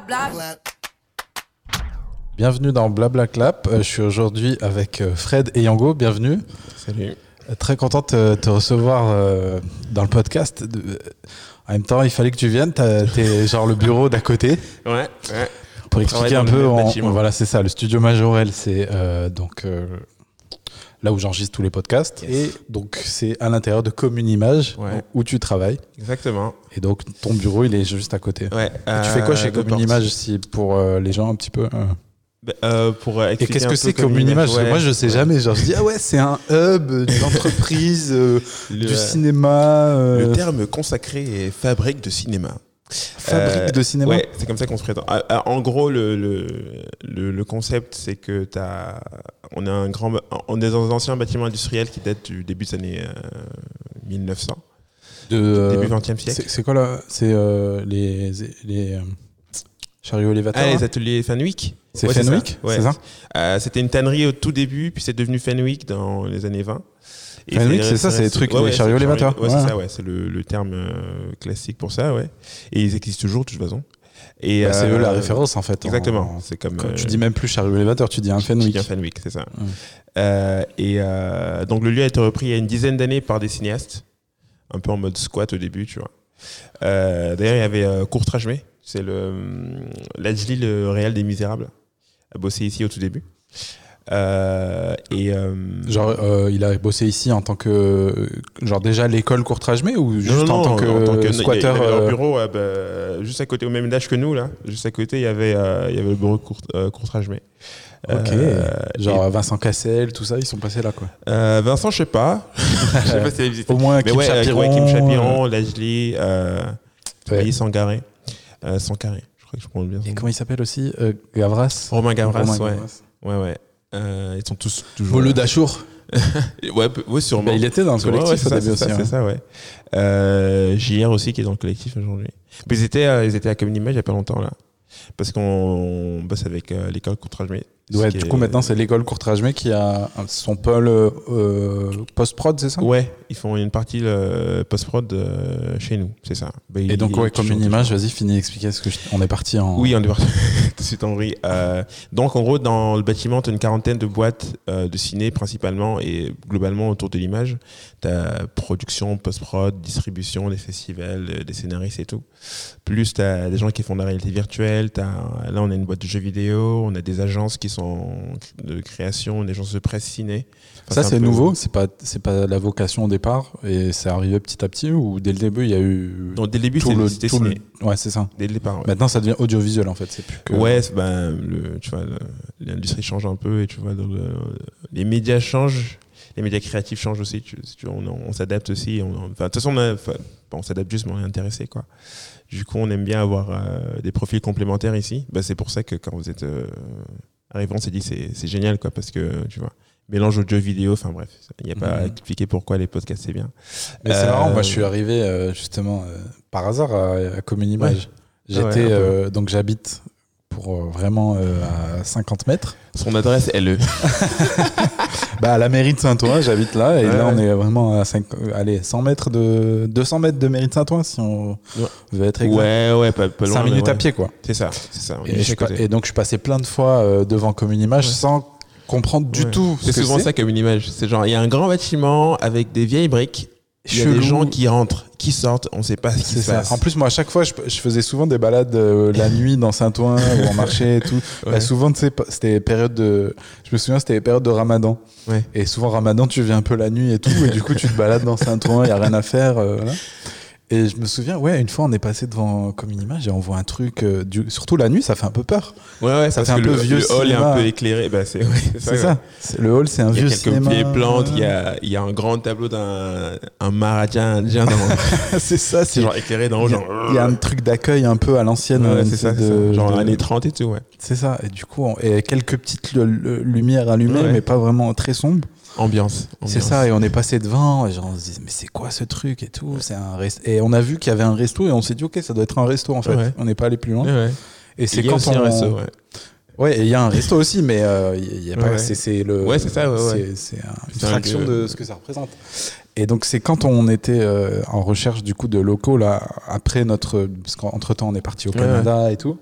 Blabla. Bienvenue dans Blabla Clap. Je suis aujourd'hui avec Fred et Yango. Bienvenue. Salut. Très content de te recevoir dans le podcast. En même temps, il fallait que tu viennes. T'es genre le bureau d'à côté. Ouais. Pour expliquer un peu, voilà, c'est ça. Le studio Majorel, c'est donc là où j'enregistre tous les podcasts. Yes. Et donc, c'est à l'intérieur de Commune Image, où tu travailles. Exactement. Et donc, ton bureau, il est juste à côté. Ouais. Tu fais quoi chez Commune Image pour les gens un petit peu pour et qu'est-ce que c'est Commune Image? Moi, je sais jamais. Genre, je dis, c'est un hub d'entreprise, du cinéma. Le terme consacré est fabrique de cinéma. Fabrique de cinéma. Ouais, c'est comme ça qu'on se présente. En gros, le concept, c'est que on est dans un ancien bâtiment industriel qui date du début des années 1900. Début 20e siècle. C'est quoi là? C'est les chariots élévateurs. Les ateliers Fenwick. C'est Fenwick, c'est ça. C'était une tannerie au tout début, puis c'est devenu Fenwick dans les années 20. Et Fenwick, c'est ça, c'est les trucs, les chariots élévateurs. Ouais, c'est ça, ouais, c'est le terme classique pour ça, ouais. Et ils existent toujours, de toute façon. Et c'est eux la référence, en fait. Exactement. C'est comme. Tu dis même plus chariot élévateur, tu dis un Fenwick. Tu dis un Fenwick, c'est ça. Donc le lieu a été repris il y a une dizaine d'années par des cinéastes, un peu en mode squat au début, tu vois. D'ailleurs, il y avait Courtrajmé, c'est Lajli, le réal des Misérables, a bossé ici au tout début. Il a bossé ici en tant que genre déjà l'école Courtrajmé ou juste en tant que squatter. Il y avait leur bureau juste à côté, au même âge que nous là, juste à côté il y avait le bureau Courtrajmé. Ok. Vincent Cassel, tout ça, ils sont passés là quoi. Vincent, je sais pas. Je sais pas si il a visité. Au moins Kim Chapiron, Kim Chapiron, Lajli, Sangaré, Sankaré. Je crois que je prononce bien. Et comment il s'appelle aussi Gavras. Romain Gavras, ouais. Ils sont tous toujours. Bolo Dachour. ouais, sûrement. Il était dans le collectif au début aussi. C'est ça, ouais. JR aussi qui est dans le collectif aujourd'hui. Mais ils étaient à Commune Image il y a pas longtemps là, parce qu'on bosse avec l'école Courtrajmé. Ouais, du coup maintenant c'est l'école Courtrajmé qui a son pôle post-prod, c'est ça? Ouais, ils font une partie post-prod chez nous, c'est ça. Et donc Commune Image, vas-y, finis d'expliquer on est parti en... Oui, on est parti tout de suite en vrille. Donc en gros, dans le bâtiment, tu as une quarantaine de boîtes de ciné principalement et globalement autour de l'image. Tu as production, post-prod, distribution, des festivals, des scénaristes et tout. Plus tu as des gens qui font de la réalité virtuelle. Là, on a une boîte de jeux vidéo, on a des agences qui sont de création, des agences de presse ciné. Ça, c'est nouveau, c'est pas la vocation au départ et c'est arrivé petit à petit ou dès le début il y a eu. Non, dès le début c'était ciné. Ouais, c'est ça. Dès le départ. Ouais. Maintenant ça devient audiovisuel en fait, c'est plus que. Ouais, tu vois, l'industrie change un peu et tu vois, les médias changent, les médias créatifs changent aussi. On s'adapte aussi. De toute façon, on s'adapte juste, mais on est intéressé quoi. Du coup, on aime bien avoir des profils complémentaires ici. C'est pour ça que quand vous êtes arrivé, on s'est dit c'est génial quoi, parce que tu vois. Mélange audio vidéo, enfin bref, il n'y a pas à expliquer pourquoi les podcasts c'est bien. Mais c'est marrant, moi je suis arrivé justement par hasard à Commune Image. Ouais. Donc j'habite pour vraiment à 50 mètres. Son adresse est à la mairie de Saint-Ouen, j'habite là, et là on est vraiment à 200 mètres de mairie de Saint-Ouen si on veut être exact. Ouais, pas loin. 5 minutes à pied quoi. C'est ça. Et donc je suis passé plein de fois devant Commune Image sans comprendre du tout c'est souvent ça comme une image, c'est genre il y a un grand bâtiment avec des vieilles briques, il y a des gens qui rentrent, qui sortent, on sait pas ce qui se passe. En plus moi à chaque fois je faisais souvent des balades la nuit dans Saint-Ouen où on marchait et tout. Souvent tu sais c'était période de Ramadan. Et souvent Ramadan tu viens un peu la nuit et tout et du coup tu te balades dans Saint-Ouen, il y a rien à faire voilà. Et je me souviens, une fois on est passé devant Commune Image et on voit un truc, surtout la nuit, ça fait un peu peur. Ouais, ça fait un peu vieux cinéma. Le hall est un peu éclairé. C'est ça. Le hall, c'est un vieux cinéma. Il y a quelques vieilles plantes, il y a un grand tableau d'un Maharaja indien. C'est ça. C'est genre éclairé d'en haut. Il y a un truc d'accueil un peu à l'ancienne. C'est ça. Genre années 30 et tout, ouais. C'est ça. Et du coup, quelques petites lumières allumées, mais pas vraiment très sombres. Ambiance. C'est ça, et on est passé devant, et genre on se dit mais c'est quoi ce truc et tout, et on a vu qu'il y avait un resto et on s'est dit ok ça doit être un resto en fait, on n'est pas allé plus loin. Et c'est quand on. Un resto, Ouais, il y a un resto aussi, mais il y a pas. C'est le. Ouais, c'est ça. C'est une fraction de ce que ça représente. Et donc c'est quand on était en recherche du coup de locaux là après parce qu'entre temps on est parti au Canada et tout.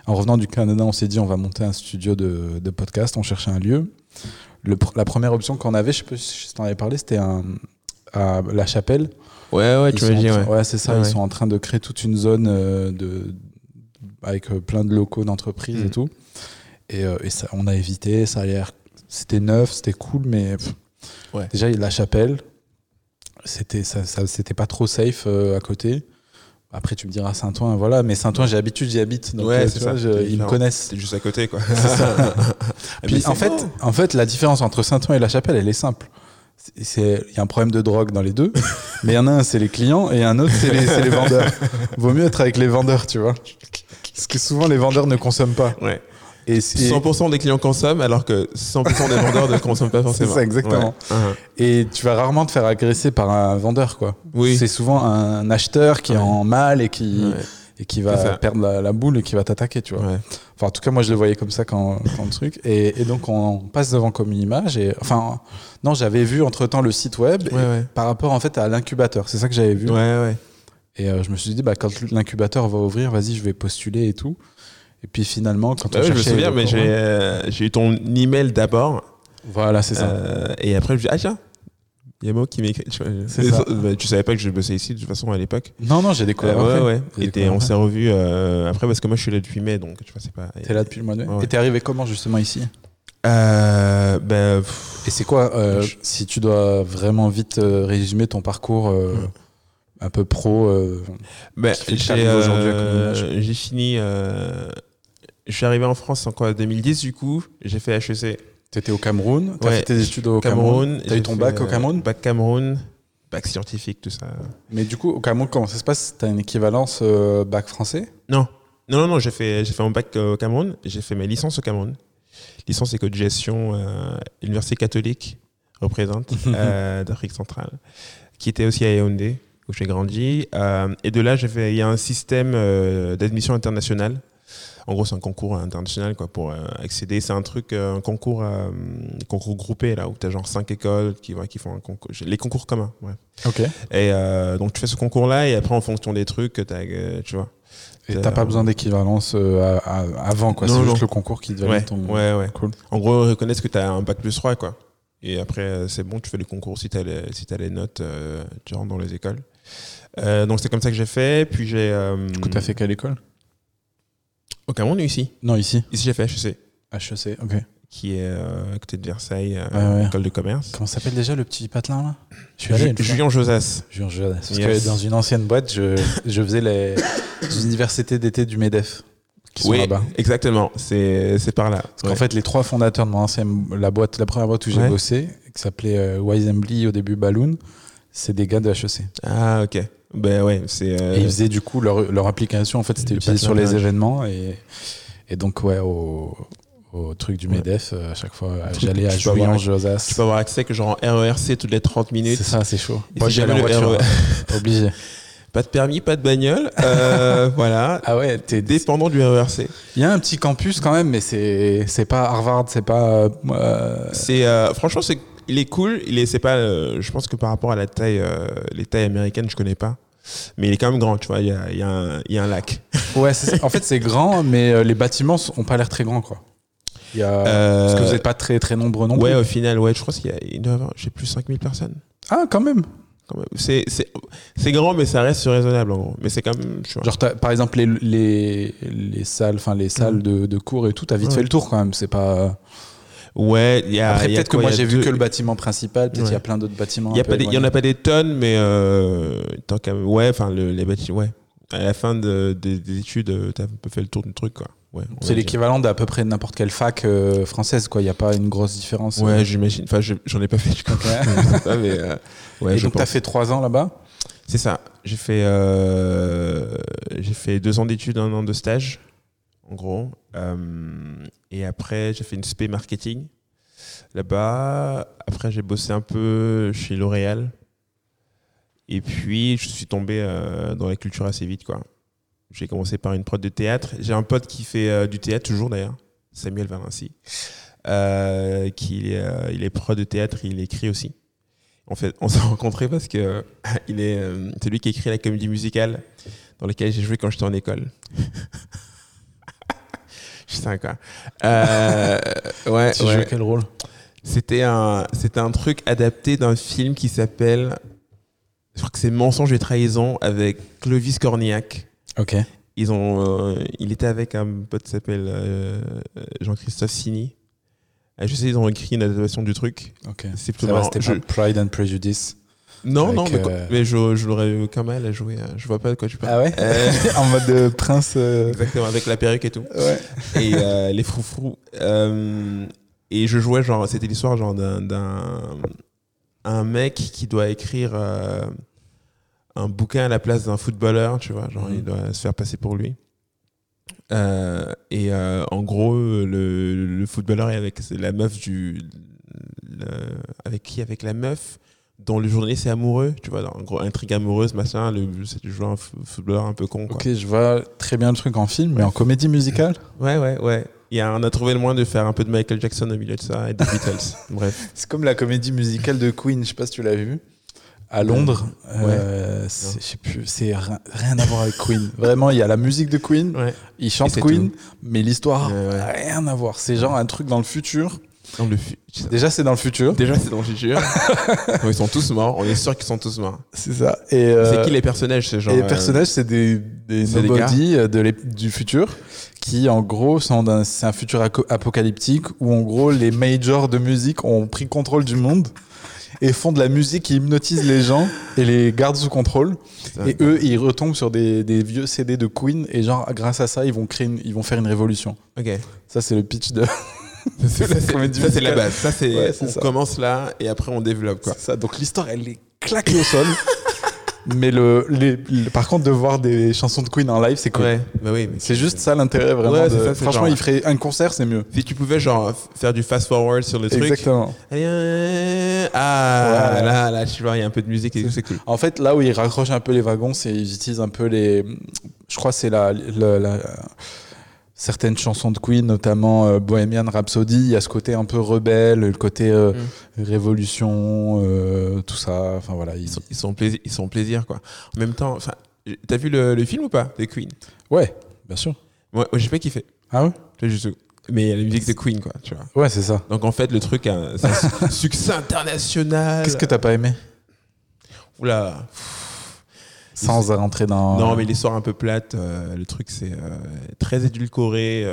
En revenant du Canada, on s'est dit on va monter un studio de podcast. On cherchait un lieu. La première option qu'on avait, je sais pas si je t'en avais parlé, c'était à La Chapelle. Ouais, tu m'as dit, ouais. Ouais, c'est ça. Ils sont en train de créer toute une zone avec plein de locaux d'entreprises et tout. Et ça, on a évité. Ça a l'air, c'était neuf, c'était cool, mais déjà La Chapelle, c'était pas trop safe à côté. Après, tu me diras Saint-Ouen, voilà. Mais Saint-Ouen, j'ai l'habitude, j'y habite. Donc, ouais, c'est ça. Ils me connaissent. C'est juste à côté, quoi. C'est ça. Puis, en fait, la différence entre Saint-Ouen et La Chapelle, elle est simple. Il y a un problème de drogue dans les deux, mais il y en a un, c'est les clients, et un autre, c'est les vendeurs. Vaut mieux être avec les vendeurs, tu vois. Parce que souvent, les vendeurs ne consomment pas. Ouais. Et 100% des clients consomment, alors que 100% des vendeurs ne consomment pas forcément. C'est ça, exactement. Ouais. Et tu vas rarement te faire agresser par un vendeur, quoi. Oui. C'est souvent un acheteur qui est en mal et qui va perdre la boule et qui va t'attaquer, tu vois. Ouais. Enfin, en tout cas, moi, je le voyais comme ça quand le truc. Et donc, on passe devant Comme Image. Enfin, non, j'avais vu entre-temps le site web par rapport, en fait, à l'incubateur. C'est ça que j'avais vu. Ouais. Et je me suis dit, quand l'incubateur va ouvrir, vas-y, je vais postuler et tout. Et puis finalement, quand on cherchait... Je me souviens, mais j'ai eu ton email d'abord. Voilà, c'est ça. Et après, je me dis, tiens, il y a Mo qui m'écrit. C'est ça. Tu savais pas que je bossais ici, de toute façon, à l'époque. Non, j'ai découvert après. Ouais. Et on s'est revus après, parce que moi, je suis là depuis mai, donc tu vois, c'est pas... T'es là depuis le mois de mai. Ouais. Et t'es arrivé comment, justement, ici? Et c'est quoi, si tu dois vraiment vite résumer ton parcours un peu pro j'ai fini... Je suis arrivé en France en 2010, du coup, j'ai fait HEC. T'étais au Cameroun, t'as fait tes études au Cameroun. T'as eu ton bac au Cameroun? Bac Cameroun, bac scientifique, tout ça. Mais du coup, au Cameroun, comment ça se passe? T'as une équivalence bac français? Non, j'ai fait mon bac au Cameroun, j'ai fait mes licences au Cameroun. Licence éco de gestion, Université catholique, représente, d'Afrique centrale, qui était aussi à Yaoundé, où j'ai grandi. Et de là, il y a un système d'admission internationale. En gros, c'est un concours international, quoi, pour accéder. C'est un concours groupé, là, où tu as genre 5 écoles qui font un concours. Les concours communs, ouais. Ok. Et donc, tu fais ce concours-là, et après, en fonction des trucs, tu vois. Et t'as pas besoin d'équivalence avant, quoi. C'est juste le concours qui te valide ton... Ouais. Cool. En gros, ils reconnaissent que tu as un bac plus 3, quoi. Et après, c'est bon, tu fais le concours. Si tu as les notes, tu rentres dans les écoles. Donc, c'est comme ça que j'ai fait. Puis j'ai... Du coup, t'as fait quelle école? Au Cameroun ou ici? Non, ici. Ici, j'ai fait HEC. HEC, ok. Qui est à côté de Versailles, école de commerce. Comment s'appelle déjà le petit patelin, là? Je suis allé Julien Josas. Julien Josas. Parce que dans une ancienne boîte, je faisais les universités d'été du MEDEF. Qui sont là-bas. Exactement. C'est par là. Parce qu'en fait, les 3 fondateurs de mon ancienne la première boîte où j'ai bossé, qui s'appelait Wisembly, au début Balloon, c'est des gars de HEC. Ah, ok. Ben ouais, et ils faisaient du coup leur application, en fait, c'était utilisé sur les événements. Et donc, au truc du MEDEF, à chaque fois, j'allais à Julien Josas. Tu peux avoir accès que genre en RERC toutes les 30 minutes. C'est ça, c'est chaud. Moi, j'allais en voiture. Obligé. Pas de permis, pas de bagnole. Voilà. Ah ouais, t'es dépendant du RERC. Il y a un petit campus quand même, mais c'est pas Harvard, c'est pas. Franchement, il est cool. C'est pas. Je pense que par rapport à la taille, les tailles américaines, je connais pas. Mais il est quand même grand, tu vois. Il y a un lac. Ouais, en fait, c'est grand, mais les bâtiments ont pas l'air très grands, quoi. Parce que vous n'êtes pas très très nombreux non plus. Ouais, au final, je crois qu'il doit y avoir, j'ai plus 5000 personnes. Ah, quand même. C'est grand, mais ça reste raisonnable, en gros. Mais c'est quand même. Genre, par exemple, les salles, de cours et tout, t'as vite fait le tour quand même. C'est pas. Ouais, après, peut-être que moi j'ai vu que le bâtiment principal, peut-être il y a plein d'autres bâtiments. Il y en a pas des tonnes, mais tant qu'à les bâtiments, ouais. À la fin des études, t'as un peu fait le tour du truc, quoi. Ouais, c'est l'équivalent d'à peu près n'importe quelle fac française, quoi. Il n'y a pas une grosse différence. Ouais, j'imagine. Enfin, j'en ai pas fait du coup. Et donc, t'as fait 3 ans là-bas? C'est ça. J'ai fait 2 ans d'études, 1 an de stage, en gros. Et après, j'ai fait une spé marketing là-bas. Après, j'ai bossé un peu chez L'Oréal. Et puis, je suis tombé dans la culture assez vite, quoi. J'ai commencé par une prod de théâtre. J'ai un pote qui fait du théâtre, toujours d'ailleurs, Samuel Valency. Il est prod de théâtre, il écrit aussi. En fait, on s'est rencontrés parce que c'est lui qui écrit la comédie musicale dans laquelle j'ai joué quand j'étais en école. ça, quoi. Ouais. Tu jouais quel rôle? C'était un truc adapté d'un film qui s'appelle, je crois que c'est Mensonge et trahison avec Clovis Cornillac. Ok. Il était avec un pote qui s'appelle Jean-Christophe Signy. Je sais, ils ont écrit une adaptation du truc. Ok. C'est Ça va, c'était pas Pride and Prejudice. Non, avec, non, mais je l'aurais eu aucun mal à jouer. Je vois pas de quoi tu parles. Ah ouais. En mode prince. Exactement, avec la perruque et tout. Ouais. Et les froufrous. Et je jouais, genre, c'était l'histoire genre un mec qui doit écrire un bouquin à la place d'un footballeur, tu vois, genre il doit se faire passer pour lui. En gros, le footballeur est avec la meuf avec la meuf dont le journaliste est amoureux, tu vois, en gros, intrigue amoureuse, machin, c'est du genre un footballeur un peu con, quoi. Ok, je vois très bien le truc en film, mais en comédie musicale. Ouais. On a trouvé le moyen de faire un peu de Michael Jackson au milieu de ça et des Beatles. Bref. C'est comme la comédie musicale de Queen, je sais pas si tu l'as vu. À Londres, je sais plus, c'est rien à voir avec Queen. Vraiment, il y a la musique de Queen, ils chantent Queen, mais l'histoire, rien à voir. C'est genre un truc dans le futur. Déjà, c'est dans le futur. Ils sont tous morts. On est sûr qu'ils sont tous morts. C'est ça. Et c'est qui les personnages, ces gens? Et les personnages, c'est des nobody du futur qui, en gros, c'est un futur apocalyptique où, en gros, les majors de musique ont pris contrôle du monde et font de la musique qui hypnotise les gens et les garde sous contrôle. Et eux, ils retombent sur des vieux CD de Queen et genre, grâce à ça, ils vont faire une révolution. Ok. Ça, c'est le pitch de... Ça, c'est la base. On commence là et après on développe, quoi. C'est ça. Donc l'histoire, elle est claquée au sol. Mais par contre, de voir des chansons de Queen en live, c'est cool. C'est juste ça l'intérêt, vraiment. Franchement, il ferait un concert, c'est mieux. Si tu pouvais genre faire du fast forward sur le truc. Exactement. Là, tu vois, il y a un peu de musique et tout, c'est cool. En fait, là où ils raccrochent un peu les wagons, c'est ils utilisent un peu je crois que c'est certaines chansons de Queen, notamment Bohemian Rhapsody, il y a ce côté un peu rebelle, le côté révolution, tout ça. Enfin voilà, ils sont plaisir, quoi. En même temps, t'as vu le film ou pas de Queen? Ouais, bien sûr. Moi, j'ai pas kiffé. Ah ouais? Mais il y a la musique de Queen, quoi, tu vois. Ouais, c'est ça. Donc en fait, le truc, c'est un succès international. Qu'est-ce que t'as pas aimé? Oula. Sans rentrer dans... Non, mais l'histoire un peu plate, le truc c'est très édulcoré.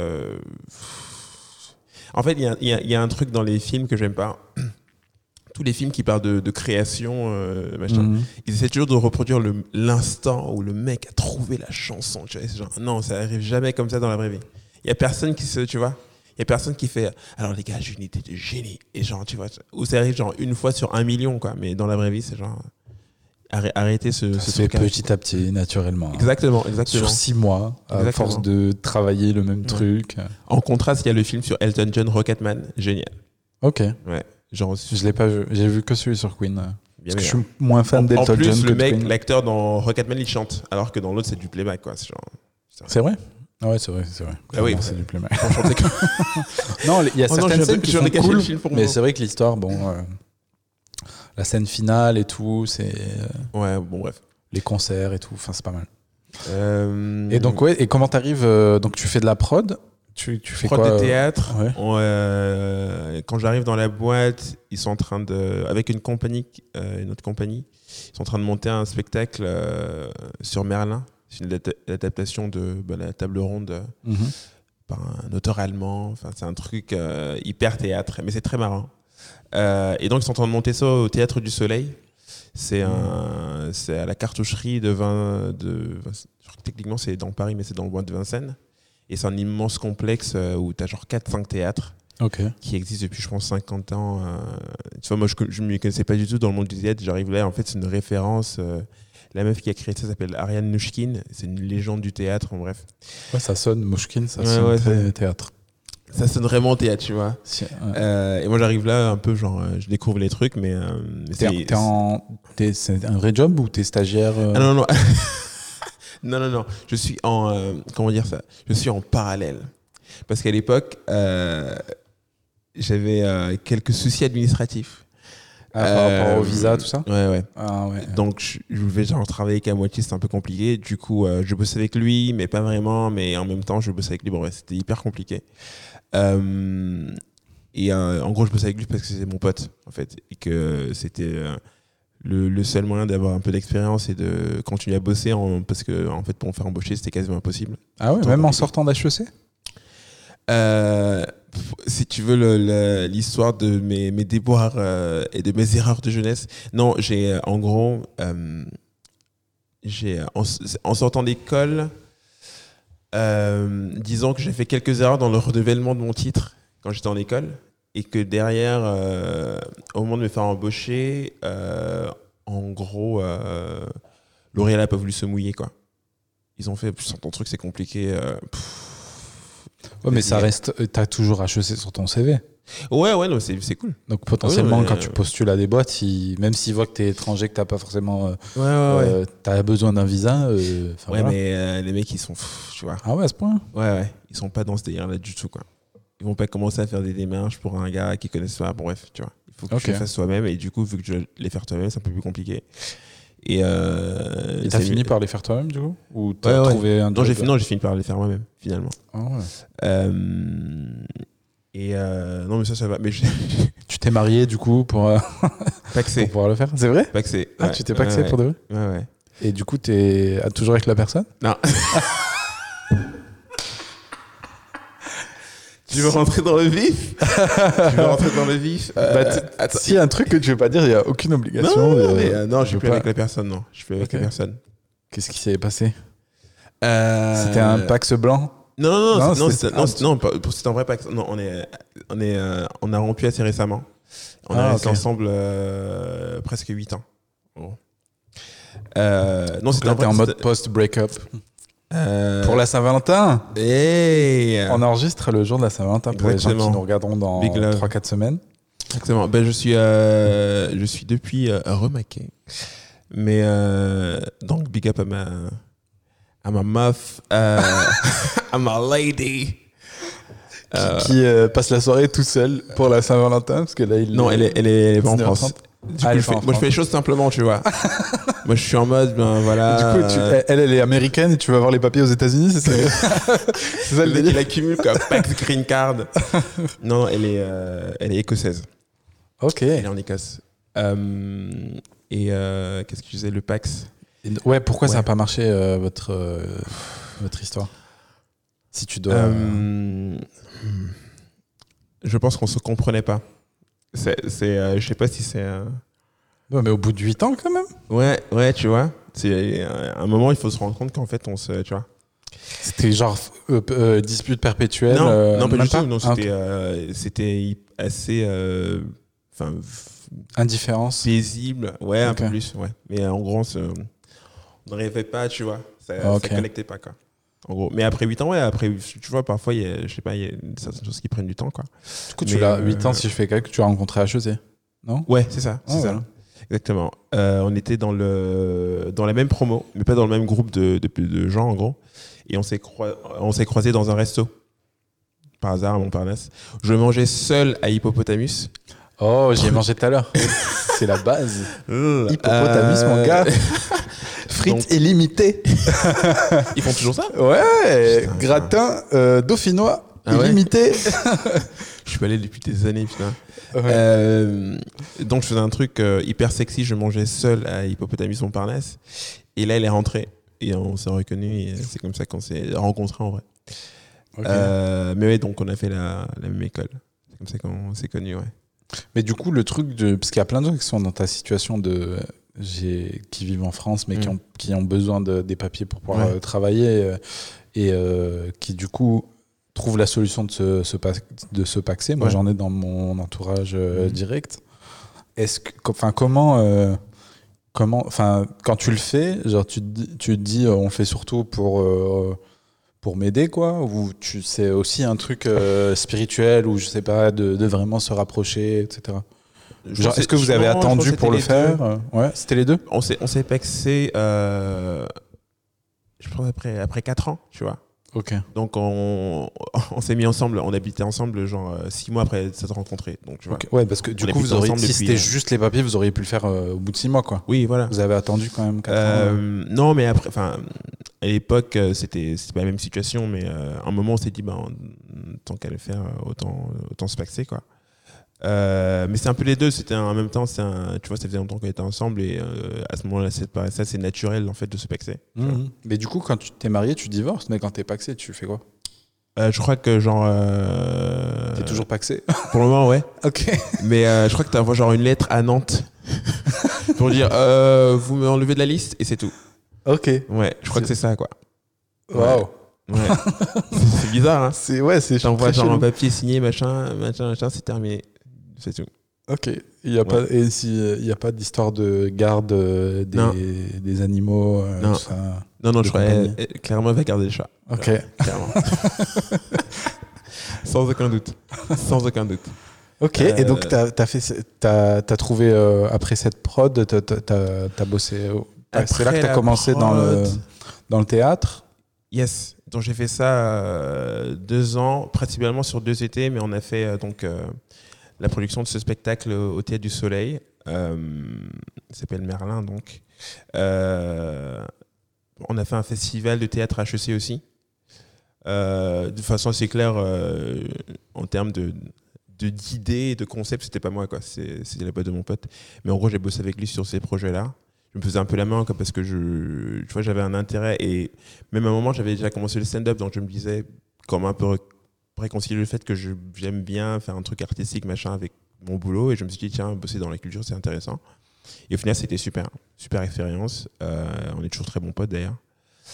En fait, il y a un truc dans les films que j'aime pas. Tous les films qui parlent de création, machin, ils essaient toujours de reproduire l'instant où le mec a trouvé la chanson. Tu vois, c'est genre, non, ça arrive jamais comme ça dans la vraie vie. Il y a personne qui tu vois, il y a personne qui fait. Alors les gars, j'ai une idée de génie et genre, tu vois, où ça arrive genre une fois sur 1 million, quoi. Mais dans la vraie vie, c'est genre. Arrêter ce truc petit à petit, naturellement. Exactement. Sur 6 mois, à force de travailler le même truc. En contraste, il y a le film sur Elton John, Rocketman, génial. Ok. Ouais. Genre, je l'ai pas vu. J'ai vu que celui sur Queen. Parce que je suis moins fan d'Elton John. En plus, l'acteur dans Rocketman, il chante, alors que dans l'autre, c'est du playback, quoi. C'est vrai? Ah ouais, c'est vrai. Ah oui, c'est du playback. Non, il y a certaines scènes qui sont cool, mais c'est vrai que l'histoire, la scène finale et tout, c'est... Ouais, bon, bref. Les concerts et tout, enfin, c'est pas mal. Et donc, et comment t'arrives... donc, tu fais de la prod? Tu fais prod quoi? de théâtre. Ouais. Quand j'arrive dans la boîte, ils sont en train de... Avec une autre compagnie, ils sont en train de monter un spectacle sur Merlin. C'est une adaptation de la table ronde par un auteur allemand. Enfin, c'est un truc hyper théâtre, mais c'est très marrant. Et donc ils sont en train de monter ça au Théâtre du Soleil. C'est à la cartoucherie je crois que techniquement c'est dans Paris, mais c'est dans le bois de Vincennes. Et c'est un immense complexe où tu as genre 4-5 théâtres qui existent depuis je pense 50 ans. Tu vois, moi je ne m'y connaissais pas du tout dans le monde du théâtre. J'arrive là, en fait c'est une référence. La meuf qui a créé ça s'appelle Ariane Mnouchkine. C'est une légende du théâtre, en bref. Ouais, ça sonne Mnouchkine, ça sonne très théâtre. Ça sonne vraiment théâtre, tu vois. Et moi, j'arrive là, un peu genre, je découvre les trucs, mais... c'est un vrai job ou t'es stagiaire Ah non. Non. Je suis en... comment dire ça? Je suis en parallèle. Parce qu'à l'époque, j'avais quelques soucis administratifs. Par rapport au visa, tout ça. Ouais. Ah, ouais. Donc, je vais genre travailler qu'à moitié, c'était un peu compliqué. Du coup, je bossais avec lui, mais pas vraiment. Mais en même temps, je bossais avec lui. Bon, ouais, c'était hyper compliqué. Et en gros, je bossais avec lui parce que c'était mon pote, en fait. Et que c'était le seul moyen d'avoir un peu d'expérience et de continuer à bosser. Parce que, en fait, pour me faire embaucher, c'était quasiment impossible. Ah ouais, même en sortant d'HEC? Si tu veux l'histoire de mes déboires et de mes erreurs de jeunesse, non, j'ai en gros, en sortant d'école, disons que j'ai fait quelques erreurs dans le renouvellement de mon titre quand j'étais en école et que derrière, au moment de me faire embaucher, en gros, L'Oréal n'a pas voulu se mouiller, quoi. Ils ont fait, ton truc c'est compliqué. Ouais, mais ça reste. T'as toujours HEC sur ton CV. Ouais, non, c'est cool. Donc potentiellement, quand tu postules à des boîtes, même s'ils voient que t'es étranger, que t'as pas forcément. T'as besoin d'un visa. Voilà. Mais les mecs, ils sont. Tu vois. Ah ouais, à ce point. Ouais. Ils sont pas dans ce délire-là du tout, quoi. Ils vont pas commencer à faire des démarches pour un gars qui connaissent pas. Bon, bref, tu vois. Il faut que tu le fasses toi-même. Et du coup, vu que je les faire toi-même, c'est un peu plus compliqué. Et t'as fini par les faire toi-même, du coup? Ou t'as trouvé un job? Non, j'ai fini par les faire moi-même, finalement. Ah ouais. Non, mais ça va. Mais tu t'es marié, du coup, pour pouvoir le faire? C'est vrai? Paxé. Ah, tu t'es paxé pour de vrai? Ouais. Et du coup, t'es toujours avec la personne? Non. Tu veux rentrer dans le vif? S'il y a un truc que tu veux pas dire, il n'y a aucune obligation. Non, je suis plus avec la personne, non. Je suis plus avec la personne. Qu'est-ce qui s'est passé? C'était un Pax blanc? Non, c'était un vrai Pax. Non, on a rompu assez récemment. On est resté ensemble presque 8 ans. Bon. Non, c'était en mode post-breakup. Pour la Saint-Valentin, on enregistre le jour de la Saint-Valentin pour les gens qui nous regarderont dans 3-4 semaines. Exactement. Je suis depuis remaqué. Mais donc, big up à ma meuf, à ma lady. Qui passe la soirée tout seul pour la Saint-Valentin parce que là, elle est pas en France. Du coup, je fais les choses simplement, tu vois. Moi, je suis en mode, voilà. Du coup, elle est américaine et tu vas avoir les papiers aux États-Unis, c'est ça? C'est ça le délire. Il accumule comme Pax Green Card. Non, elle est écossaise. Ok. Elle est en Écosse. Et qu'est-ce que tu disais, le Pax? Ouais, pourquoi ça n'a pas marché, votre histoire? Si tu dois. Je pense qu'on se comprenait pas. Je sais pas si c'est. Ouais, mais au bout de 8 ans, quand même. Ouais, tu vois. C'est à un moment, il faut se rendre compte qu'en fait, tu vois. C'était genre dispute perpétuelle. Non, pas du tout. Non, c'était assez. Indifférence. Paisible. Ouais, un peu plus. Ouais. Mais en gros, on n'arrivait pas, tu vois. Ça connectait pas, quoi. En gros. Mais après 8 ans, tu vois, parfois, il y a certaines choses qui prennent du temps, quoi. Du coup, tu l'as 8 ans, si je fais calcul, tu as rencontré HEC, non? Ouais, c'est ça. C'est ça. Exactement. On était dans la même promo, mais pas dans le même groupe de gens, en gros. Et on s'est croisés dans un resto. Par hasard, à Montparnasse. Je mangeais seul à Hippopotamus. Oh, j'y ai mangé tout à l'heure. C'est la base. Hippopotamus, mon gars. Frites illimitées. Ils font toujours ça? Ouais. Putain, gratin dauphinois illimité. Je suis pas allé depuis des années, putain. Donc je faisais un truc hyper sexy. Je mangeais seul à Hippopotamus Montparnasse. Et là, elle est rentrée. Et on s'est reconnus. Et c'est comme ça qu'on s'est rencontrés, en vrai. Okay. Mais ouais, donc on a fait la même école. C'est comme ça qu'on s'est connus, ouais. Mais du coup, le truc parce qu'il y a plein de gens qui sont dans ta situation qui vivent en France, mais qui ont besoin des papiers pour pouvoir travailler et qui, du coup, trouvent la solution de se paxer. Moi, j'en ai dans mon entourage direct. Comment, quand tu le fais, genre, tu te dis, on le fait surtout pour m'aider, quoi, ou c'est aussi un truc spirituel, ou je sais pas, de vraiment se rapprocher, etc. Genre, est-ce que vous avez attendu pour le faire? Ouais, c'était les deux. On s'est paxé, je pense, après 4 ans, tu vois. Ok. Donc on s'est mis ensemble, on habitait ensemble genre 6 mois après s'être rencontrés. Donc tu vois. Okay. Ouais, parce que du coup, si c'était juste les papiers, vous auriez pu le faire au bout de 6 mois, quoi. Oui, voilà. Vous avez attendu quand même 4 ans. Non, mais après, à l'époque, c'était pas la même situation, mais à un moment, on s'est dit, tant qu'à le faire, autant se paxer, quoi. Mais c'est un peu les deux. C'était en même temps, tu vois, ça faisait longtemps qu'on était ensemble et à ce moment-là, ça c'est naturel en fait de se paxer. Mais du coup, quand tu t'es marié, tu divorces, mais quand t'es paxé, tu fais quoi? Je crois que genre. T'es toujours paxé? Pour le moment, ouais. Ok. Mais je crois que t'envoies genre une lettre à Nantes pour dire vous m'enlevez de la liste et c'est tout. Ok. Ouais, je crois que c'est ça, quoi. Waouh. Ouais. C'est bizarre, hein. C'est t'envoies genre un papier signé, machin, c'est terminé. C'est tout. Ok. Il n'y a pas d'histoire de garde des animaux, non. tout ça. Non, je crois clairement, elle va garder le chat. Ok. Clairement. Sans aucun doute. Ok. Et donc, t'as trouvé, après cette prod, t'as bossé. C'est là que t'as commencé dans le théâtre? Yes. Donc, j'ai fait ça 2 ans, principalement sur 2 étés, mais on a fait la production de ce spectacle au Théâtre du Soleil. Il s'appelle Merlin, donc. On a fait un festival de théâtre HEC aussi. De façon assez claire, en termes d'idées, de concepts, c'était pas moi, quoi. C'était la boîte de mon pote. Mais en gros, j'ai bossé avec lui sur ces projets-là. Je me faisais un peu la main, quoi, parce que tu vois, j'avais un intérêt. Et même à un moment, j'avais déjà commencé le stand-up, donc je me disais, comment un peu réconcilier le fait que j'aime bien faire un truc artistique, machin, avec mon boulot. Et je me suis dit, tiens, bosser dans la culture, c'est intéressant. Et au final, c'était super expérience. On est toujours très bons potes, d'ailleurs.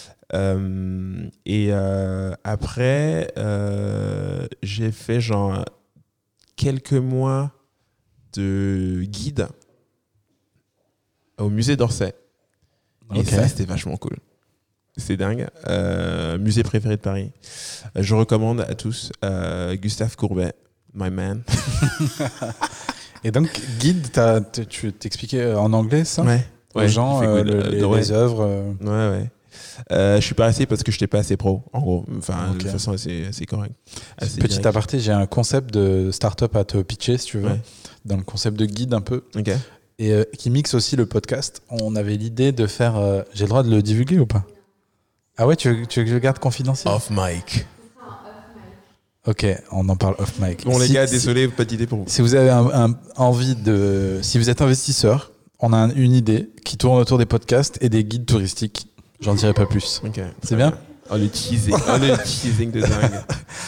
Après, j'ai fait genre quelques mois de guide au musée d'Orsay. Et ça, c'était vachement cool. C'est dingue. Musée préféré de Paris. Je recommande à tous Gustave Courbet, my man. Et donc, guide, tu t'expliquais en anglais ça? Ouais. Aux gens, les œuvres. Ouais. Je suis pas resté parce que je n'étais pas assez pro, en gros. Enfin, de toute façon, assez correct. Petit aparté, j'ai un concept de start-up à te pitcher, si tu veux, dans le concept de guide un peu. Ok. Et qui mixe aussi le podcast. On avait l'idée de faire. J'ai le droit de le divulguer ou pas? Ah ouais, tu veux que je le garde confidentiel? Off mic. Ok, on en parle off mic. Bon, les gars, désolé, pas d'idée pour vous. Si vous avez envie de. Si vous êtes investisseur, on a une idée qui tourne autour des podcasts et des guides touristiques. J'en dirai pas plus. Ok. C'est bien? Oh, le teasing. Le teasing de dingue.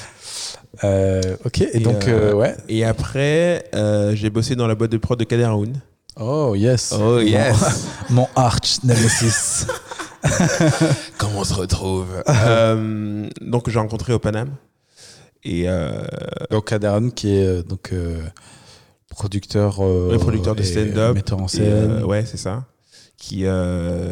Ok, et donc, ouais. Et après, j'ai bossé dans la boîte de prod de Kader Aoun. Oh, yes. Oh, yes. Mon arch nemesis. Comment on se retrouve Donc, j'ai rencontré au Paname. Et donc, Kader Aoun qui est producteur de stand-up. Metteur en scène. Ouais, c'est ça. Qui a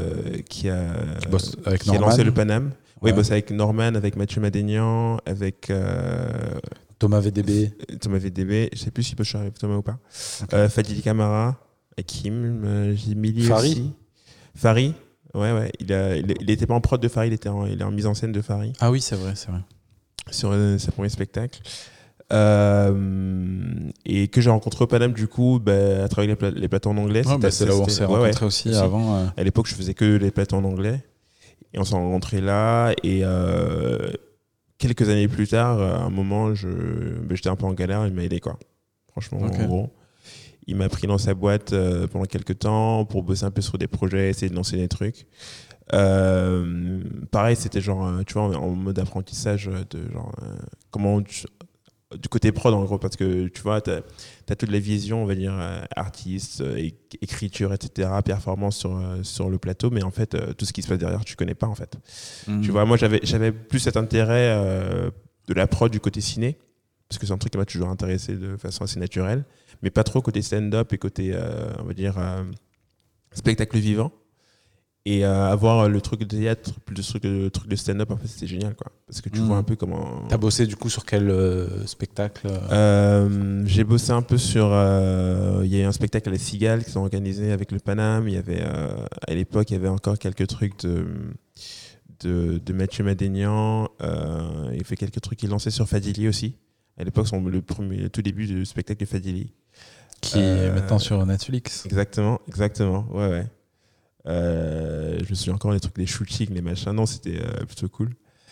lancé le Paname. Oui, bosse avec Norman, avec Mathieu Madénian, avec Thomas VDB. Je sais plus si je suis avec Thomas ou pas. Okay. Fadili Camara, Hakim, Jimili aussi. Fari. Ouais. Il était pas en prod de Fari, il est en mise en scène de Fari. Ah oui, c'est vrai. Sur sa premier spectacle. Et que j'ai rencontré au Paname du coup à travers les plateaux en anglais. C'est là où on s'est rencontrés aussi avant. À l'époque, je faisais que les plateaux en anglais. Et on s'est rencontrés là. Et quelques années plus tard, à un moment, j'étais un peu en galère. Il m'a aidé, quoi. Franchement, en gros. Il m'a pris dans sa boîte pendant quelques temps pour bosser un peu sur des projets, essayer de lancer des trucs. Pareil, c'était genre, tu vois, en mode apprentissage de genre, comment du côté prod en gros, parce que tu vois, t'as toute la vision, on va dire, artiste, écriture, etc., performance sur le plateau, mais en fait, tout ce qui se passe derrière, tu connais pas en fait. Tu vois, moi j'avais plus cet intérêt de la prod du côté ciné, parce que c'est un truc qui m'a toujours intéressé de façon assez naturelle, mais pas trop côté stand-up et côté, on va dire, spectacle vivant. Et avoir le truc de théâtre plus le truc de stand-up, en fait, c'était génial, quoi. Parce que tu vois un peu comment... T'as bossé du coup sur quel spectacle J'ai bossé un peu sur... Il y a eu un spectacle à la Cigale qui sont organisés avec le Paname. Il y avait, à l'époque, il y avait encore quelques trucs de Mathieu Madénian. Il fait quelques trucs qu'il lançait sur Fadili aussi. À l'époque, le tout début du spectacle de Fadili. Qui est maintenant sur Netflix. Exactement. Ouais. Je me souviens encore des trucs, les shootings, les machins. Non, c'était plutôt cool.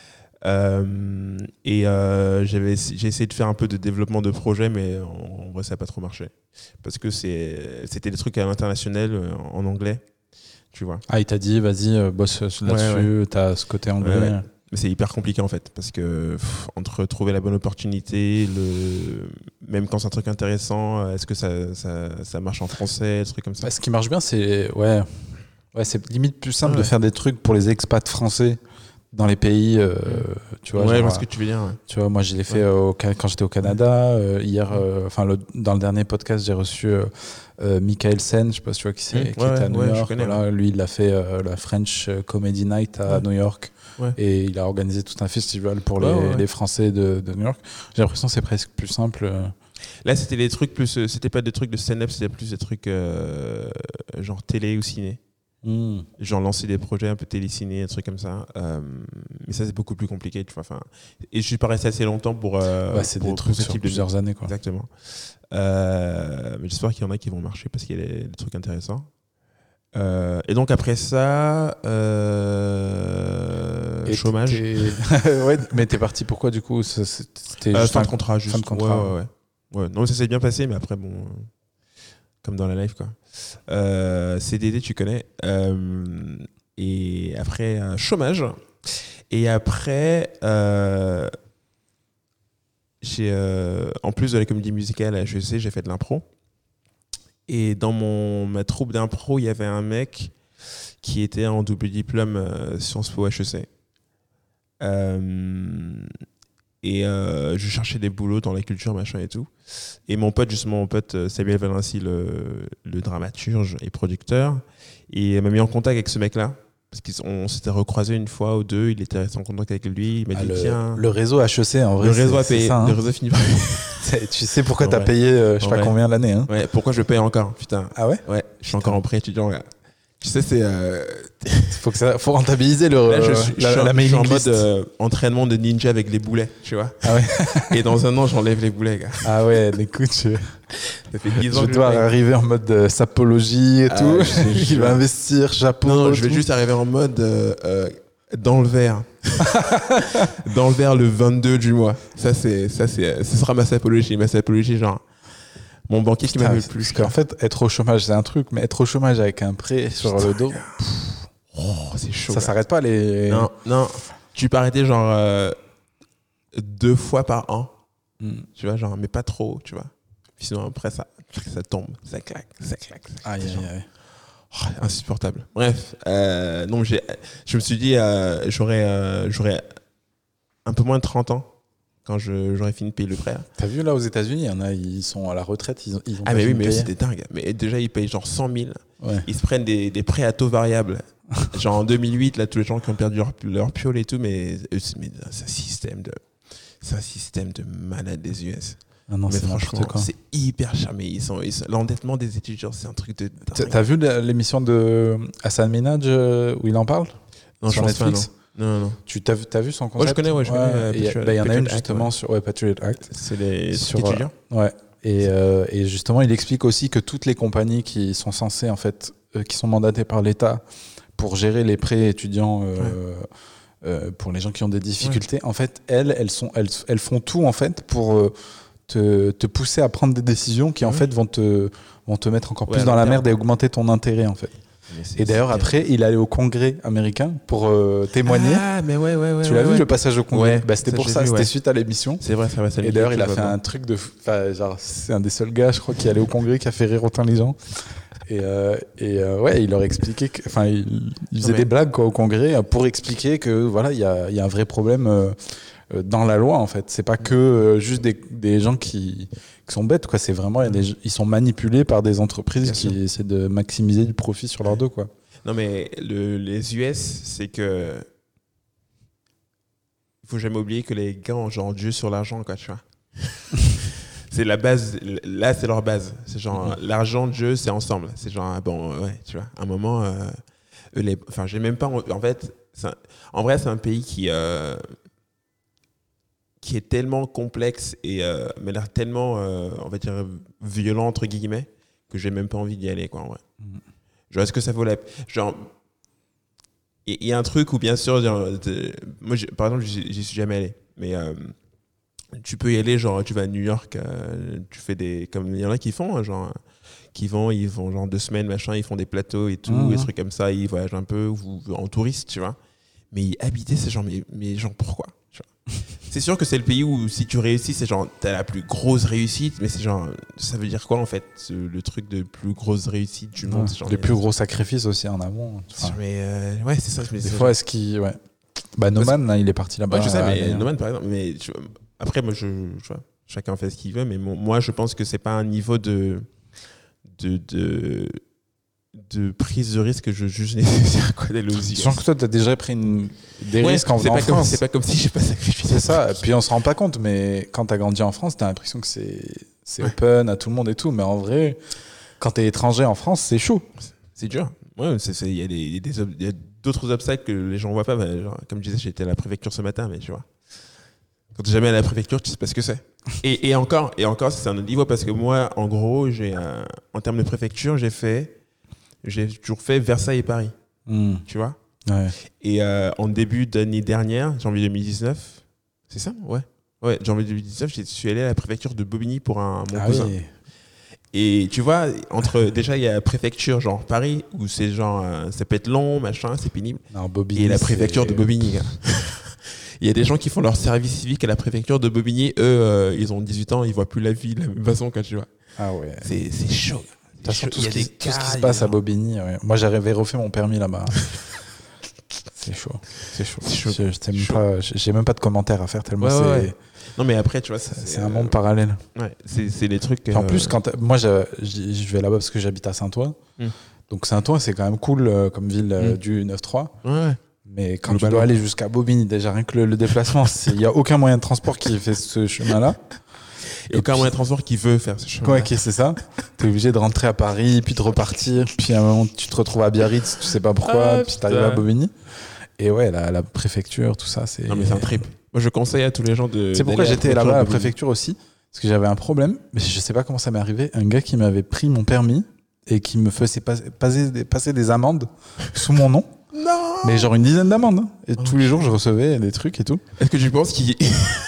J'ai essayé de faire un peu de développement de projet, mais en vrai, ça n'a pas trop marché. Parce que c'était des trucs à l'international, en anglais. Tu vois. Ah, il t'a dit, vas-y, bosse là-dessus, ouais. T'as ce côté anglais. Ouais. Mais c'est hyper compliqué en fait, parce que entre trouver la bonne opportunité, même quand c'est un truc intéressant, est-ce que ça marche en français, des trucs comme ça. Ce qui marche bien, c'est c'est limite plus simple de faire des trucs pour les expats français dans les pays, tu vois. Ouais, je vois ce que tu veux dire. Ouais. Tu vois, moi, je l'ai fait quand j'étais au Canada. Hier, dans le dernier podcast, j'ai reçu Michael Sen, je sais pas si tu vois qui c'est, qui était à New York. Voilà, lui, il a fait la French Comedy Night à New York. Ouais. Et il a organisé tout un festival pour les Français de New York. J'ai l'impression que c'est presque plus simple. Là, c'était des trucs plus. C'était pas des trucs de stand-up, c'était plus des trucs genre télé ou ciné. Genre lancer des projets un peu télé-ciné, un truc comme ça. Mais ça, c'est beaucoup plus compliqué. Tu vois, et je suis pas resté assez longtemps pour. C'est des trucs sur plusieurs années, quoi. Exactement. Mais j'espère qu'il y en a qui vont marcher parce qu'il y a des trucs intéressants. Et donc après ça, chômage. Ouais, mais t'es parti pourquoi du coup? C'était juste fin de contrat, juste. Fin de contrat. Ouais. Non, ça s'est bien passé, mais après bon, comme dans la life quoi. CDD, tu connais. Et après chômage. Et après, en plus de la comédie musicale à HEC, j'ai fait de l'impro. Et dans ma troupe d'impro, il y avait un mec qui était en double diplôme Sciences Po HEC. Je cherchais des boulots dans la culture, machin et tout. Et mon pote Samuel Valency, le dramaturge et producteur, il m'a mis en contact avec ce mec-là. Parce qu'on s'était recroisés une fois ou deux, il était resté en contact avec lui, il m'a dit tiens. Le réseau HEC, en vrai. Le réseau a payé, ça, hein. Le réseau finit par Tu sais pourquoi t'as payé, je sais pas combien l'année. Hein. Ouais, pourquoi je paye encore, putain. Ah ouais? Ouais, je suis encore en prêt étudiant, là. Tu sais, c'est. Faut rentabiliser la mailing list. Je suis en mode entraînement de ninja avec les boulets, tu vois. Ah ouais. Et dans un an, j'enlève les boulets, gars. Ah ouais, écoute, ça fait 10 ans je dois arriver en mode sapologie et tout. Il va investir, Japon. Non, je vais juste arriver en mode dans le vert. Dans le vert le 22 du mois. Ce sera ma sapologie. Ma sapologie, genre. Mon banquier qui m'avait le plus. Parce qu'en fait, être au chômage, c'est un truc, mais être au chômage avec un prêt sur le dos, c'est chaud. Ça s'arrête pas les. Non. Tu peux arrêter genre 2 fois par an. Tu vois, genre, mais pas trop, tu vois. Puis sinon, après, ça tombe, ça claque. Aïe. Insupportable. Bref, donc je me suis dit, j'aurais un peu moins de 30 ans. Quand j'aurais fini de payer le prêt. T'as vu là aux États-Unis, il y en a, ils sont à la retraite, ils ont mais oui, mais c'était dingue. Mais déjà, ils payent genre 100 000. Ouais. Ils se prennent des prêts à taux variable. Genre en 2008, là, tous les gens qui ont perdu leur piole et tout, mais c'est un système de malade des US. Ah non, mais c'est franchement, n'importe quoi. C'est hyper charmé. L'endettement des étudiants, c'est un truc de dingue. T'as vu l'émission de Hassan Minhaj où il en parle? Non, sur Netflix? Non. T'as vu son concept? Je connais. Il y en a une justement sur Patriot Act. C'est les étudiants. Ouais. Et justement, il explique aussi que toutes les compagnies qui sont censées, en fait, qui sont mandatées par l'État pour gérer les prêts étudiants pour les gens qui ont des difficultés, en fait, elles font tout en fait pour te pousser à prendre des décisions qui en fait vont te mettre encore plus dans la merde et augmenter ton intérêt en fait. Et d'ailleurs, après, il est allé au Congrès américain pour témoigner. Ah, mais ouais. Tu l'as vu le passage au Congrès? Ouais, c'était pour ça, c'était suite à l'émission. C'est vrai, ça va. Et d'ailleurs, il a fait un truc de. Genre, c'est un des seuls gars, je crois, qui est allé au Congrès, qui a fait rire autant les gens. Et il leur expliquait que. Enfin, il faisait des blagues quoi, au Congrès pour expliquer que voilà, il y a un vrai problème dans la loi en fait. C'est pas que juste des gens qui sont bêtes quoi. C'est vraiment ils sont manipulés par des entreprises qui essaient de maximiser du profit sur leur dos quoi. Non mais les US c'est que il faut jamais oublier que les gars ont genre Dieu sur l'argent quoi tu vois. C'est la base, là c'est leur base. C'est genre l'argent, Dieu, c'est ensemble. C'est genre bon ouais tu vois. À un moment j'ai même pas en fait En vrai, c'est un pays qui est tellement complexe et mais l'air tellement, on va dire, violent, entre guillemets, que j'ai même pas envie d'y aller, quoi, en vrai. Genre, est-ce que ça vaut la peine? Genre, il y a un truc où, bien sûr, genre, moi, par exemple, j'y suis jamais allé, mais tu peux y aller, genre, tu vas à New York, tu fais des... Comme il y en a qui font, genre... ils vont genre 2 semaines, machin, ils font des plateaux et tout, des trucs comme ça, ils voyagent un peu en touriste, tu vois. Mais y habiter, c'est genre, mais genre, pourquoi, tu vois. C'est sûr que c'est le pays où, si tu réussis, c'est genre, t'as la plus grosse réussite, mais c'est genre, ça veut dire quoi, en fait, le truc de plus grosse réussite du monde, c'est genre, les plus gros sacrifices aussi en amont. Mais ouais, c'est ça. Des fois, est-ce qu'il... Ouais. Bah, Noman, il est parti là-bas. Ouais, je sais, mais Noman, par exemple, mais tu vois, après, moi, tu vois, chacun fait ce qu'il veut, mais moi, je pense que c'est pas un niveau de prise de risque que je juge nécessaire, quoi, d'aller aux US. Je sens que toi, tu as déjà pris des risques en venant en France. C'est pas comme si j'ai pas sacrifié. C'est ça, et puis on se rend pas compte, mais quand tu as grandi en France, tu as l'impression que c'est open à tout le monde et tout, mais en vrai, quand tu es étranger en France, c'est chaud. C'est dur. Ouais, il y a d'autres obstacles que les gens voient pas. Bah, genre, comme je disais, j'étais à la préfecture ce matin, mais tu vois. Quand tu n'es jamais à la préfecture, tu sais pas ce que c'est. Et encore, c'est un autre niveau parce que moi, en gros, en termes de préfecture, j'ai toujours fait Versailles et Paris. Tu vois. Ouais. Et en début d'année dernière, janvier 2019, c'est ça? Ouais, janvier 2019, je suis allé à la préfecture de Bobigny pour mon cousin. Oui. Et tu vois, déjà, il y a la préfecture, genre Paris, où c'est genre, ça peut être long, machin, c'est pénible. Non, Bobigny, et la préfecture de Bobigny, gars. Il y a des gens qui font leur service civique à la préfecture de Bobigny. Eux, ils ont 18 ans, ils voient plus la vie de la même façon, quand tu vois. Ah ouais. C'est chaud. De toute façon, tout ce qui se passe à Bobigny, ouais. Moi, j'avais refait mon permis là-bas. C'est chaud. J'ai même pas de commentaires à faire tellement c'est... Ouais. Non, mais après, tu vois, c'est un monde parallèle. Ouais, c'est les trucs... En plus, moi, je vais là-bas parce que j'habite à Saint-Ouen. Donc Saint-Ouen, c'est quand même cool comme ville du 9-3. Ouais. Mais quand tu dois aller jusqu'à Bobigny, déjà rien que le déplacement, il n'y a aucun moyen de transport qui fait ce chemin-là. Et aucun moyen de transport qui veut faire ce chemin. Ouais, ok, c'est ça. T'es obligé de rentrer à Paris, puis de repartir, puis à un moment tu te retrouves à Biarritz, tu sais pas pourquoi, puis t'arrives à Bobigny. Et ouais, la préfecture, tout ça, c'est... Non, mais c'est un trip. Moi, je conseille à tous les gens de... C'est pourquoi j'étais là-bas à la préfecture aussi, parce que j'avais un problème, mais je sais pas comment ça m'est arrivé. Un gars qui m'avait pris mon permis et qui me faisait passer des amendes sous mon nom. Non. Mais genre une dizaine d'amendes. Hein. Et tous les jours, je recevais des trucs et tout. Est-ce que tu penses qu'il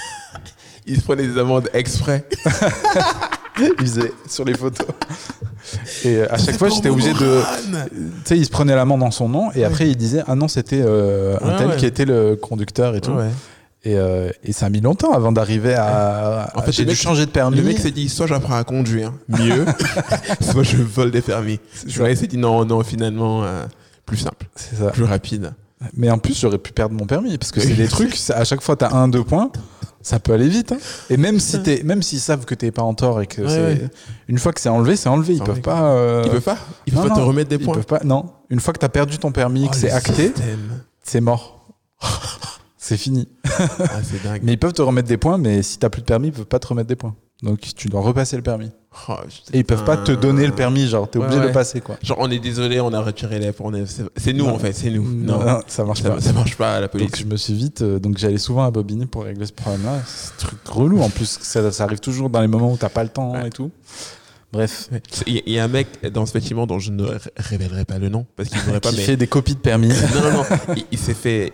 se prenait des amendes exprès? Il faisait sur les photos. Et à chaque fois, j'étais obligé de... Tu sais, il se prenait l'amende en son nom et après, il disait « Ah non, c'était un tel qui était le conducteur et tout. Ouais. » Et ça a mis longtemps avant d'arriver à... En fait, j'ai dû changer de permis. Le mec s'est dit, soit j'apprends à conduire mieux, soit je vole des permis. Il s'est dit non, finalement, plus simple, c'est ça. Plus rapide. Mais en plus, j'aurais pu perdre mon permis parce que c'est des trucs, à chaque fois, t'as 1-2 points, ça peut aller vite. Hein. Et même s'ils savent que t'es pas en tort et que une fois que c'est enlevé, c'est enlevé. Ils peuvent pas. Ils peuvent pas. Ils peuvent pas te remettre des points. Ils peuvent pas. Non. Une fois que t'as perdu ton permis, que c'est acté, c'est mort. C'est fini. C'est dingue. Mais ils peuvent te remettre des points, mais si t'as plus de permis, ils peuvent pas te remettre des points. Donc tu dois repasser le permis. Et ils peuvent pas te donner le permis, genre t'es obligé de le passer, quoi. Genre on est désolé, on a retiré les points. C'est nous en fait, c'est nous. Non, ça marche pas. Ça marche pas à la police. Donc je me suis vite, donc j'allais souvent à Bobigny pour régler ce problème-là. C'est un truc relou en plus, ça arrive toujours dans les moments où t'as pas le temps et tout. Bref. Il y a un mec dans ce bâtiment dont je ne révélerai pas le nom parce qu'il n'aurait pas. Qui fait des copies de permis. Non. Il s'est fait.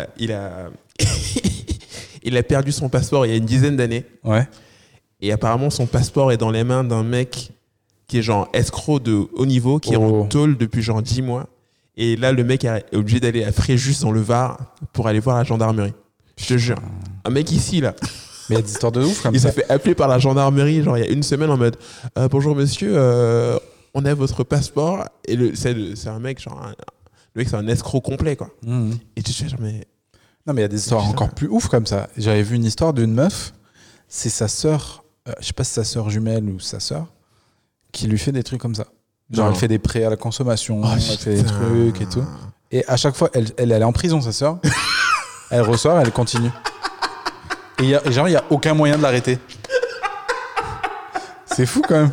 Il a perdu son passeport il y a une dizaine d'années. Ouais. Et apparemment, son passeport est dans les mains d'un mec qui est genre escroc de haut niveau, qui est en tôle depuis genre 10 mois. Et là, le mec est obligé d'aller à Fréjus dans le Var pour aller voir la gendarmerie. Je te jure. Un mec ici, là. Mais il y a des histoires de ouf comme ça. Il s'est fait appeler par la gendarmerie, genre il y a une semaine en mode bonjour monsieur, on a votre passeport. Et c'est un mec, genre, le mec, c'est un escroc complet, quoi. Et tu te fais genre, mais. Non, mais il y a des histoires encore plus ouf comme ça. J'avais vu une histoire d'une meuf, c'est sa sœur. Je sais pas si sa sœur jumelle ou sa sœur qui lui fait des trucs comme ça. Genre elle fait des prêts à la consommation, elle fait des trucs et tout. Et à chaque fois, elle est en prison, sa sœur. Elle ressort, elle continue. Et genre il y a aucun moyen de l'arrêter. C'est fou quand même.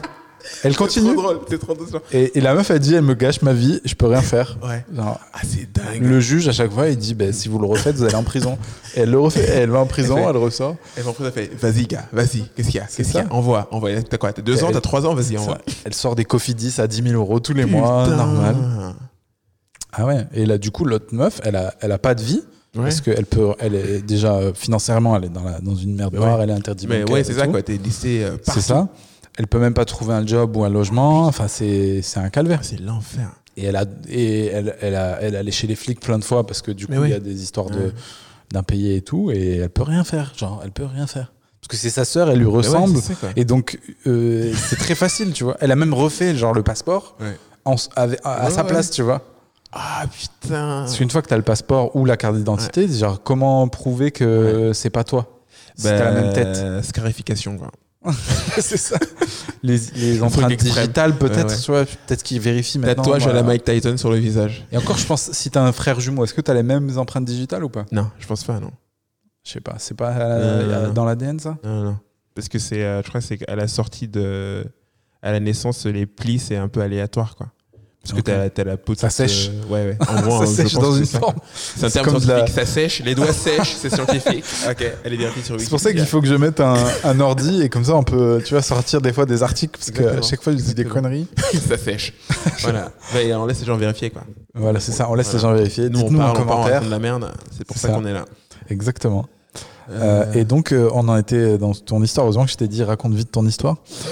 Elle continue. C'est trop drôle. Et la meuf, elle dit, elle me gâche ma vie, je peux rien faire. Ouais. Genre, c'est dingue. Le juge, à chaque fois, il dit, si vous le refaites, vous allez en prison. Et elle le refait, elle va en prison, elle ressort. Elle va en prison, elle fait, vas-y, gars, vas-y, qu'est-ce qu'il y a Envoie. T'as quoi? T'as 2 ans, t'as 3 ans, vas-y, envoie. Elle sort des Cofidis à 10 000 euros tous les mois, normal. Ah ouais. Et là, du coup, l'autre meuf, elle a pas de vie. Ouais. Parce elle est déjà financièrement, elle est dans une merde noire, elle est interdite. Mais ouais, c'est ça, quoi. T'es lissé partout. C'est ça. Elle peut même pas trouver un job ou un logement. Enfin, c'est un calvaire. C'est l'enfer. Et elle allait chez les flics plein de fois parce que du coup, il y a des histoires d'impayés et tout. Et elle peut rien faire. Genre, elle peut rien faire. Parce que c'est sa sœur, elle lui ressemble. Ouais, et donc, c'est très facile, tu vois. Elle a même refait genre le passeport à sa place, tu vois. Ah putain. Parce qu'une fois que tu as le passeport ou la carte d'identité, genre comment prouver que c'est pas toi si t'as la même tête. Scarification, quoi. C'est ça. Les empreintes digitales, peut-être, tu vois, peut-être qu'ils vérifient maintenant. Tatouage à la Mike Tyson sur le visage. Et encore, je pense, si t'as un frère jumeau, est-ce que t'as les mêmes empreintes digitales ou pas? Non, je pense pas, non. Je sais pas, c'est pas dans l'ADN, ça? Non. Parce que je crois que c'est à la sortie à la naissance, les plis, c'est un peu aléatoire, quoi. Parce que t'as la peau. Ça sèche. Ouais. En gros, ça sèche dans une forme. C'est un terme scientifique. Ça sèche, les doigts sèchent, c'est scientifique. Ok, elle est vérifiée sur Wikipédia. C'est pour ça qu'il faut que je mette un ordi et comme ça on peut, tu vois, sortir des fois des articles parce qu'à chaque fois je dis des conneries. Ça sèche. Voilà. Et on laisse les gens vérifier, quoi. Voilà, c'est ça. On laisse les gens vérifier. Nous, dites-nous en commentaire. De la merde. C'est pour ça qu'on est là. Exactement. Et donc, on en était dans ton histoire. Heureusement que je t'ai dit, raconte vite ton histoire.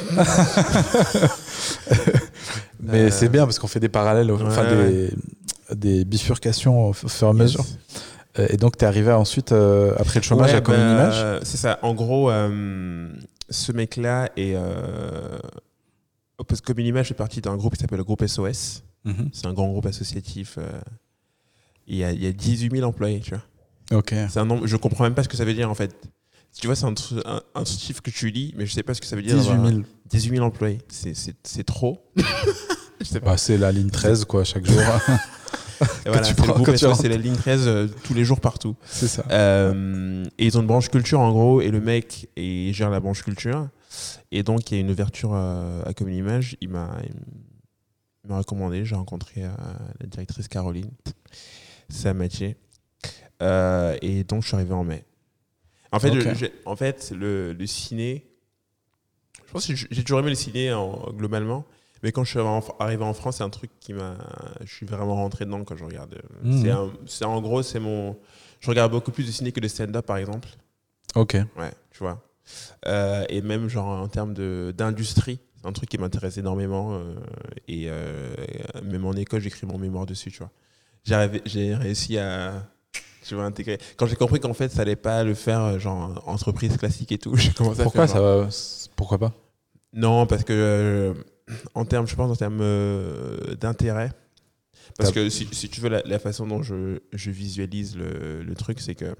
Mais c'est bien parce qu'on fait des parallèles, des bifurcations au fur et à mesure. Et donc, tu es arrivé ensuite, après le chômage, à Commune Image. C'est ça. En gros, ce mec-là est. Parce que Commune Image fait partie d'un groupe qui s'appelle le groupe SOS. Mm-hmm. C'est un grand groupe associatif. Il y a 18 000 employés, tu vois. Ok. C'est un nombre, je comprends même pas ce que ça veut dire, en fait. Tu vois, c'est un chiffre que tu lis, mais je sais pas ce que ça veut dire. 18 000 employés. C'est trop. Je sais pas. C'est la ligne 13, quoi, chaque jour. Et voilà, c'est le groupe SOS, c'est la ligne 13 tous les jours partout. C'est ça. Et ils ont une branche culture, en gros, et le mec gère la branche culture. Et donc, il y a une ouverture à Commune Image. Il m'a recommandé. J'ai rencontré la directrice Caroline. Ça a matché. Et donc, je suis arrivé en mai. En fait, le ciné, je pense que j'ai toujours aimé le ciné globalement, mais quand je suis arrivé en France, c'est un truc je suis vraiment rentré dedans quand je regarde. En gros, je regarde beaucoup plus de ciné que de stand-up, par exemple. Ok. Ouais, tu vois. Et même genre en termes d'industrie, c'est un truc qui m'intéresse énormément. Et même en école, j'écris mon mémoire dessus, tu vois. J'ai réussi à... Tu vas intégrer. Quand j'ai compris qu'en fait, ça allait pas le faire genre entreprise classique et tout, j'ai commencé à faire. Pourquoi pas? Non, parce que je pense en termes d'intérêt. Parce que si tu veux, la façon dont je visualise le truc, c'est que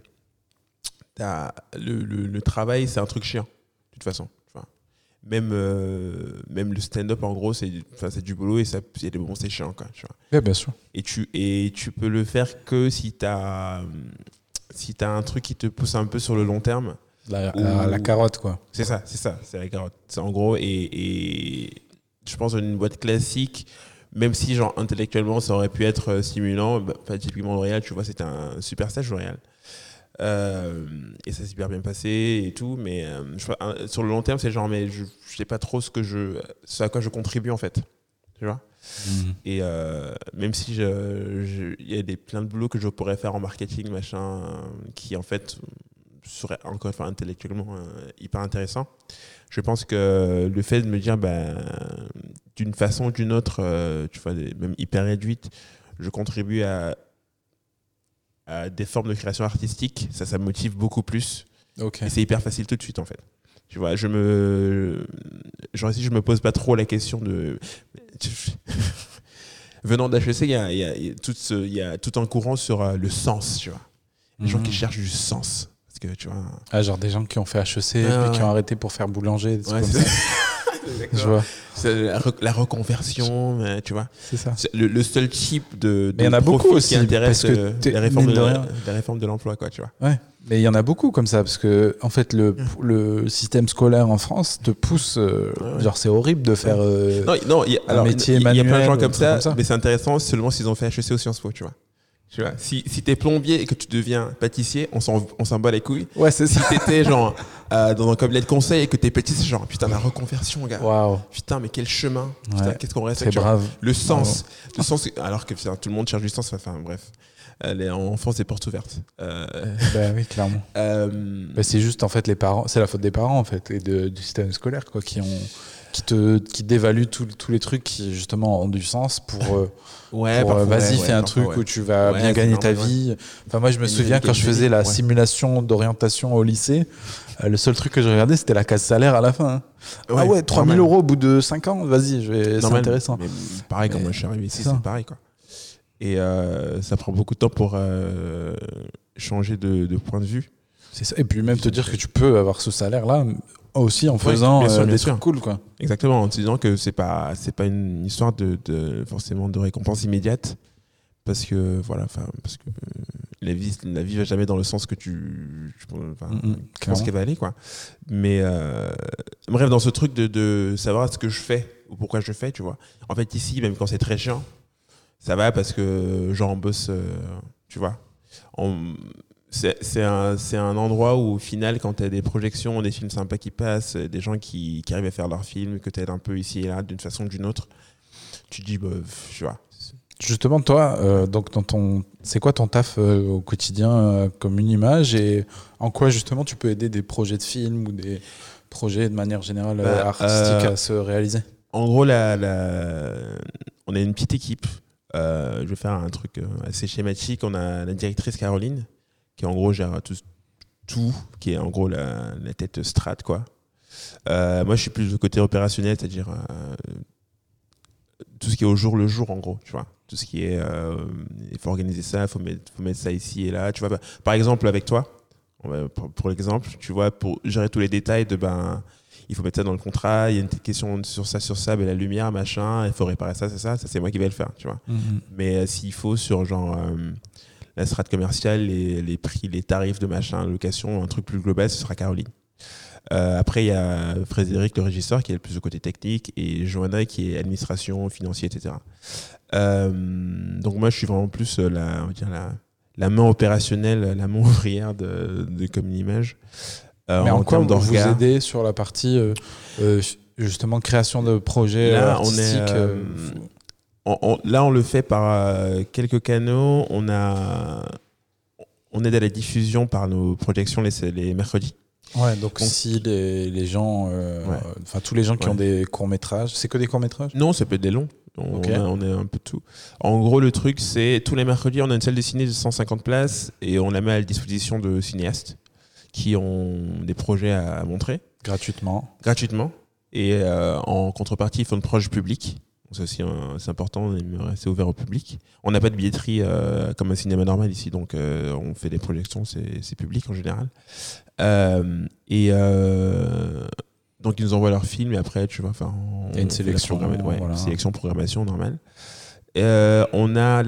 le travail, c'est un truc chiant, de toute façon. Même le stand-up, en gros, c'est du boulot et il y a des moments c'est chiant, quoi, tu vois. Ouais, bien sûr. Et tu peux le faire que si t'as un truc qui te pousse un peu sur le long terme. La carotte, quoi. C'est ça, c'est la carotte. C'est en gros, et je pense une boîte classique, même si genre intellectuellement ça aurait pu être stimulant, typiquement L'Oréal, tu vois, c'était un super stage L'Oréal. Et ça s'est super bien passé et tout, mais sur le long terme, c'est genre, mais je sais pas trop ce à quoi je contribue, en fait. Tu vois. Et même si il y a plein de boulots que je pourrais faire en marketing, machin, qui en fait serait encore une fois intellectuellement hyper intéressant, je pense que le fait de me dire d'une façon ou d'une autre, tu vois, même hyper réduite, je contribue à des formes de création artistique, ça me motive beaucoup plus. Okay. Et c'est hyper facile tout de suite, en fait. Tu vois, je me pose pas trop la question de... Venant d'HEC, il y a tout un courant sur le sens, tu vois. Les gens qui cherchent du sens. Parce que, tu vois... genre des gens qui ont fait HEC et qui ont arrêté pour faire boulanger. Ouais, c'est ça. Je vois. C'est la reconversion, tu vois. C'est ça. C'est le seul type de mais il y en a beaucoup aussi, qui intéresse parce que les réformes de l'emploi, quoi, tu vois. Ouais. Mais il y en a beaucoup comme ça, parce que en fait, le système scolaire en France te pousse. Genre, c'est horrible de faire un métier manuel. Il y a plein de gens comme ça, mais c'est intéressant seulement s'ils ont fait HEC ou Sciences Po, tu vois. Tu vois, si t'es plombier et que tu deviens pâtissier, on s'en bat les couilles. Ouais, c'est ça. Si t'étais genre dans un cabinet de conseil et que t'es pâtissier, c'est genre putain la reconversion, gars. Waouh. Putain, mais quel chemin. Putain, qu'est-ce qu'on reste. C'est brave. Le sens, alors que tout le monde cherche du sens. Enfin bref, en France, des portes ouvertes. Ben oui, clairement. C'est juste en fait les parents, c'est la faute des parents en fait et du système scolaire quoi, qui dévaluent tous les trucs qui justement ont du sens pour vas-y fais un truc où tu vas bien gagner ta vie. Enfin moi je me souviens quand je faisais la simulation d'orientation au lycée, le seul truc que je regardais c'était la case salaire à la fin. Hein. Ah ouais, 3 000 € au bout de 5 ans, vas-y, c'est intéressant. Mais pareil, quand moi je suis arrivé ici, c'est pareil quoi. Et ça prend beaucoup de temps pour changer de point de vue. C'est ça. Et puis même te dire que tu peux avoir ce salaire-là aussi en faisant des trucs cool, quoi. Exactement, en te disant que c'est pas une histoire de forcément de récompense immédiate, parce que la vie va jamais dans le sens que tu penses qu'elle va aller, quoi. Mais bref, dans ce truc de savoir ce que je fais ou pourquoi je fais, tu vois. En fait, ici, même quand c'est très chiant, ça va parce que genre on bosse, tu vois. C'est un endroit où au final quand tu as des projections, des films sympas qui passent, des gens qui arrivent à faire leurs films, que tu aides un peu ici et là d'une façon ou d'une autre, tu te dis tu vois. Justement toi, donc c'est quoi ton taf au quotidien comme une image et en quoi justement tu peux aider des projets de films ou des projets de manière générale artistiques à se réaliser? En gros on a une petite équipe. Je vais faire un truc assez schématique. On a la directrice Caroline qui en gros gère tout, qui est en gros la tête strat, quoi. Moi je suis plus du côté opérationnel, c'est-à-dire tout ce qui est au jour le jour, en gros, tu vois. Tout ce qui est il faut organiser ça, il faut mettre ça ici et là, tu vois. Par exemple avec toi, pour l'exemple, tu vois, pour gérer tous les détails il faut mettre ça dans le contrat, il y a une question sur ça, la lumière, machin, il faut réparer ça, c'est moi qui vais le faire, tu vois. Mais s'il faut sur genre la strate commerciale, les prix, les tarifs de machin, location, un truc plus global, ce sera Caroline. Après, il y a Frédéric, le régisseur, qui est le plus au côté technique, et Johanna, qui est administration, financier, etc. Donc moi, je suis vraiment plus la main opérationnelle, la main ouvrière de Comme une image. Mais en quoi vous aidez sur la partie justement création de projets artistiques Là, on le fait par quelques canaux. On aide à la diffusion par nos projections les mercredis. Ouais, donc si les gens, tous les gens qui ont des courts-métrages, c'est que des courts-métrages ? Non, ça peut être des longs. On est un peu de tout. En gros, le truc, c'est tous les mercredis, on a une salle de ciné de 150 places et on la met à la disposition de cinéastes qui ont des projets à montrer. Gratuitement. Et en contrepartie, ils font une proche publique. C'est aussi c'est important, c'est ouvert au public. On n'a pas de billetterie comme un cinéma normal ici, donc on fait des projections, c'est public en général. Donc ils nous envoient leurs films et après, tu vois, il y a une sélection, sélection programmation normale. On a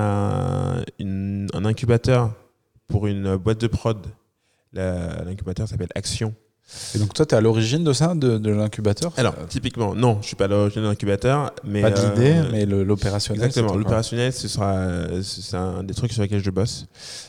un incubateur pour une boîte de prod. L'incubateur s'appelle Action. Et donc toi, tu es à l'origine de ça, de l'incubateur ? Alors, typiquement, non, je suis pas à l'origine de l'incubateur. Mais, pas de l'idée, mais l'opérationnel. Exactement, l'opérationnel, c'est un des trucs sur lesquels je bosse.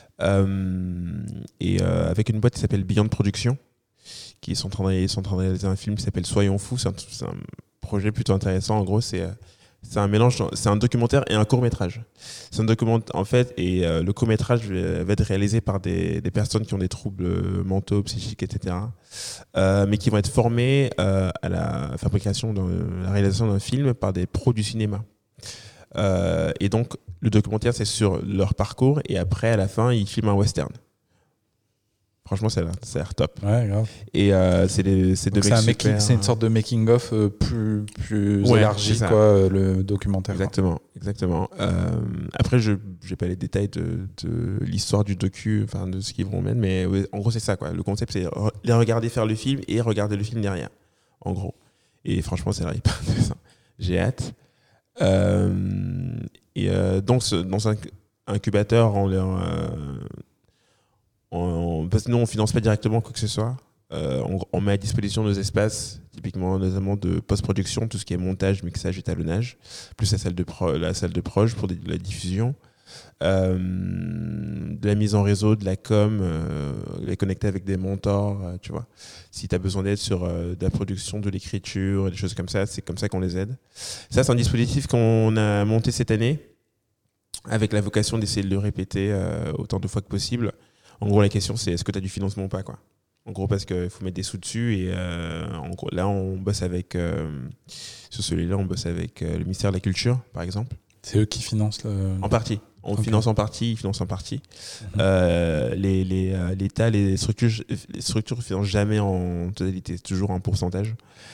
Avec une boîte qui s'appelle Beyond Production, qui sont en train de réaliser un film qui s'appelle Soyons fous. C'est un projet plutôt intéressant. En gros, c'est un mélange, c'est un documentaire et un court-métrage. C'est un documentaire, en fait, et le court-métrage va être réalisé par des personnes qui ont des troubles mentaux, psychiques, etc. Mais qui vont être formées à la fabrication, la réalisation d'un film par des pros du cinéma. Et donc, le documentaire, c'est sur leur parcours, et après, à la fin, ils filment un western. Franchement, ça a l'air top. Ouais, grave. Et c'est deux mecs super. C'est une sorte de making-of plus élargi, quoi, le documentaire. Exactement. Après, je n'ai pas les détails de l'histoire du docu, enfin de ce qu'ils vont mettre, mais en gros, c'est ça, quoi. Le concept, c'est les regarder faire le film et regarder le film derrière, en gros. Et franchement, ça n'arrive pas intéressant. J'ai hâte. Donc, dans un incubateur, parce que nous, on ne finance pas directement quoi que ce soit. On met à disposition nos espaces, typiquement notamment de post-production, tout ce qui est montage, mixage, étalonnage, plus la salle de proj pour la diffusion, de la mise en réseau, de la com, les connecter avec des mentors, tu vois. Si tu as besoin d'aide sur de la production, de l'écriture, des choses comme ça, c'est comme ça qu'on les aide. Ça, c'est un dispositif qu'on a monté cette année avec la vocation d'essayer de le répéter autant de fois que possible. En gros, la question, c'est est-ce que tu as du financement ou pas, quoi. En gros, parce qu'il faut mettre des sous dessus. Et en gros, là, on bosse avec... sur celui-là, on bosse avec le ministère de la Culture, par exemple. C'est eux qui financent En partie. On finance en partie, ils financent en partie. L'État, les structures ne financent jamais en totalité. C'est toujours un pourcentage.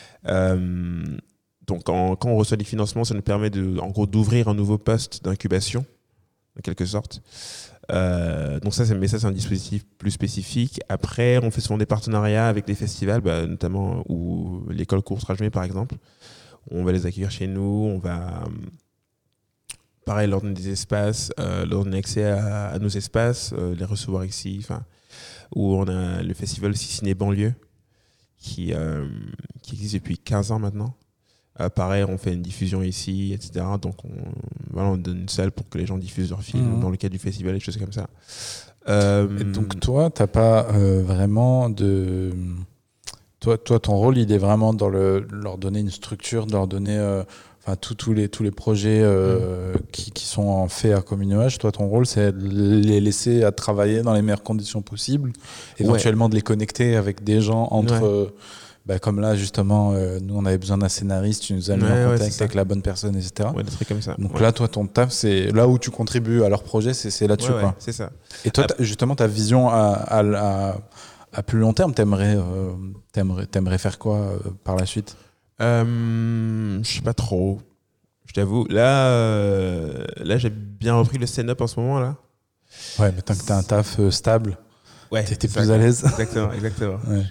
Donc, quand on reçoit des financements, ça nous permet en gros, d'ouvrir un nouveau poste d'incubation, en quelque sorte. Donc ça, c'est un dispositif plus spécifique. Après, on fait souvent des partenariats avec des festivals, notamment ou l'école Courtrajmé par exemple. On va les accueillir chez nous, on va pareil leur donner des espaces, leur donner accès à nos espaces, les recevoir ici. Où on a le festival Ciné Banlieue qui existe depuis 15 ans maintenant. Pareil, on fait une diffusion ici, etc. Donc, on donne une salle pour que les gens diffusent leurs films dans le cadre du festival, des choses comme ça. Et donc, toi, tu n'as pas vraiment de... Toi, ton rôle, il est vraiment dans leur donner une structure, de leur donner tous les projets qui sont faits à Communuage. Toi, ton rôle, c'est de les laisser à travailler dans les meilleures conditions possibles, éventuellement de les connecter avec des gens entre... comme là, justement, nous, on avait besoin d'un scénariste, tu nous as mis en contact avec la bonne personne, etc. Ouais, des trucs comme ça. Donc là, toi, ton taf, c'est là où tu contribues à leur projet, c'est là-dessus, quoi. C'est ça. Et toi, justement, ta vision à plus long terme, t'aimerais faire quoi par la suite ? Je sais pas trop. Je t'avoue. Là, j'ai bien repris le stand-up en ce moment, là. Ouais, mais tant que t'as un taf stable, t'es plus à l'aise. Exactement. Ouais.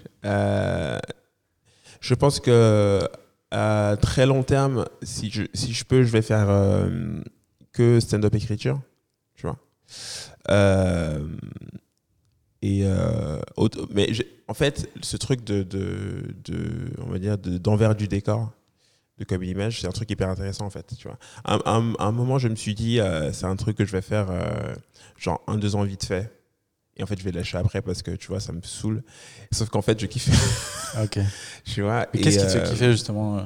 Je pense que à très long terme, si je peux, je vais faire que stand-up écriture, tu vois. Mais en fait, ce truc on va dire d'envers du décor de Communuage, c'est un truc hyper intéressant en fait, tu vois. À un moment, je me suis dit, c'est un truc que je vais faire genre 1-2 ans vite fait. Et en fait, je vais lâcher après parce que, tu vois, ça me saoule. Sauf qu'en fait, je kiffe. Ok. Tu vois. Et qu'est-ce qui te fait kiffer, justement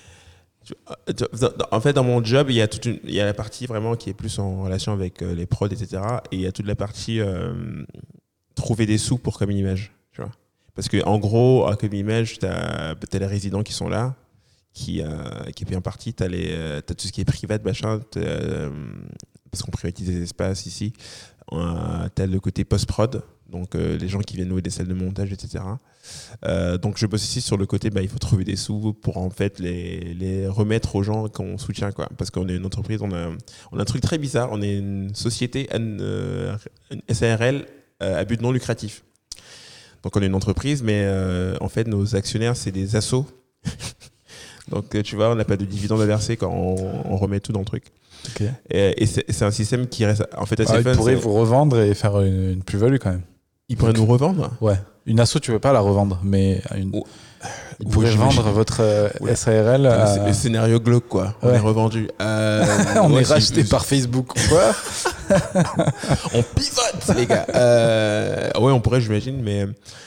En fait, dans mon job, il y a la partie vraiment qui est plus en relation avec les prods, etc. Et il y a toute la partie trouver des sous pour Communuage, tu vois. Parce qu'en gros, à Communuage, t'as les résidents qui sont là, qui est bien parti. T'as tout ce qui est privé, machin, parce qu'on privatise les espaces ici. T'as le côté post-prod, donc les gens qui viennent louer des salles de montage, etc. Donc je bosse ici sur le côté, il faut trouver des sous pour en fait les remettre aux gens qu'on soutient, quoi. Parce qu'on est une entreprise, on a un truc très bizarre, on est une société, une SARL à but non lucratif. Donc on est une entreprise, mais en fait nos actionnaires c'est des assos. Donc tu vois, on n'a pas de dividendes à verser quand on remet tout dans le truc. Okay. Et c'est un système qui reste en fait assez fun. Ils pourraient vous revendre et faire une plus-value quand même. Ils pourraient nous revendre ? Ouais. Une asso, tu veux pas la revendre, mais ils pourraient vendre votre SARL. C'est le scénario glauque, quoi. On est revendu. On est racheté par Facebook ou quoi. On pivote, les gars. Ouais, on pourrait, j'imagine, mais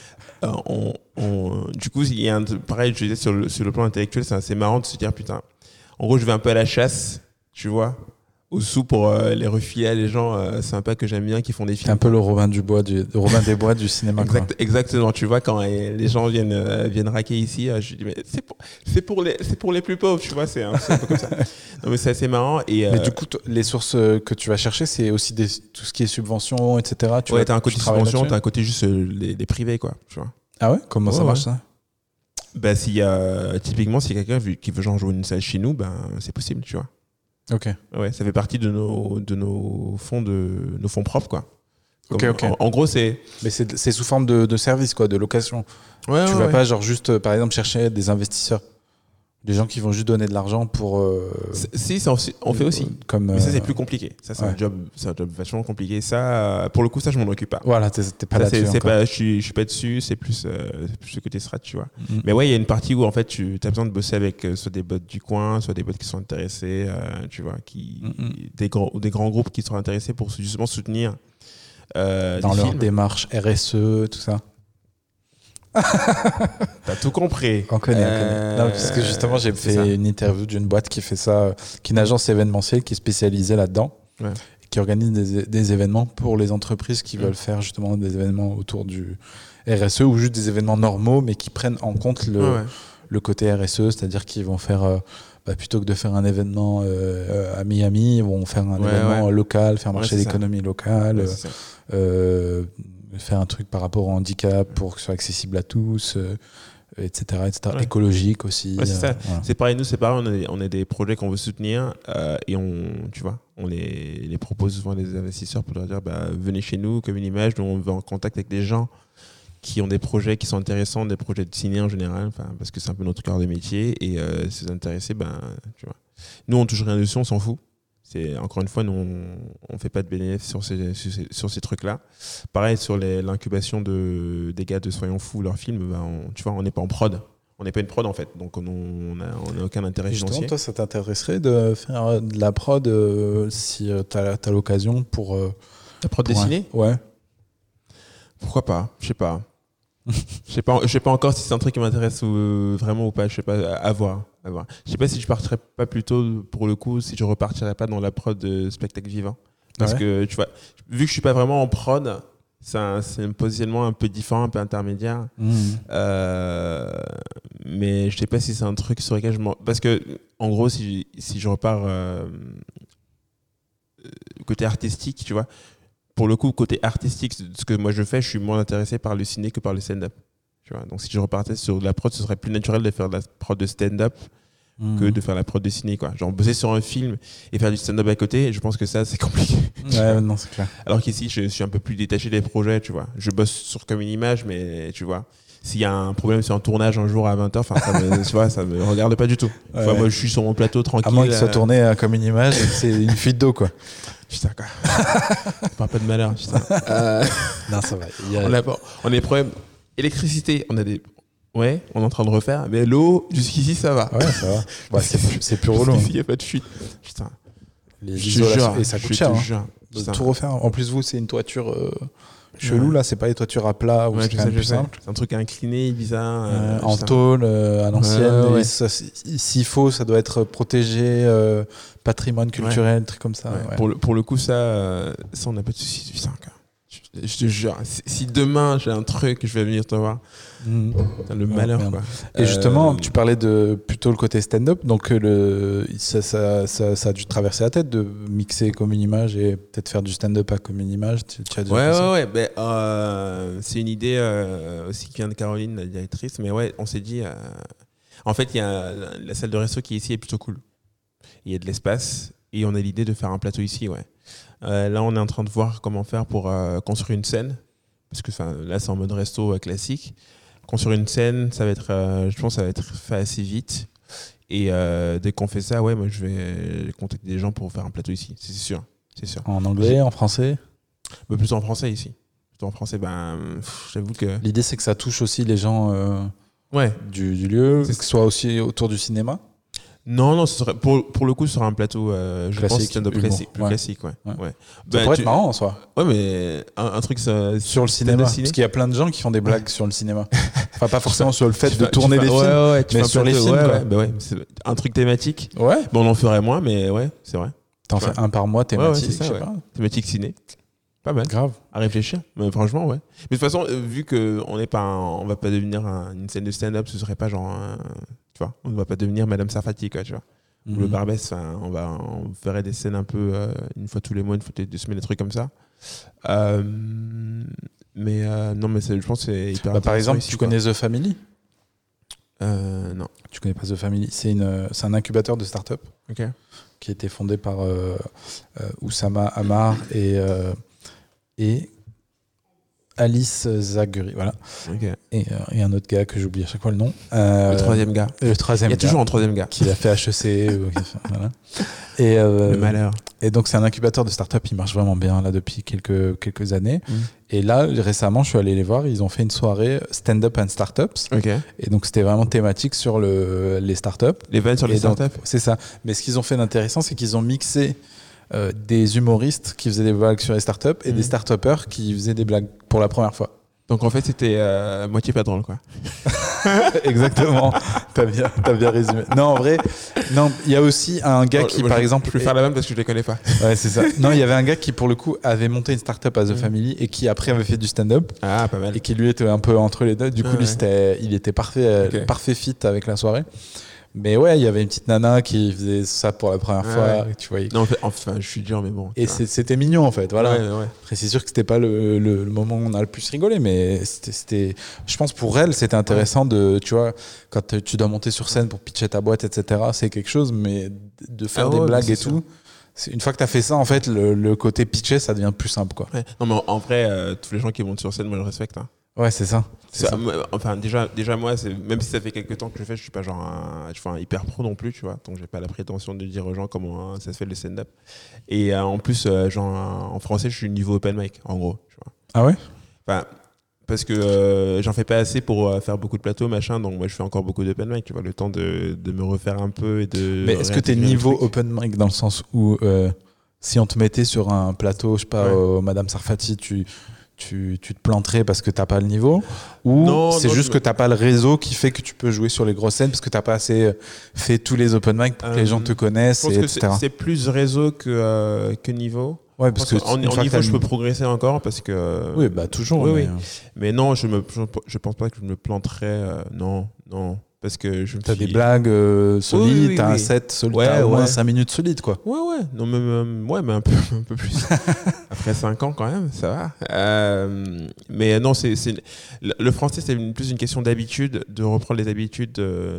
du coup, il y a pareil, je disais sur le plan intellectuel, c'est assez marrant de se dire, putain, en gros, je vais un peu à la chasse, tu vois, aux sous pour les refiler à les gens sympas que j'aime bien qui font des films. C'est un peu le Robin des Bois du cinéma. Exactement, tu vois, quand les gens viennent raquer ici, je dis mais c'est pour les plus pauvres, tu vois, c'est un peu comme ça. Non mais c'est assez marrant. Mais du coup, les sources que tu vas chercher, c'est aussi tout ce qui est subventions, etc. T'as un côté subvention, t'as un côté juste les privés, quoi, tu vois. Ah ouais ? Comment ça marche ça ? Typiquement, si quelqu'un qui veut genre jouer une salle chez nous, c'est possible, tu vois. Ok. Ouais, ça fait partie de nos fonds propres, quoi. Ok. En gros, c'est. Mais c'est sous forme de service, quoi, de location. Ouais, tu vas pas genre juste, par exemple, chercher des investisseurs. Des gens qui vont juste donner de l'argent pour. Si, on fait aussi. Mais ça, c'est plus compliqué. Ça, c'est un job vachement compliqué. Ça, pour le coup, ça, je m'en occupe pas. Voilà, t'es pas là-dessus. Je suis pas dessus, c'est plus le côté strat, tu vois. Mais ouais, il y a une partie où, en fait, tu as besoin de bosser avec soit des bots du coin, soit des bots qui sont intéressés, tu vois, des grands groupes qui sont intéressés pour justement soutenir. Dans leur démarche RSE, tout ça. T'as tout compris. On connaît. Non, parce que justement, j'ai fait une interview d'une boîte qui fait ça, qui est une agence événementielle qui est spécialisée là-dedans, qui organise des événements pour les entreprises qui veulent faire justement des événements autour du RSE ou juste des événements normaux, mais qui prennent en compte le côté RSE, c'est-à-dire qu'ils vont faire, plutôt que de faire un événement à Miami, ils vont faire un événement local, faire marcher l'économie locale. Faire un truc par rapport au handicap pour que ce soit accessible à tous, etc. Écologique aussi. C'est ça. Voilà. C'est pareil, nous, c'est pareil, on a des projets qu'on veut soutenir et on les propose souvent à des investisseurs pour leur dire venez chez nous, comme une image, nous on va en contact avec des gens qui ont des projets qui sont intéressants, des projets de ciné en général, parce que c'est un peu notre cœur de métier et si vous êtes intéressés, tu vois. Nous, on touche rien dessus, on s'en fout. Encore une fois, nous, on fait pas de bénéfices sur ces trucs-là. Pareil, sur l'incubation des gars de Soyons Fous, leur film, on n'est pas en prod. On n'est pas une prod, en fait. Donc, on n'a aucun intérêt financier. Justement, toi, ça t'intéresserait de faire de la prod si t'as l'occasion pour... la prod dessinée ? Ouais. Pourquoi pas ? Je sais pas. Je sais pas encore si c'est un truc qui m'intéresse vraiment ou pas. Je sais pas, à voir. Je sais pas si je partirais pas plutôt, pour le coup, si je repartirais pas dans la prod de spectacle vivant. Parce que, tu vois, vu que je suis pas vraiment en prod, c'est un positionnement un peu différent, un peu intermédiaire. Mais je sais pas si c'est un truc sur lequel parce que, en gros, si je repars côté artistique, tu vois, pour le coup, côté artistique, ce que moi je fais, je suis moins intéressé par le ciné que par le stand-up. Tu vois, donc si je repartais sur de la prod, ce serait plus naturel de faire de la prod de stand-up que de faire la prod de ciné, quoi. Genre bosser sur un film et faire du stand-up à côté, je pense que ça, c'est compliqué. Ouais, non, c'est clair. Alors qu'ici, je suis un peu plus détaché des projets, tu vois. Je bosse sur comme une image, mais tu vois, s'il y a un problème sur un tournage un jour à 20h, tu vois, ça me regarde pas du tout. Enfin, moi, je suis sur mon plateau tranquille. À moins qu'il soit tourné comme une image, c'est une fuite d'eau, quoi. Putain, quoi. Parle pas de malheur, putain. Non, ça va. On a des problèmes. Électricité, on a des. Ouais, on est en train de refaire. Mais l'eau, jusqu'ici, ça va. Ouais, ça va. Ouais, c'est plus relou. Jusqu'ici, il n'y a pas de fuite. Putain. Et ça coûte cher. De tout refaire. En plus, vous, c'est une toiture chelou, là. C'est pas les toitures à plat ou c'est quand même plus simple. C'est un truc incliné, bizarre. En tôle, à l'ancienne. S'il faut, ça doit être protégé, patrimoine culturel, trucs comme ça. Pour le coup, ça, on n'a pas de soucis. Putain, quoi. Je te jure, si demain j'ai un truc, je vais venir te voir. Le malheur, quoi. Et justement, tu parlais de plutôt le côté stand-up, donc ça a dû te traverser la tête de mixer comme une image et peut-être faire du stand-up à comme une image. Tu as déjà c'est une idée aussi qui vient de Caroline, la directrice, mais ouais, on s'est dit. En fait, il y a la salle de resto qui est ici est plutôt cool. Il y a de l'espace et on a l'idée de faire un plateau ici, ouais. Là, on est en train de voir comment faire pour construire une scène, parce que là, c'est en mode resto classique. Construire une scène, ça va être, je pense, ça va être fait assez vite. Et dès qu'on fait ça, ouais, moi, je vais contacter des gens pour faire un plateau ici, c'est sûr. En anglais, en français ? Plus en français ici. Plutôt en français, j'avoue que. L'idée, c'est que ça touche aussi les gens du lieu, que ce soit aussi autour du cinéma. Non, ce serait, pour le coup, ce sera un plateau, je classique, pense, stand-up classique, plus classique, ouais. Ça pourrait être marrant en soi. Ouais, mais un truc sur le cinéma, parce qu'il y a plein de gens qui font des blagues sur le cinéma. Enfin, pas forcément sur le fait de tourner des films, mais sur les films, quoi. C'est un truc thématique. Ouais. Bon, on en ferait moins, mais ouais, c'est vrai. T'en fais un par mois, thématique, je sais pas. Thématique ciné. Pas mal. Grave. À réfléchir. Mais franchement, ouais. Mais de toute façon, vu qu'on n'est pas, on va pas devenir une scène de stand-up, ce serait pas genre, tu vois, on ne va pas devenir Madame Sarfati, quoi, tu vois. Le Barbès, on ferait des scènes un peu une fois tous les mois, une fois toutes les 2 semaines, des trucs comme ça. Mais non, mais je pense que c'est hyper intéressant. Par exemple, ici, tu connais The Family ? Non. Tu connais pas The Family ? C'est un incubateur de start-up qui a été fondé par Oussama Ammar et Alice Zaguri, voilà. Okay. Et un autre gars que j'oublie à chaque fois le nom. Le troisième gars. Le troisième gars. Il y a toujours un troisième gars. Qui a fait HEC. Voilà. Et, le malheur. Et donc, c'est un incubateur de start-up. Il marche vraiment bien là depuis quelques années. Et là, récemment, je suis allé les voir. Ils ont fait une soirée stand-up and startups. Okay. Et donc, c'était vraiment thématique sur les startups. Les vannes sur les startups. C'est ça. Mais ce qu'ils ont fait d'intéressant, c'est qu'ils ont mixé des humoristes qui faisaient des blagues sur les startups et des start-upers qui faisaient des blagues pour la première fois. Donc en fait, c'était moitié pas drôle, quoi. Exactement. T'as bien résumé. Non, en vrai, non, il y a aussi un gars qui, par exemple, je vais faire la même parce que je les connais pas. Ouais, c'est ça. Non, il y avait un gars qui, pour le coup, avait monté une startup à The Family et qui après avait fait du stand-up. Ah, pas mal. Et qui lui était un peu entre les deux. Du coup, lui, il était parfait fit avec la soirée. Mais ouais, il y avait une petite nana qui faisait ça pour la première fois. Tu vois, non, enfin, je suis dur, mais bon. Et c'était mignon, en fait. Voilà. Ouais. Après, c'est sûr que c'était pas le moment où on a le plus rigolé, mais c'était, je pense pour elle, c'était intéressant de, tu vois, quand tu dois monter sur scène pour pitcher ta boîte, etc., c'est quelque chose, mais de faire des blagues et tout. Une fois que tu as fait ça, en fait, le côté pitcher, ça devient plus simple, quoi. Ouais. Non, mais en vrai, tous les gens qui montent sur scène, moi, je respecte. Hein. Ouais, c'est ça. Enfin, déjà moi, même si ça fait quelques temps que je fais, je suis pas genre un hyper pro non plus, tu vois. Donc, j'ai pas la prétention de dire aux gens comment ça se fait le stand-up. Et en plus, genre, en français, je suis niveau open mic, en gros. Tu vois. Ah ouais? Enfin, parce que j'en fais pas assez pour faire beaucoup de plateaux, machin. Donc, moi, je fais encore beaucoup d'open mic, tu vois. Le temps de me refaire un peu et de. Mais est-ce que t'es niveau open mic dans le sens où si on te mettait sur un plateau, je sais pas, Madame Sarfati, tu te planterais parce que t'as pas le niveau, ou c'est juste que t'as pas le réseau qui fait que tu peux jouer sur les grosses scènes parce que t'as pas assez fait tous les open mic pour que les gens te connaissent, je pense etc. que c'est plus réseau que niveau. Ouais, parce que en niveau, je peux progresser encore parce que. Oui, bah toujours. Oui. Mais non, je pense pas que je me planterais. Non. Parce que t'as des blagues solides, t'as un set solide, t'as au moins 5 minutes solides, quoi. Ouais. Non, mais un peu plus. Après 5 ans, quand même, ça va. Mais non, le français, c'est plus une question d'habitude, de reprendre les habitudes,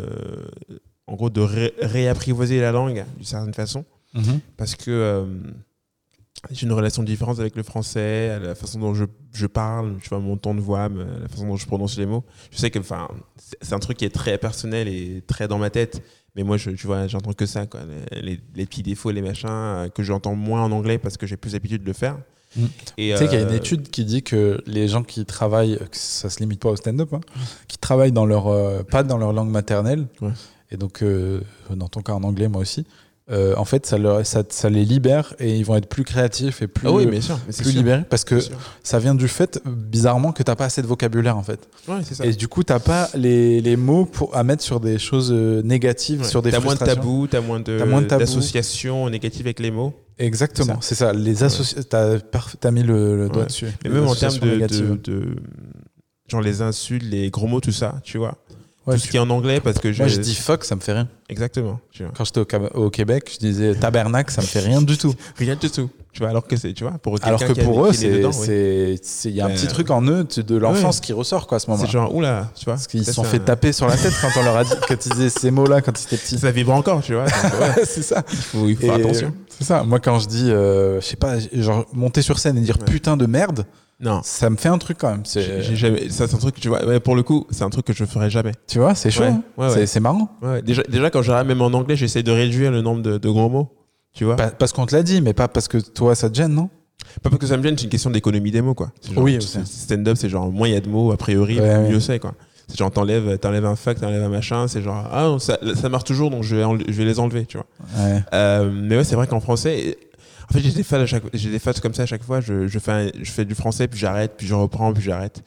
en gros, de réapprivoiser la langue d'une certaine façon. Parce que j'ai une relation différente avec le français, la façon dont je parle, tu vois, mon ton de voix, la façon dont je prononce les mots. Je sais que c'est un truc qui est très personnel et très dans ma tête, mais moi, tu vois, j'entends que ça, quoi. Les petits défauts, les machins, que j'entends moins en anglais parce que j'ai plus l'habitude de le faire. Tu sais qu'il y a une étude qui dit que les gens qui travaillent, que ça se limite pas au stand-up, qui travaillent pas dans leur langue maternelle, et donc dans ton cas en anglais, moi aussi, en fait, ça les libère et ils vont être plus créatifs et plus, plus libérés parce que ça vient du fait, bizarrement, que t'as pas assez de vocabulaire, en fait. Ouais, c'est ça. Et du coup, t'as pas les mots à mettre sur des choses négatives, sur des frustrations. T'as moins de tabou, d'associations négatives avec les mots. Exactement, c'est ça. T'as mis le doigt dessus. Mais même en termes de genre les insultes, les gros mots, tout ça, tu vois. Tout ce qui est en anglais, parce que moi je dis fuck, ça me fait rien. Exactement. Tu vois. Quand j'étais au Québec, je disais tabernacle, ça me fait rien du tout. Rien du tout. Tu vois, alors que pour eux, il y a un petit truc en eux de l'enfance qui ressort, quoi, à ce moment-là. C'est genre, oula, tu vois. Parce qu'ils se sont fait taper sur la tête quand on leur a dit, quand ils disaient ces mots-là quand ils étaient petits. Ça vibre encore, tu vois. Donc, c'est ça. Il faut faire attention. C'est ça. Moi, quand je dis, je sais pas, genre monter sur scène et dire putain de merde. Non. Ça me fait un truc quand même. J'ai jamais. Ça, c'est un truc, tu vois. Pour le coup, c'est un truc que je ferais jamais. Tu vois, c'est chaud. C'est marrant. Déjà, quand j'arrive, même en anglais, j'essaie de réduire le nombre de gros mots. Tu vois. Parce qu'on te l'a dit, mais pas parce que toi, ça te gêne, non? Pas parce que ça me gêne, c'est une question d'économie des mots, quoi. Genre, oui. Stand-up, c'est genre moins il y a de mots, a priori, mieux c'est, quoi. C'est genre t'enlèves un fuck, t'enlèves un machin, c'est genre ça marche toujours, donc je vais les enlever, tu vois. Mais ouais, c'est vrai qu'en français. En fait, j'ai des phases comme ça à chaque fois. Je fais du français, puis j'arrête, puis je reprends, puis j'arrête.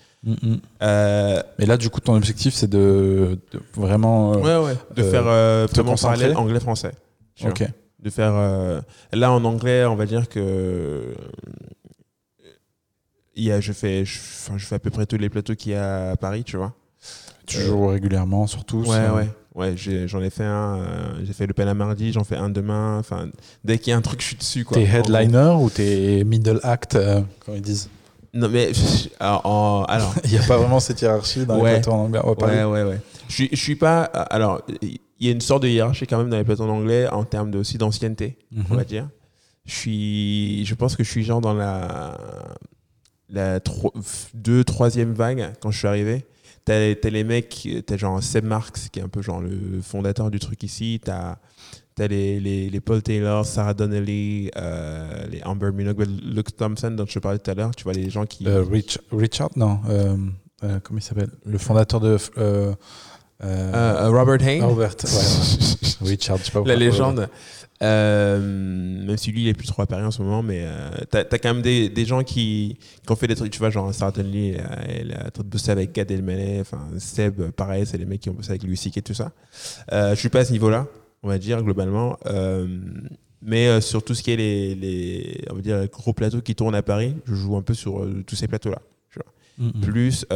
Mais là, du coup, ton objectif, c'est de vraiment. De faire vraiment parallèle anglais-français. Ok. De faire. Là, en anglais, on va dire que. Je fais à peu près tous les plateaux qu'il y a à Paris, tu vois. Tu joues régulièrement, surtout. Ouais, j'en ai fait un. J'ai fait le Pen à mardi, j'en fais un demain. Enfin, dès qu'il y a un truc, je suis dessus, quoi. T'es headliner ou t'es middle act, comme ils disent? Non, mais alors. Il n'y a pas vraiment cette hiérarchie dans les plateaux en anglais. Ouais. Je suis pas. Alors, il y a une sorte de hiérarchie quand même dans les plateaux en anglais en termes aussi d'ancienneté, on va dire. Je pense que je suis genre dans la la 2-3e vague, quand je suis arrivé, t'as les mecs, t'as genre Seb Marks, qui est un peu genre le fondateur du truc ici, t'as les Paul Taylor, Sarah Donnelly, les Amber Minogue, Luke Thompson dont je te parlais tout à l'heure, tu vois, les gens qui... Richard, non, comment il s'appelle? Le fondateur de... Robert Hayne. Robert, ouais. Richard, je sais pas pourquoi. La légende. Même si lui, il est plus trop à Paris en ce moment, mais t'as quand même des gens qui ont fait des trucs, tu vois, genre Sarah Donnelly, elle a bossé avec Gad Elmaleh, enfin Seb, pareil, c'est les mecs qui ont bossé avec Louis C.K. et tout ça. Je suis pas à ce niveau-là, on va dire, globalement. Mais sur tout ce qui est les on va dire, gros plateaux qui tournent à Paris, je joue un peu sur tous ces plateaux-là. Tu vois. Plus,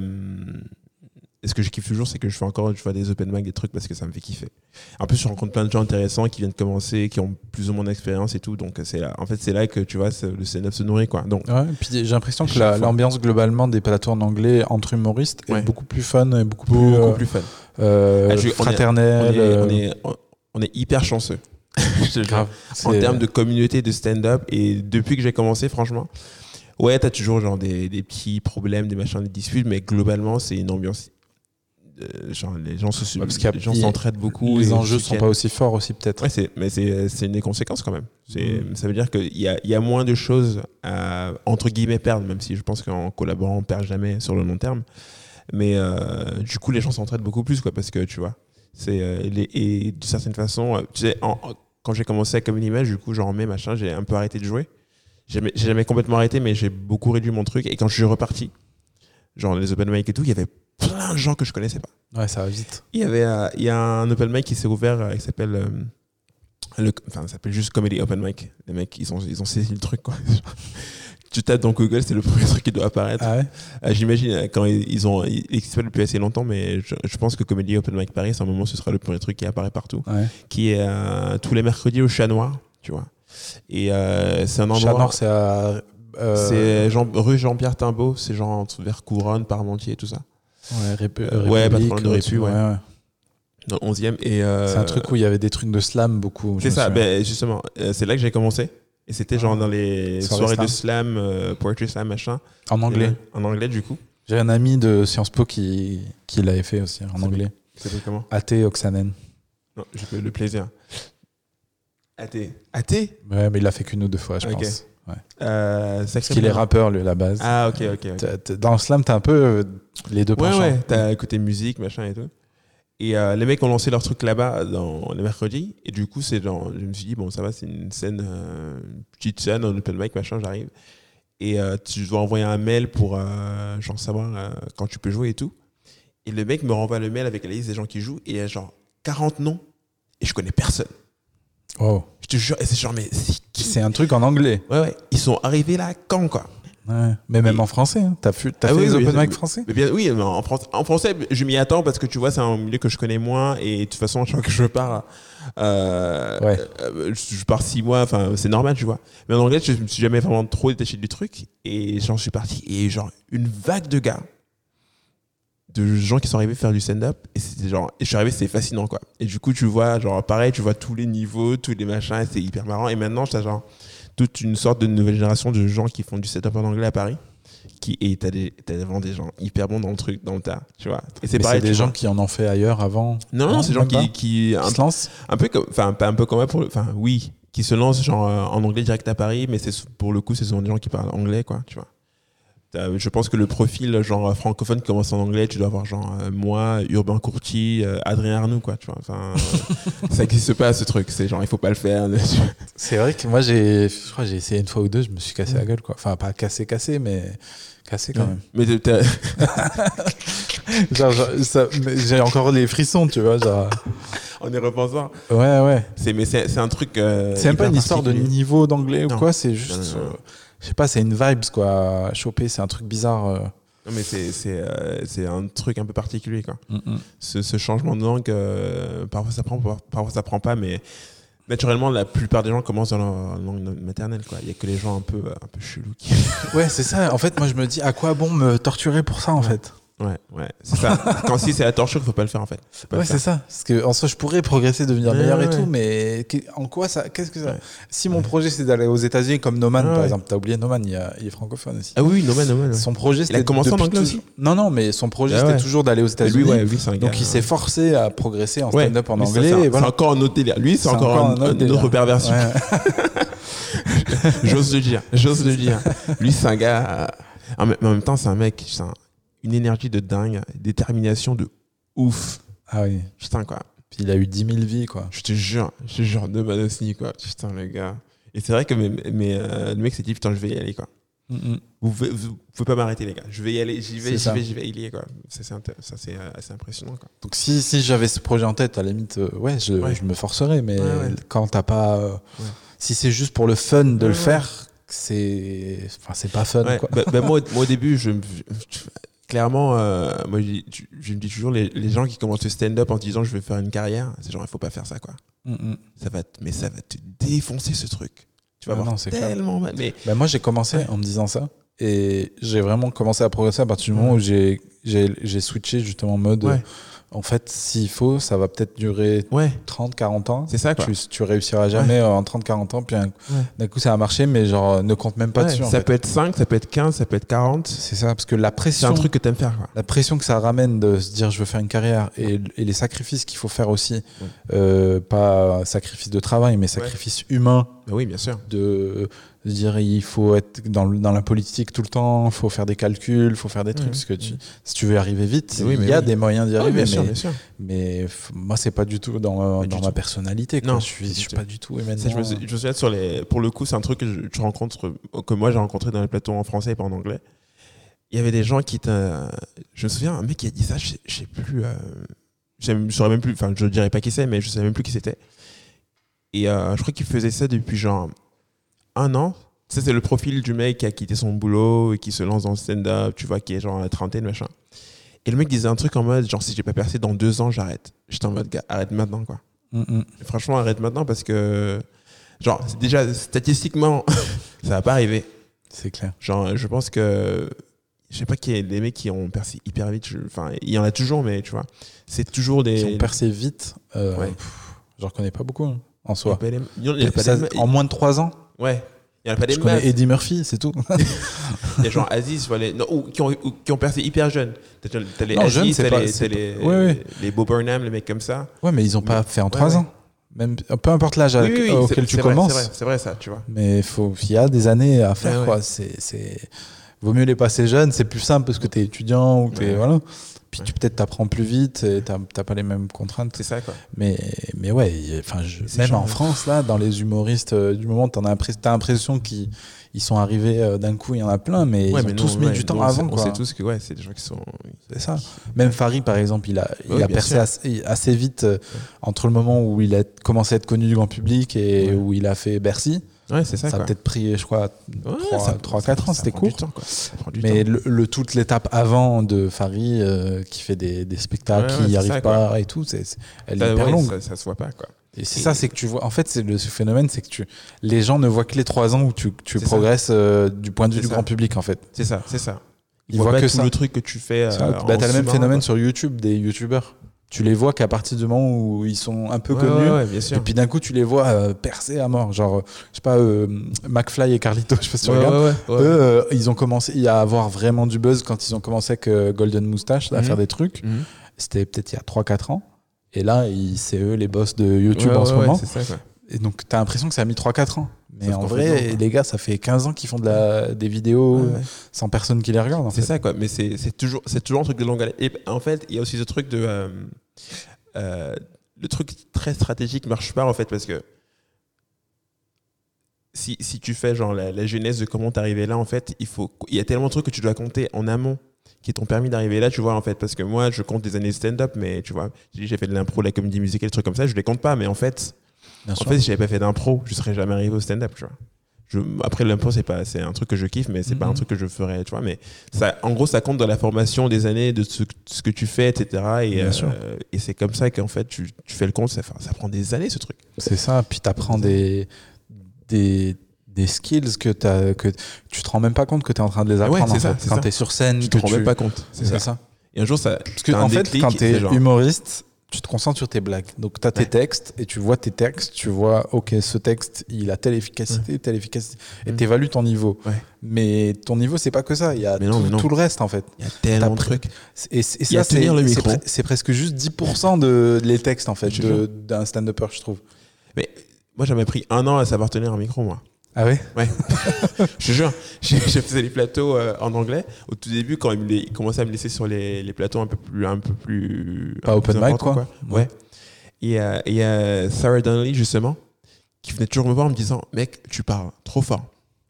et ce que je kiffe toujours, c'est que je fais encore des open mic, des trucs parce que ça me fait kiffer. En plus, je rencontre plein de gens intéressants qui viennent de commencer, qui ont plus ou moins d'expérience et tout. Donc, c'est là que tu vois, le stand-up se nourrit, quoi. Donc, ouais, puis j'ai l'impression que l'ambiance globalement des plateaux en anglais entre humoristes est beaucoup plus fun et beaucoup plus fun. Fraternelle. On est hyper chanceux. Grave. En termes de communauté de stand-up. Et depuis que j'ai commencé, franchement, ouais, t'as toujours genre des petits problèmes, des machins, des disputes, mais globalement, c'est une ambiance. Genre les gens s'entraident beaucoup. Les enjeux sont pas aussi forts aussi peut-être. Ouais, mais c'est une des conséquences quand même. Ça veut dire qu'il y a moins de choses à entre guillemets perdre, même si je pense qu'en collaborant on perd jamais sur le long terme. Mais du coup les gens s'entraident beaucoup plus, quoi, parce que tu vois, et de certaine façon, tu sais, quand j'ai commencé à Comedy Image, du coup genre en mai machin, j'ai un peu arrêté de jouer. J'ai jamais complètement arrêté, mais j'ai beaucoup réduit mon truc. Et quand je suis reparti, genre les open mic et tout, il y avait plein de gens que je connaissais pas. Ouais, ça va vite. Il y a un open mic qui s'est ouvert, qui s'appelle ça s'appelle juste Comedy Open Mic. Les mecs, ils ont saisi le truc, quoi. Tu tapes dans Google, c'est le premier truc qui doit apparaître. Ah ouais. J'imagine quand ils existent pas depuis assez longtemps, mais je pense que Comedy Open Mic Paris, à un moment, ce sera le premier truc qui apparaît partout, qui est tous les mercredis au Chat Noir, tu vois. Et c'est un endroit. Chat Noir, c'est à. C'est rue Jean-Pierre Timbaud, c'est genre vers Couronne, Parmentier et tout ça. Ouais, pas trop loin de Répu, ouais. Dans le 11e. C'est un truc où il y avait des trucs de slam beaucoup. C'est ça, justement. C'est là que j'ai commencé. Et c'était genre dans les soirées de slam, poetry slam, machin. En anglais. En anglais, du coup. J'ai un ami de Sciences Po qui l'avait fait aussi, en anglais. Ça s'appelle comment? Athé Oxanen. Non, j'ai le plaisir. Athé? Ouais, mais il l'a fait qu'une ou deux fois, je pense. Ouais. Parce qu'il est rappeur, lui, à la base. Ah, ok. Dans le slam, t'as un peu les deux penchants. Ouais, t'as côté musique, machin et tout. Et les mecs ont lancé leur truc là-bas dans les mercredis. Et du coup, je me suis dit, bon, ça va, c'est une scène, petite scène, un open mic, machin, j'arrive. Et tu dois envoyer un mail pour genre savoir quand tu peux jouer et tout. Et le mec me renvoie le mail avec la liste des gens qui jouent. Et il y a genre 40 noms. Et je connais personne. Oh. Je te jure, et c'est genre, mais c'est qui? C'est un truc en anglais. Ouais. Ils sont arrivés là quand, quoi? Ouais. Mais même en français, hein. T'as fait les open mic français? Mais oui, mais en français, je m'y attends parce que tu vois, c'est un milieu que je connais moins et de toute façon, chaque fois que je pars, je pars 6 mois, enfin, c'est normal, tu vois. Mais en anglais, je me suis jamais vraiment trop détaché du truc et j'en suis parti et genre une vague de gars, de gens qui sont arrivés faire du stand-up et c'était genre, et je suis arrivé, c'était fascinant, quoi. Et du coup, tu vois, genre, pareil, tu vois tous les niveaux, tous les machins, et c'est hyper marrant. Et maintenant, t'as genre toute une sorte de nouvelle génération de gens qui font du stand-up en anglais à Paris. Et t'as vraiment des gens hyper bons dans le truc, dans le tas, tu vois. Et c'est pareil, des gens qui en ont fait ailleurs avant. Non, c'est des gens qui se lancent. Un peu comme, enfin, pas un peu comme moi, oui, qui se lancent genre en anglais direct à Paris, mais pour le coup, c'est souvent des gens qui parlent anglais, quoi, tu vois. Je pense que le profil genre francophone qui commence en anglais, tu dois avoir genre moi, Urbain Courti, Adrien Arnoux, quoi, tu vois. Enfin, ça n'existe pas, ce truc. C'est genre il faut pas le faire. C'est vrai que moi je crois que j'ai essayé une fois ou deux, je me suis cassé la gueule, quoi. Enfin pas cassé, mais cassé quand même. Mais j'ai encore les frissons, tu vois, genre. En y repensant. Ouais. C'est un truc. C'est même pas une histoire de niveau d'anglais ou quoi, c'est juste. Je sais pas, c'est une vibes, quoi. Choper, c'est un truc bizarre. Non, mais c'est un truc un peu particulier, quoi. Ce changement de langue, parfois ça prend, parfois ça prend pas, mais naturellement, la plupart des gens commencent dans leur langue maternelle, quoi. Il y a que les gens un peu chelous qui... Ouais, c'est ça. En fait, moi, je me dis, à quoi bon me torturer pour ça, en fait? Ouais, c'est ça. Quand si c'est la torture, il faut pas le faire en fait. C'est ça. Parce que en soi, je pourrais progresser, devenir meilleur et tout, mais en quoi ça, qu'est-ce que ça. Si mon projet c'est d'aller aux États-Unis comme Noman, par exemple, t'as oublié Noman, il est francophone aussi. Ah oui, Noman. Son projet, c'était. Il a commencé en anglais aussi. Non, mais son projet c'était toujours d'aller aux États-Unis. Lui, c'est un gars. Donc il s'est forcé à progresser en stand-up en anglais. C'est encore un autre délire. Lui, c'est encore une autre perversion. J'ose le dire. Lui, c'est un gars. Mais en même temps, c'est un mec. Une énergie de dingue, détermination de ouf. Ah oui. Putain, quoi. Puis il a eu 10 000 vies, quoi. Je te jure, Noman aussi, quoi. Putain, le gars. Et c'est vrai que le mec s'est dit, putain, je vais y aller, quoi. Vous pouvez pas m'arrêter, les gars. Je vais y aller, j'y vais y aller, quoi. Ça, c'est assez impressionnant, quoi. Donc, si j'avais ce projet en tête, à la limite, je me forcerais, mais quand t'as pas. Si c'est juste pour le fun de le faire, c'est pas fun, quoi. Moi, au début, clairement, moi, je me dis toujours, les gens qui commencent le stand-up en se disant je vais faire une carrière, c'est genre, il faut pas faire ça, quoi. Ça va te défoncer, ce truc. Tu vas voir tellement mal. Moi, j'ai commencé en me disant ça. Et j'ai vraiment commencé à progresser à partir du moment où j'ai switché justement en mode. En fait, s'il faut, ça va peut-être durer 30, 40 ans. C'est ça, quoi. Tu réussiras jamais en 30, 40 ans. Puis d'un coup, ça va marcher, mais genre, ne compte même pas dessus. Ça peut être 5, ça peut être 15, ça peut être 40. C'est ça, parce que la pression. C'est un truc que t'aimes faire, quoi. La pression que ça ramène de se dire je veux faire une carrière et les sacrifices qu'il faut faire aussi. Pas sacrifice de travail, mais sacrifice humain. Oui, bien sûr. De dire il faut être dans la politique tout le temps, il faut faire des calculs, il faut faire des trucs, parce que si tu veux arriver vite, il y a des moyens d'y arriver, bien sûr. Mais moi c'est pas du tout dans ma personnalité, quoi. Non, je suis pas du tout humainement. Je me souviens pour le coup, c'est un truc que moi j'ai rencontré dans les plateaux en français et pas en anglais. Il y avait des gens je me souviens, un mec qui a dit ça, je sais plus, je saurais même plus, enfin je dirais pas qui c'est, mais je savais même plus qui c'était. Et je crois qu'il faisait ça depuis genre 1 an. Ça, c'est le profil du mec qui a quitté son boulot et qui se lance dans le stand-up, tu vois, qui est genre à la trentaine, machin. Et le mec disait un truc en mode, genre, si j'ai pas percé dans 2 ans, j'arrête. J'étais en mode, gars, arrête maintenant, quoi. Franchement, arrête maintenant parce que, genre, déjà, statistiquement, ça va pas arriver. C'est clair. Genre, je pense que, je sais pas qu'il y a des mecs qui ont percé hyper vite. Enfin, il y en a toujours, mais tu vois, c'est toujours des. Qui ont percé vite. J'en reconnais pas beaucoup, hein, en soi. En moins de 3 ans. Ouais. Il y a pas des Je connais Eddie Murphy, c'est tout. Il y a genre Aziz, qui ont percé hyper jeunes. T'as les Aziz, t'as les Bo Burnham, les mecs comme ça. Ouais, mais ils ont pas fait en 3 ans. Même, peu importe l'âge auquel tu commences. C'est vrai ça, tu vois. Mais il y a des années à faire, quoi. Vaut mieux les passer jeunes, c'est plus simple parce que t'es étudiant ou voilà. Puis peut-être t'apprends plus vite, et t'as pas les mêmes contraintes. C'est ça, quoi. Mais même en France, là, dans les humoristes du moment, t'as l'impression qu'ils sont arrivés d'un coup, il y en a plein, mais ils ont tous mis du temps avant. On sait tous que c'est des gens qui sont. C'est ça. Même Farid, par exemple, il a percé assez vite entre le moment où il a commencé à être connu du grand public et où il a fait Bercy. Ouais, c'est ça. Ça a peut-être pris, je crois, 3-4 ans, c'était cool. Mais toute l'étape avant de Farid qui fait des spectacles qui n'y arrivent pas et tout, elle est hyper longue. Ça se voit pas, quoi. Et c'est ça, c'est que tu vois. En fait, ce phénomène, c'est que les gens ne voient que les 3 ans où tu progresses du point de vue du grand public, en fait. C'est ça. Ils voient que tout le truc que tu fais. T'as le même phénomène sur YouTube des youtubeurs. Tu les vois qu'à partir du moment où ils sont un peu connus, et puis d'un coup tu les vois percer à mort. Genre, je sais pas, McFly et Carlito, je sais pas si tu regardes. Eux, ils ont commencé à avoir vraiment du buzz quand ils ont commencé avec Golden Moustache à faire des trucs. C'était peut-être il y a 3-4 ans. Et là, c'est eux les boss de YouTube en ce moment. C'est ça, quoi. Et donc, t'as l'impression que ça a mis 3-4 ans. Mais en vrai, les gars, ça fait 15 ans qu'ils font des vidéos sans personne qui les regarde. C'est ça, quoi. Mais c'est toujours un truc de longue haleine. Et en fait, il y a aussi ce truc de. Le truc très stratégique marche pas, en fait, parce que si tu fais genre la genèse de comment t'es arrivé là, en fait, il y a tellement de trucs que tu dois compter en amont qui t'ont permis d'arriver là, tu vois, en fait. Parce que moi, je compte des années de stand-up, mais tu vois, j'ai fait de l'impro, la comédie musicale, des trucs comme ça, je les compte pas, mais en fait. Si j'avais pas fait d'impro, je serais jamais arrivé au stand-up, tu vois. Après, l'impro, c'est un truc que je kiffe, mais c'est pas un truc que je ferais, tu vois. Mais ça, en gros, ça compte dans la formation des années de ce que tu fais, etc. Et c'est comme ça qu'en fait, tu fais le compte, ça prend des années, ce truc. C'est ça, puis t'apprends des skills que tu te rends même pas compte que tu es en train de les apprendre. C'est ça. Quand tu es sur scène, tu te rends même pas compte. C'est ça. Et un jour, ça. Parce qu'en fait, quand t'es humoriste, tu te concentres sur tes blagues. Donc, tu as tes textes et tu vois tes textes. Tu vois, OK, ce texte, il a telle efficacité, telle efficacité. Et tu évalues ton niveau. Mais ton niveau, c'est pas que ça. Il y a tout le reste, en fait. Il y a tellement de trucs. Et ça, c'est presque juste 10% de les textes, en fait, d'un stand-upper, je trouve. Mais moi, j'avais pris 1 an à savoir tenir un micro, moi. Ah ouais? Ouais. Je te jure, je faisais les plateaux en anglais. Au tout début, quand il commençait à me laisser sur les plateaux un peu plus pas open mic, quoi. Ouais. Et il y a Sarah Donnelly, justement, qui venait toujours me voir en me disant, mec, tu parles trop fort.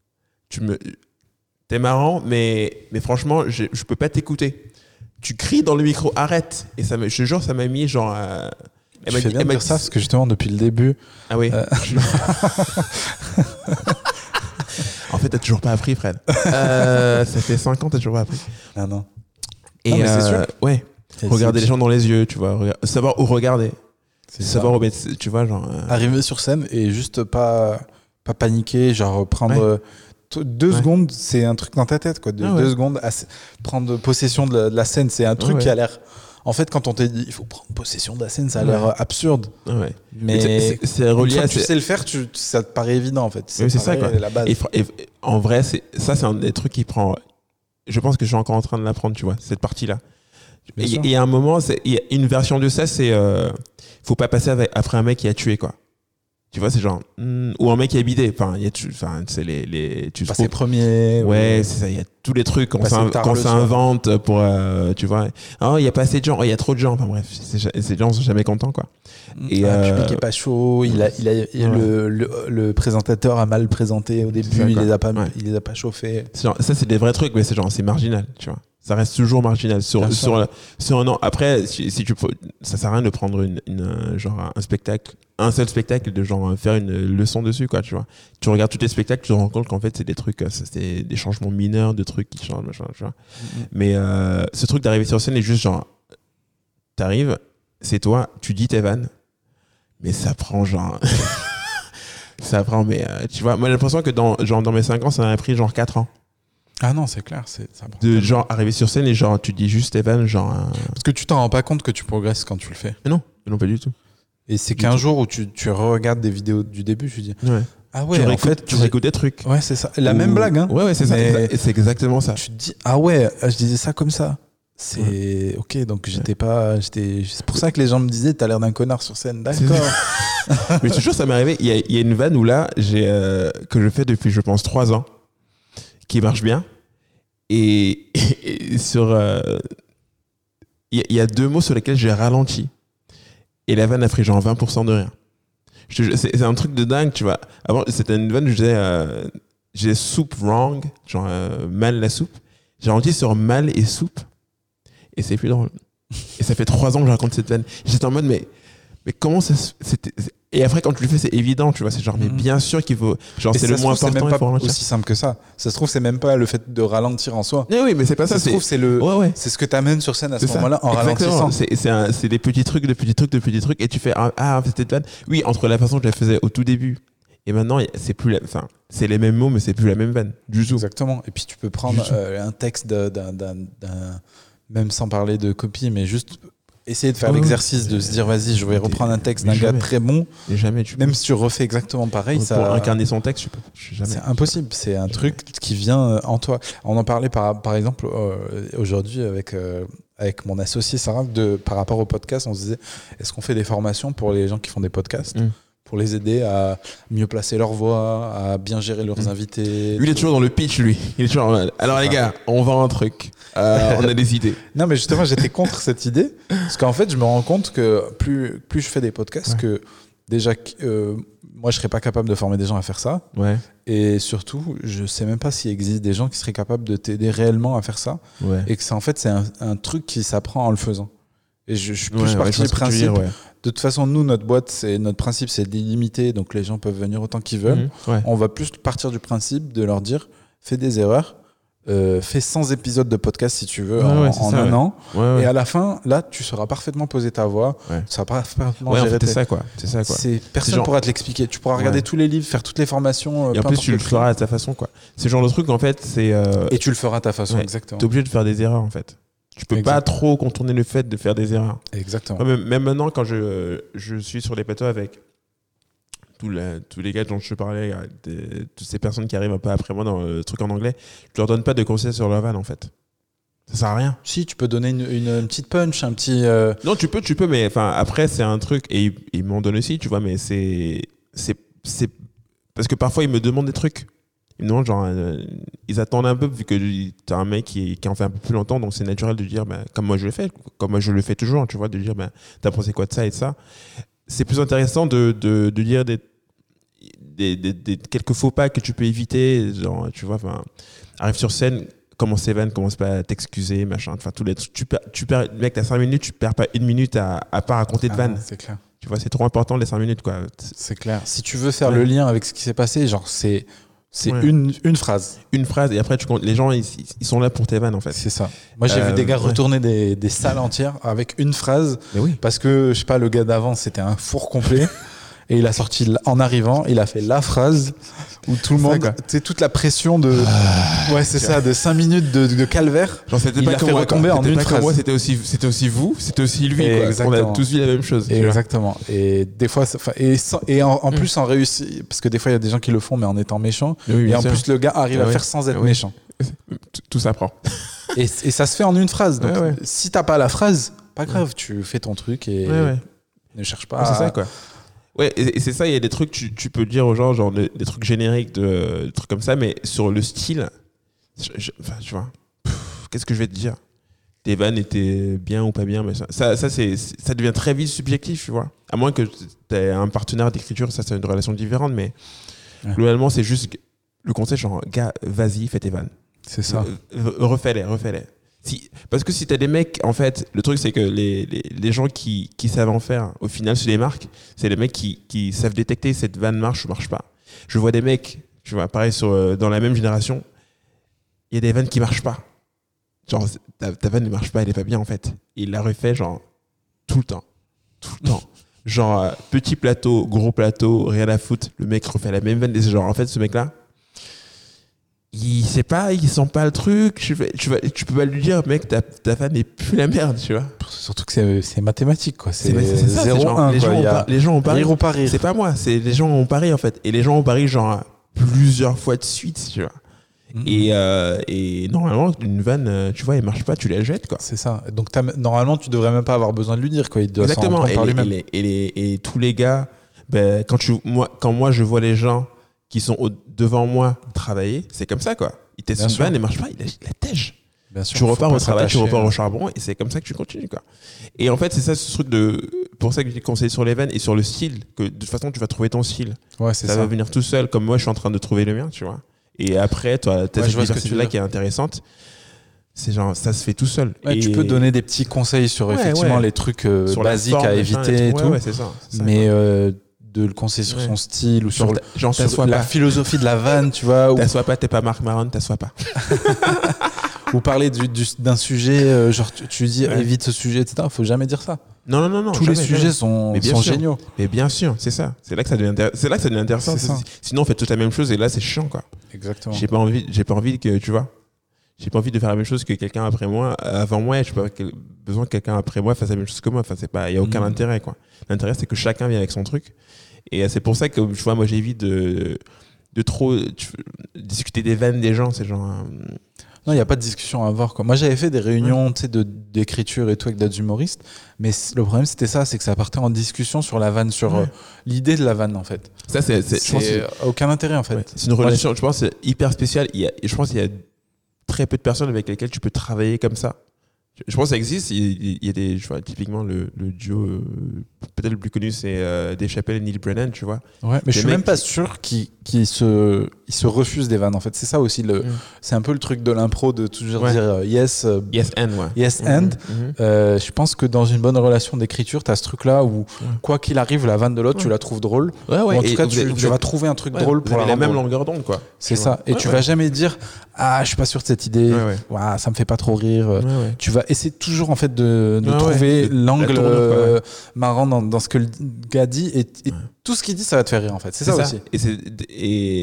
T'es marrant, mais franchement, je peux pas t'écouter. Tu cries dans le micro, arrête. Et ça, je te jure, ça m'a mis genre. Tu fais bien de dire ça parce que justement depuis le début. Ah oui. En fait, t'as toujours pas appris, Fred. Ça fait 5 ans, t'as toujours pas appris. Ah non. Et non, mais c'est sûr. Ouais. Regarder les gens dans les yeux, tu vois. Savoir où regarder. Savoir où mettre, tu vois, genre. Arriver sur scène et juste pas paniquer, genre prendre 2 secondes, c'est un truc dans ta tête, quoi. 2 secondes, prendre possession de la scène, c'est un truc qui a l'air. En fait, quand on t'a dit il faut prendre possession de la scène, ça a l'air absurde. Ouais. Mais c'est relié à. Tu sais le faire, ça te paraît évident en fait. C'est ça, quoi. La base. Et en vrai, c'est un des trucs qui prend. Je pense que je suis encore en train de l'apprendre, tu vois, cette partie-là. Et à un moment, il y a une version de ça, c'est faut pas passer après un mec qui a tué, quoi. Tu vois, c'est genre ou un mec qui a bidé. Enfin, c'est les tu passer premier. Ouais, c'est ça. Il y a tous les trucs qu'on s'invente pour, tu vois. Oh, il y a pas assez de gens. Oh, il y a trop de gens. Enfin bref, ces gens sont jamais contents, quoi. Et le public est pas chaud. Le présentateur a mal présenté au début. Il les a pas chauffés. Ça, c'est des vrais trucs, mais c'est marginal, tu vois. Ça reste toujours marginal sur un an. Après, si ça sert à rien de prendre genre un seul spectacle, de genre faire une leçon dessus, quoi, tu vois. Tu regardes tous les spectacles, tu te rends compte qu'en fait c'est des trucs, c'est des changements mineurs, de trucs qui changent, machin, tu vois. Mais ce truc d'arriver sur scène est juste genre, t'arrives, c'est toi, tu dis tes vannes, mais ça prend genre, mais tu vois, moi j'ai l'impression que dans mes 5 ans, ça m'a pris genre 4 ans. Ah non, c'est clair. Ça de genre arriver sur scène et genre tu dis juste Evan, genre. Parce que tu t'en rends pas compte que tu progresses quand tu le fais. Mais non, pas du tout. Et c'est qu'un jour où tu regardes des vidéos du début, tu dis. Ouais. Ah ouais, en fait. Tu réécoutes des trucs. Ouais, c'est ça. Même blague, hein. Ouais, c'est ça. C'est exactement ça. Tu te dis, ah ouais, je disais ça comme ça. C'est ok, donc c'est pour ça que les gens me disaient, t'as l'air d'un connard sur scène. D'accord. Mais toujours, ça m'est arrivé. Il y a une vanne où là, que je fais depuis, je pense, 3 ans, qui marche bien. Et sur. Il y a 2 mots sur lesquels j'ai ralenti. Et la vanne a pris genre 20% de rien. C'est un truc de dingue, tu vois. Avant, c'était une vanne où je disais soup wrong, genre mal la soupe. J'ai ralenti sur mal et soupe. Et c'est plus drôle. Et ça fait 3 ans que je raconte cette vanne. J'étais en mode, mais comment ça. Et après, quand tu le fais, c'est évident, tu vois. C'est genre, mais bien sûr qu'il faut. Genre, c'est le moins important. C'est même pas aussi simple que ça. Ça se trouve, c'est même pas le fait de ralentir en soi. Mais oui, mais c'est pas ça. Ça se trouve, c'est ce que t'amènes sur scène à ce moment-là en ralentissant. C'est des petits trucs. Et tu fais, c'était vanne. Oui, entre la façon que je la faisais au tout début et maintenant, c'est les mêmes mots, mais c'est plus la même vanne. Du tout. Exactement. Et puis, tu peux prendre un texte même sans parler de copie, mais juste. Essayer de faire l'exercice de se dire vas-y, je vais reprendre un texte d'un gars très bon. Et jamais même si tu refais exactement pareil, pour incarner son texte, jamais. C'est impossible. C'est un truc qui vient en toi. On en parlait par exemple aujourd'hui avec mon associé Sarah par rapport au podcast. On se disait est-ce qu'on fait des formations pour les gens qui font des podcasts pour les aider à mieux placer leur voix, à bien gérer leurs invités. Lui, il est toujours dans le pitch, lui. Il est toujours en mode, alors les gars, on vend un truc. On a des idées. Non, mais justement, j'étais contre cette idée. Parce qu'en fait, je me rends compte que plus je fais des podcasts, que déjà, moi, je serais pas capable de former des gens à faire ça. Ouais. Et surtout, je sais même pas s'il existe des gens qui seraient capables de t'aider réellement à faire ça. Ouais. Et que c'est un truc qui s'apprend en le faisant. Et je suis plus parti du principe. De toute façon, nous, notre boîte, notre principe, c'est d'illimiter, donc les gens peuvent venir autant qu'ils veulent. On va plus partir du principe de leur dire, fais des erreurs, fais 100 épisodes de podcast si tu veux en un an. Et à la fin, là, tu sauras parfaitement poser ta voix, tu sauras parfaitement gérer c'est ça, quoi. Personne pourra te l'expliquer. Tu pourras regarder tous les livres, faire toutes les formations. Et en plus, tu le feras à ta façon, quoi. C'est le genre de truc, en fait, c'est... Et tu le feras à ta façon, exactement. T'es obligé de faire des erreurs, en fait. Tu peux pas trop contourner le fait de faire des erreurs. Exactement. Même maintenant, quand je suis sur les plateaux avec tous les gars dont je te parlais, toutes ces personnes qui arrivent un peu après moi dans le truc en anglais, je leur donne pas de conseils sur la vanne en fait. Ça sert à rien. Si, tu peux donner une petite punch, un petit... Non, tu peux, mais après, c'est un truc, et ils m'en donnent aussi, tu vois, mais c'est parce que parfois, ils me demandent des trucs. Ils me demandent, genre, ils attendent un peu, vu que t'as un mec qui en fait un peu plus longtemps, donc c'est naturel de dire, comme moi je le fais, comme moi je le fais toujours, tu vois, de dire, t'as pensé quoi de ça et de ça. C'est plus intéressant de dire des quelques faux pas que tu peux éviter, genre, tu vois, arrive sur scène, commence les vannes, commence pas à t'excuser, machin, enfin, tous les trucs. Tu perds, mec, t'as 5 minutes, tu perds pas 1 minute à pas raconter de vannes. C'est clair. Tu vois, c'est trop important les 5 minutes, quoi. C'est clair. Si tu veux faire le lien avec ce qui s'est passé, genre, c'est une phrase. Une phrase, et après, les gens, ils sont là pour tes vannes, en fait. C'est ça. Moi, j'ai vu des gars retourner des salles entières avec une phrase. Mais oui. Parce que, je sais pas, le gars d'avant, c'était un four complet. Et il a sorti, en arrivant, il a fait la phrase où tout le monde, tu sais, toute la pression de, c'est ça, de 5 minutes de calvaire. Genre, c'était il pas a comme fait moi, retomber en une phrase. Moi, c'était aussi vous, c'était aussi lui, quoi. Exactement. On a tous vu la même chose. Exactement. Et des fois, en plus, en réussi, parce que des fois, il y a des gens qui le font, mais en étant méchant. Oui, et en plus, le gars arrive à faire sans être méchant. Tout s'apprend. Et ça se fait en une phrase. Donc, si t'as pas la phrase, pas grave, tu fais ton truc et ne cherche pas. C'est ça, quoi. Ouais, et c'est ça, il y a des trucs, tu peux dire aux gens, genre des trucs génériques, des trucs comme ça, mais sur le style, tu vois, qu'est-ce que je vais te dire? Tes vannes étaient bien ou pas bien, mais ça devient très vite subjectif, tu vois. À moins que tu aies un partenaire d'écriture, ça c'est une relation différente, mais globalement, c'est juste le conseil, genre, gars, vas-y, fais tes vannes. C'est ça. Refais-les. Parce que si t'as des mecs, en fait, le truc c'est que les gens qui savent en faire, au final, se démarquent, c'est les mecs qui savent détecter cette vanne marche ou marche pas. Je vois des mecs, tu vois, pareil, dans la même génération, il y a des vannes qui marchent pas. Genre, ta vanne ne marche pas, elle est pas bien en fait. Et il la refait, genre, tout le temps. Genre, petit plateau, gros plateau, rien à foutre, le mec refait la même vanne. Genre, en fait, ce mec-là, il sait pas, il sent pas le truc. Tu peux pas lui dire, mec, ta vanne n'est plus la merde, tu vois. Surtout que c'est mathématique, quoi. C'est 0-1. Les gens ont pari. Rire ou pas rire. C'est pas moi, c'est les gens ont pari en fait. Et les gens ont pari genre plusieurs fois de suite, tu vois. Et normalement, une vanne, tu vois, elle marche pas, tu la jettes, quoi. C'est ça. Donc normalement, tu devrais même pas avoir besoin de lui dire, quoi. Il doit exactement. S'en rendre par lui-même. Et tous les gars, quand moi je vois les gens qui sont devant moi travailler, c'est comme ça, quoi. Ils testent une vanne, elle marche pas, il la tège. Tu repars au travail, tu repars au charbon, et c'est comme ça que tu continues, quoi. Et en fait, c'est ça, ce truc pour ça que je conseille sur les vannes et sur le style, que de toute façon, tu vas trouver ton style. Ouais, c'est ça. Ça va venir tout seul, comme moi, je suis en train de trouver le mien, tu vois. Et après, toi, tu as cette diversité-là qui est intéressante. C'est genre, ça se fait tout seul. Ouais, tu peux donner des petits conseils sur effectivement les trucs basiques à éviter et tout. Ouais, c'est ça. Mais de le conseiller sur son style ou sur la philosophie de la vanne, tu vois. T'assois pas, t'es pas Marc Maron, t'assois pas. Ou parler d'un sujet, genre tu dis évite ce sujet, etc. Faut jamais dire ça. Non. Tous les sujets sont géniaux. Mais bien sûr, c'est ça. C'est là que ça devient intéressant. Sinon, on fait toute la même chose et là, c'est chiant, quoi. Exactement. J'ai pas envie que, tu vois, j'ai pas envie de faire la même chose que quelqu'un avant moi. Je n'ai pas besoin que quelqu'un après moi fasse la même chose que moi. Enfin, il y a aucun intérêt, quoi. L'intérêt, c'est que chacun vient avec son truc. Et c'est pour ça que, tu vois, moi, j'évite de trop discuter des vannes des gens. C'est genre. Non, il n'y a pas de discussion à avoir, quoi. Moi, j'avais fait des réunions d'écriture et tout avec d'autres humoristes, mais le problème, c'était ça, c'est que ça partait en discussion sur la vanne, sur l'idée de la vanne, en fait. Ça, je pense aucun intérêt, en fait. Ouais. C'est une relation, je pense, hyper spéciale. Je pense qu'il y a très peu de personnes avec lesquelles tu peux travailler comme ça. Je pense que ça existe. Il y a des, je vois, typiquement le duo peut-être le plus connu, c'est Dave Chappelle et Neil Brennan, tu vois. Ouais, mais je suis même pas sûr qu'ils se refusent des vannes. En fait, c'est ça aussi c'est un peu le truc de l'impro de toujours dire yes and. Je pense que dans une bonne relation d'écriture, t'as ce truc-là où quoi qu'il arrive, la vanne de l'autre, tu la trouves drôle. Ou en tout cas, tu vas trouver un truc drôle pour la même longueur d'onde, quoi. C'est ça. Et tu vas jamais dire je suis pas sûr de cette idée. Ça me fait pas trop rire. Tu vas essayer toujours en fait de trouver l'angle marrant dans ce que le gars dit et tout ce qu'il dit, ça va te faire rire, en fait. C'est ça aussi. Et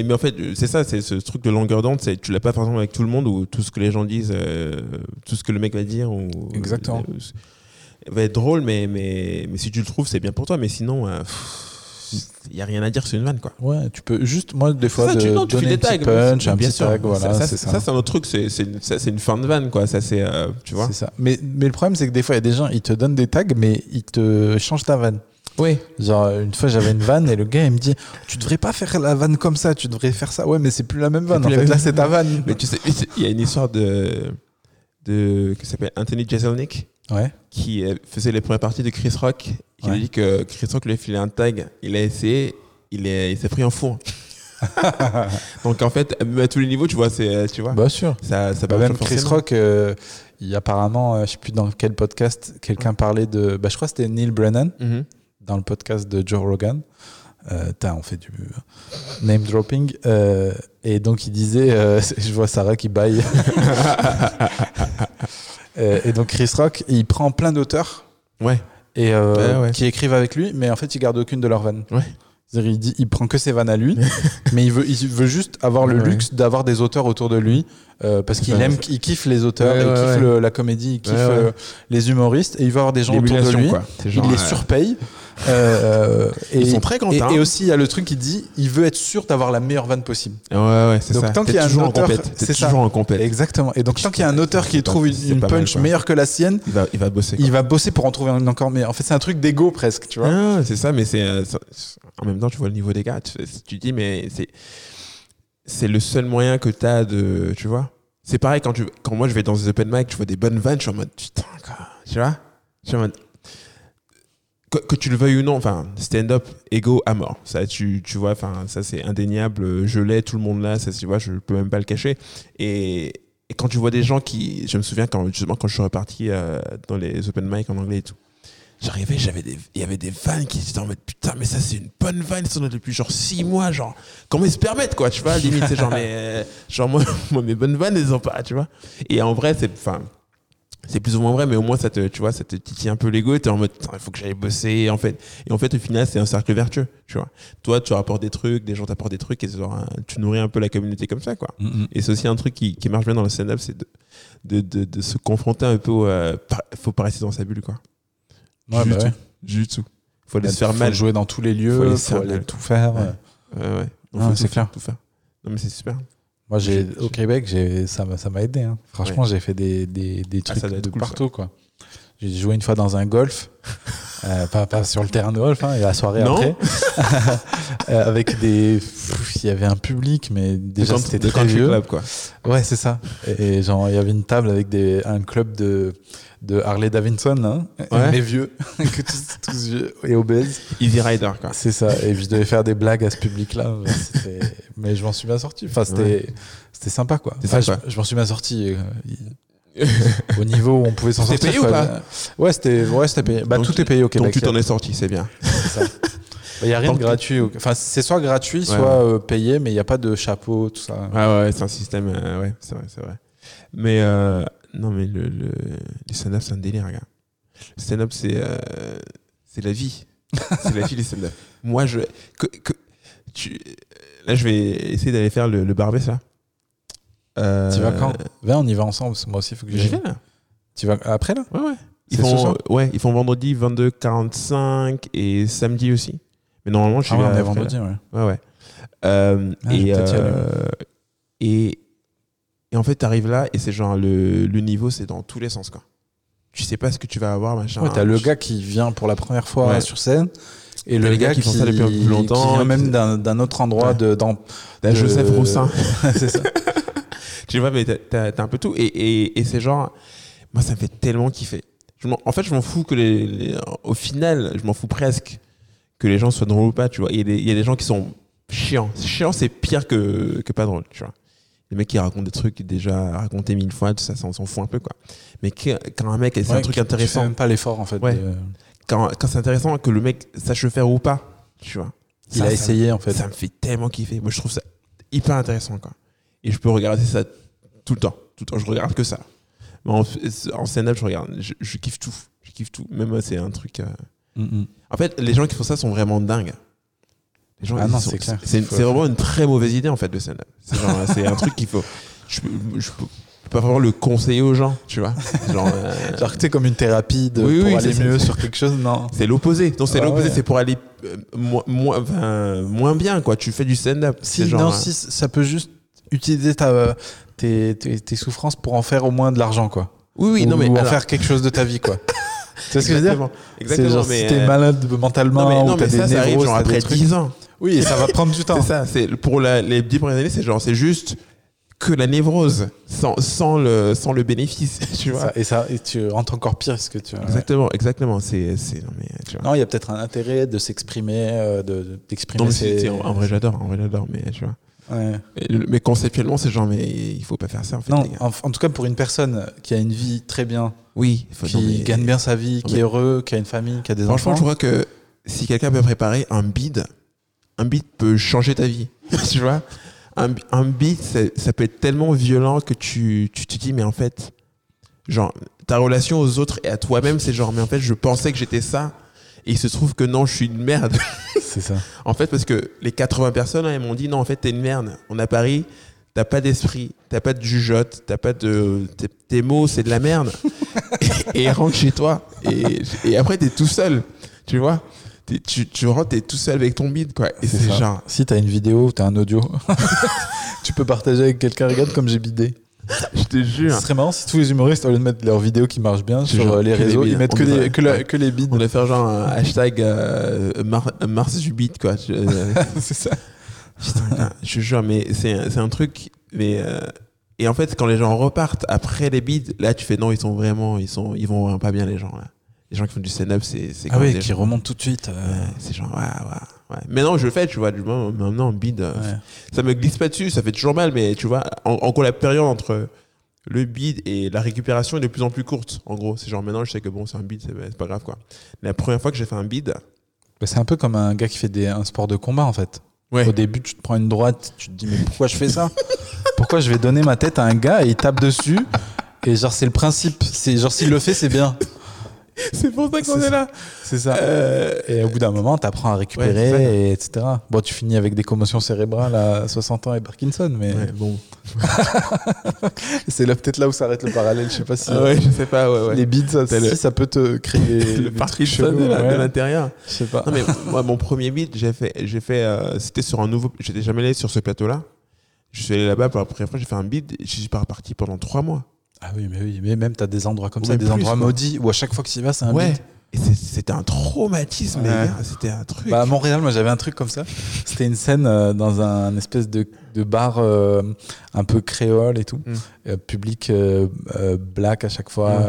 mais en fait, c'est ça, c'est ce truc de longueur d'onde, tu l'as pas forcément avec tout le monde, ou tout ce que les gens disent, tout ce que le mec va dire, ou exactement, va être drôle, mais si tu le trouves, c'est bien pour toi, mais sinon, il y a rien à dire sur une vanne, quoi. Ouais, tu peux juste, moi, des fois, tu donner fais des tags, un petit punch, un bien petit sûr. tag, voilà, ça, c'est ça. c'est un autre truc, c'est une fin de vanne, quoi. Ça, c'est, tu vois. C'est ça. Mais le problème, c'est que des fois, il y a des gens, ils te donnent des tags, mais ils te changent ta vanne. Oui. Genre, une fois, j'avais une vanne et le gars, il me dit, tu devrais pas faire la vanne comme ça, tu devrais faire ça. Ouais, mais c'est plus la même vanne. En fait, là, c'est ta vanne. Mais tu sais, il y a une histoire qui s'appelle Anthony Jeselnik, qui faisait les premières parties de Chris Rock, qui lui dit que Chris Rock lui a filé un tag, il a essayé, il s'est pris un four. Donc en fait, à tous les niveaux, tu vois, tu vois. Bah sûr. Ça même Chris Rock, apparemment, je sais plus dans quel podcast, quelqu'un parlait de, je crois que c'était Neil Brennan, dans le podcast de Joe Rogan. On fait du name dropping. Et donc il disait, je vois Sarah qui baille. Et donc Chris Rock, il prend plein d'auteurs. Ouais. Et qui écrivent avec lui, mais en fait, il garde aucune de leurs vannes. Ouais. C'est-à-dire, il prend que ses vannes à lui, mais il veut juste avoir le luxe d'avoir des auteurs autour de lui, parce qu'il il kiffe les auteurs, il kiffe la comédie, il kiffe les humoristes, et il veut avoir des gens autour de lui. Il les surpaye. Ils sont très contents. Et aussi, il y a le truc qui dit, il veut être sûr d'avoir la meilleure vanne possible. Ouais, c'est ça. Donc, tant qu'il y a un auteur, c'est toujours en compète. Exactement. Et donc, tant qu'il y a un auteur qui trouve une punch meilleure que la sienne, il va bosser. Il va bosser pour en trouver une encore meilleure. En fait, c'est un truc d'ego presque, tu vois. Ah, c'est ça, mais en même temps, tu vois le niveau des gars. Tu dis, mais c'est le seul moyen que tu as de. Tu vois. C'est pareil quand moi je vais dans des open mic, tu vois des bonnes vannes, je suis en mode putain, quoi. Tu vois. Je suis en mode. Que tu le veuilles ou non, enfin, stand-up, ego à mort. Ça, tu vois, enfin, ça c'est indéniable. Je l'ai, tout le monde l'a, ça, tu vois, je peux même pas le cacher. Et quand tu vois des gens je me souviens quand je suis reparti dans les open mic en anglais et tout, j'arrivais, il y avait des vannes qui étaient en mode putain, mais ça c'est une bonne vanne, ils sont là depuis genre 6 mois, genre, comment ils se permettent, quoi, tu vois, limite, c'est genre, mais, genre, moi, mes bonnes vannes, elles ont pas, tu vois. Et en vrai, c'est plus ou moins vrai, mais au moins ça te titille un peu l'ego et t'es en mode il faut que j'aille bosser et en fait au final c'est un cercle vertueux, tu vois. Toi tu rapportes des trucs, des gens t'apportent des trucs et tu nourris un peu la communauté comme ça, quoi. Et c'est aussi un truc qui marche bien dans le stand-up, c'est de se confronter un peu faut pas rester dans sa bulle, quoi. Juste faut aller se faire mal, jouer dans tous les lieux, faut aller tout faire. Non, c'est clair, tout faire. Non mais c'est super. Moi, au Québec, ça m'a aidé. Hein. Franchement, j'ai fait des trucs de cool, partout, quoi. J'ai joué une fois dans un golf, pas sur le terrain de golf, et la soirée après, avec il y avait un public, mais déjà c'était très vieux. Club, quoi. Ouais, c'est ça. Et genre, il y avait une table avec un club de Harley Davidson, mais vieux, tous vieux et obèses. Easy Rider, quoi. C'est ça. Et je devais faire des blagues à ce public-là. Mais je m'en suis bien sorti. Enfin, c'était sympa, quoi. Je m'en suis bien sorti. Au niveau où on pouvait s'en sortir. C'était payé ou pas ? Ouais, c'était payé. Donc, tout est payé au Québec. Donc tu t'en es sorti, c'est bien. C'est ça. Il n'y a rien de gratuit. Enfin, c'est soit gratuit, soit payé, mais il n'y a pas de chapeau, tout ça. Ouais, c'est un système. Ouais, c'est vrai. Mais non, mais les stand-up, c'est un délire, gars. Le stand-up, c'est la vie. C'est la vie, les stand-up. Moi, là, je vais essayer d'aller faire le Barbès, là. Tu vas quand ? Viens, on y va ensemble, parce que moi aussi, il faut que j'y vais, là. Tu vas après, là ? Ouais. Ils font vendredi 22h45 et samedi aussi. Mais normalement, je suis là. On est vendredi, ouais. Et en fait, t'arrives là et c'est genre le niveau, c'est dans tous les sens, quoi. Tu sais pas ce que tu vas avoir, machin. Ouais, t'as le gars qui vient pour la première fois sur scène et le gars qui font ça depuis plus longtemps, qui vient même d'un autre endroit de Joseph Roussin. C'est ça. Tu vois, mais t'as un peu tout et c'est genre, moi ça me fait tellement kiffer. En fait, je m'en fous au final, je m'en fous presque que les gens soient drôles ou pas, tu vois. Il y a des gens qui sont chiants. Chiant, c'est pire que pas drôle, tu vois. Les mecs qui racontent des trucs déjà racontés 1000 fois, tout ça, on s'en fout un peu, quoi. Mais quand un mec, c'est un truc intéressant. Tu fais même pas l'effort, en fait. Ouais. Quand c'est intéressant, que le mec sache le faire ou pas, tu vois. Il a essayé, en fait. Ça me fait tellement kiffer. Moi, je trouve ça hyper intéressant, quoi. Et je peux regarder ça tout le temps. Je regarde que ça. Mais en stand-up, je regarde. Je kiffe tout. Même moi, c'est un truc. En fait, les gens qui font ça sont vraiment dingues. Les gens, c'est clair. C'est vraiment une très mauvaise idée en fait de stand-up. C'est un truc qu'il faut. Je peux pas vraiment le conseiller aux gens, tu vois. Genre tu sais, comme une thérapie pour aller mieux sur quelque chose, non. C'est l'opposé. Donc c'est l'opposé, c'est pour aller moins bien, quoi. Tu fais du stand-up. Si ça peut juste utiliser tes souffrances pour en faire au moins de l'argent, quoi. Oui, ou en faire quelque chose de ta vie, quoi. Tu vois ce que je veux dire? Exactement. C'est genre si t'es malade mentalement ou t'as des névroses, arrive genre après 10 ans. Oui, et ça va prendre du temps. C'est ça. Pour les 10 premières années, c'est juste que la névrose, sans le bénéfice, tu vois. Et tu rentres encore pire ce que tu. Exactement. Non, il y a peut-être un intérêt de s'exprimer, d'exprimer. Non, mais en vrai, j'adore, mais tu vois. Ouais. Mais conceptuellement, c'est genre, mais il faut pas faire ça en fait. Non, en tout cas pour une personne qui a une vie très bien, qui gagne bien sa vie, qui est heureux, qui a une famille, qui a des enfants. Franchement, je crois que si quelqu'un peut préparer un bide peut changer ta vie. Tu vois, un bide, ça peut être tellement violent que tu te dis, mais en fait, genre, ta relation aux autres et à toi-même, c'est genre, mais en fait, je pensais que j'étais ça. Et il se trouve que non, je suis une merde. C'est ça. En fait, parce que les 80 personnes, elles m'ont dit non, en fait, t'es une merde. On a Paris, t'as pas d'esprit, t'as pas de jugeote, t'as pas de. Tes mots, c'est de la merde. et rentre chez toi. Et après, t'es tout seul. Tu vois? Tu rentres, t'es tout seul avec ton bide, quoi. Et c'est genre. Si t'as une vidéo, t'as un audio, tu peux partager avec quelqu'un. Regarde comme j'ai bidé. Je te jure. Ce serait marrant si tous les humoristes, au lieu de mettre leurs vidéos qui marchent bien sur les réseaux, ils mettent que les bides. On va faire genre un hashtag Mars du bide, quoi. C'est ça. Putain, je te jure, mais c'est un truc. Mais et en fait, quand les gens repartent après les bides, là, tu fais non, ils vont vraiment pas bien, les gens là. Les gens qui font du stand-up, c'est qui remontent tout de suite. C'est genre ouais. Mais non, je le fais, tu vois, maintenant bide, ça me glisse pas dessus, ça fait toujours mal, mais tu vois, en gros la période entre le bide et la récupération est de plus en plus courte. En gros, c'est genre maintenant je sais que bon, c'est un bide, c'est pas grave, quoi. La première fois que j'ai fait un bide, c'est un peu comme un gars qui fait un sport de combat, en fait. Ouais. Au début, tu te prends une droite, tu te dis mais pourquoi je fais ça? Pourquoi je vais donner ma tête à un gars et il tape dessus? Et genre c'est le principe, c'est genre s'il le fait, c'est bien. C'est pour ça qu'on est là. C'est ça. Et au bout d'un moment, t'apprends à récupérer, etc. Bon, tu finis avec des commotions cérébrales à 60 ans et Parkinson, mais bon. C'est peut-être là où s'arrête le parallèle. Je sais pas si. Je sais pas. Les bides, ça peut te créer le Parkinson de l'intérieur. Je sais pas. Non mais moi, mon premier bide, j'ai fait, c'était sur un nouveau. J'étais jamais allé sur ce plateau-là. Je suis allé là-bas pour la première fois. J'ai fait un bide. Je suis pas reparti pendant 3 mois. Ah oui, mais même t'as des endroits comme ça, des endroits maudits où à chaque fois que tu y vas, c'est un bide. Et c'était un traumatisme, les gars. C'était un truc. À Montréal, moi j'avais un truc comme ça. C'était une scène dans un espèce de bar un peu créole et tout. Public black à chaque fois.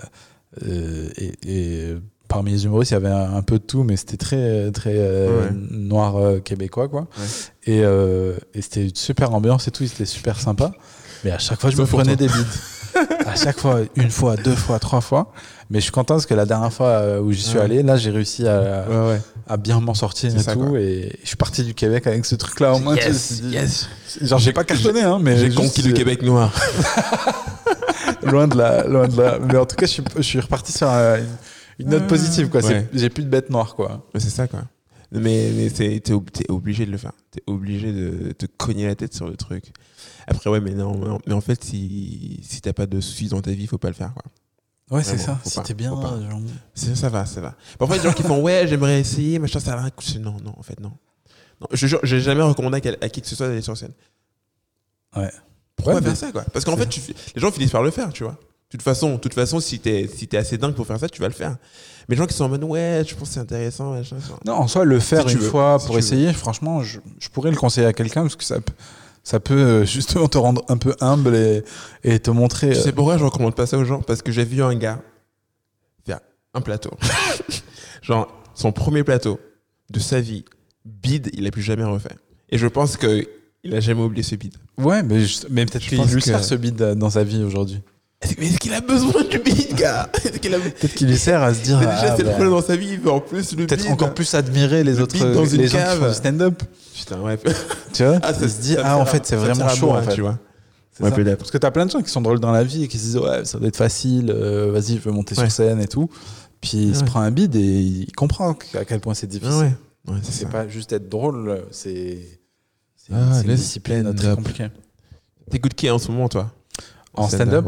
Et parmi les humoristes, il y avait un peu de tout, mais c'était très, très noir québécois, quoi. Et c'était une super ambiance et tout, c'était super sympa. Mais à chaque fois, je me prenais des bides. À chaque fois, 1 fois, 2 fois, 3 fois. Mais je suis content parce que la dernière fois où j'y suis allé, là, j'ai réussi à bien m'en sortir et tout. Quoi. Et je suis parti du Québec avec ce truc-là au moins. Yes. Genre, j'ai pas cartonné, hein, mais j'ai conquis le Québec noir. loin de là. Mais en tout cas, je suis reparti sur une note positive, quoi. J'ai plus de bête noire, quoi. Mais c'est ça, quoi. Mais t'es obligé de le faire. T'es obligé de te cogner la tête sur le truc. Après, mais non. Mais en fait, si t'as pas de soucis dans ta vie, faut pas le faire, quoi. Ouais, c'est ça. Si t'es bien, genre... ça va. Parfois, il y a des gens qui font j'aimerais essayer, machin, ça a rien coûté. Non, en fait, non. Je jure, j'ai jamais recommandé à qui que ce soit d'aller sur scène. Ouais. Pourquoi faire ça, quoi? Parce qu'en fait, les gens finissent par le faire, tu vois. De toute façon, si t'es assez dingue pour faire ça, tu vas le faire. Mais les gens qui sont en mode je pense que c'est intéressant, machin. Non, en soi, le faire une fois pour essayer, franchement, je pourrais le conseiller à quelqu'un parce que ça peut justement te rendre un peu humble et te montrer. Tu sais pourquoi je recommande pas ça aux gens? Parce que j'ai vu un gars faire un plateau. Genre, son premier plateau de sa vie, bide, il a plus jamais refait. Et je pense qu'il a jamais oublié ce bide. Ouais, mais peut-être qu'il lui sert ce bide dans sa vie aujourd'hui. Mais est-ce qu'il a besoin du bide, gars? Peut-être qu'il lui sert à se dire. Mais déjà, c'est le problème dans sa vie, il veut en plus le bide. Peut-être encore plus admirer les autres dans une les gens cave. qui font du stand-up. Putain, ouais. Tu vois, il se dit en fait c'est vraiment chaud en fait. Tu vois. Ouais, peut-être. Parce que t'as plein de gens qui sont drôles dans la vie et qui se disent ça doit être facile, vas-y je veux monter sur scène et tout. Puis il se prend un bide et il comprend à quel point c'est difficile. Ouais, c'est pas juste être drôle, c'est une discipline très compliquée. T'écoutes qui en ce moment, toi? En stand-up,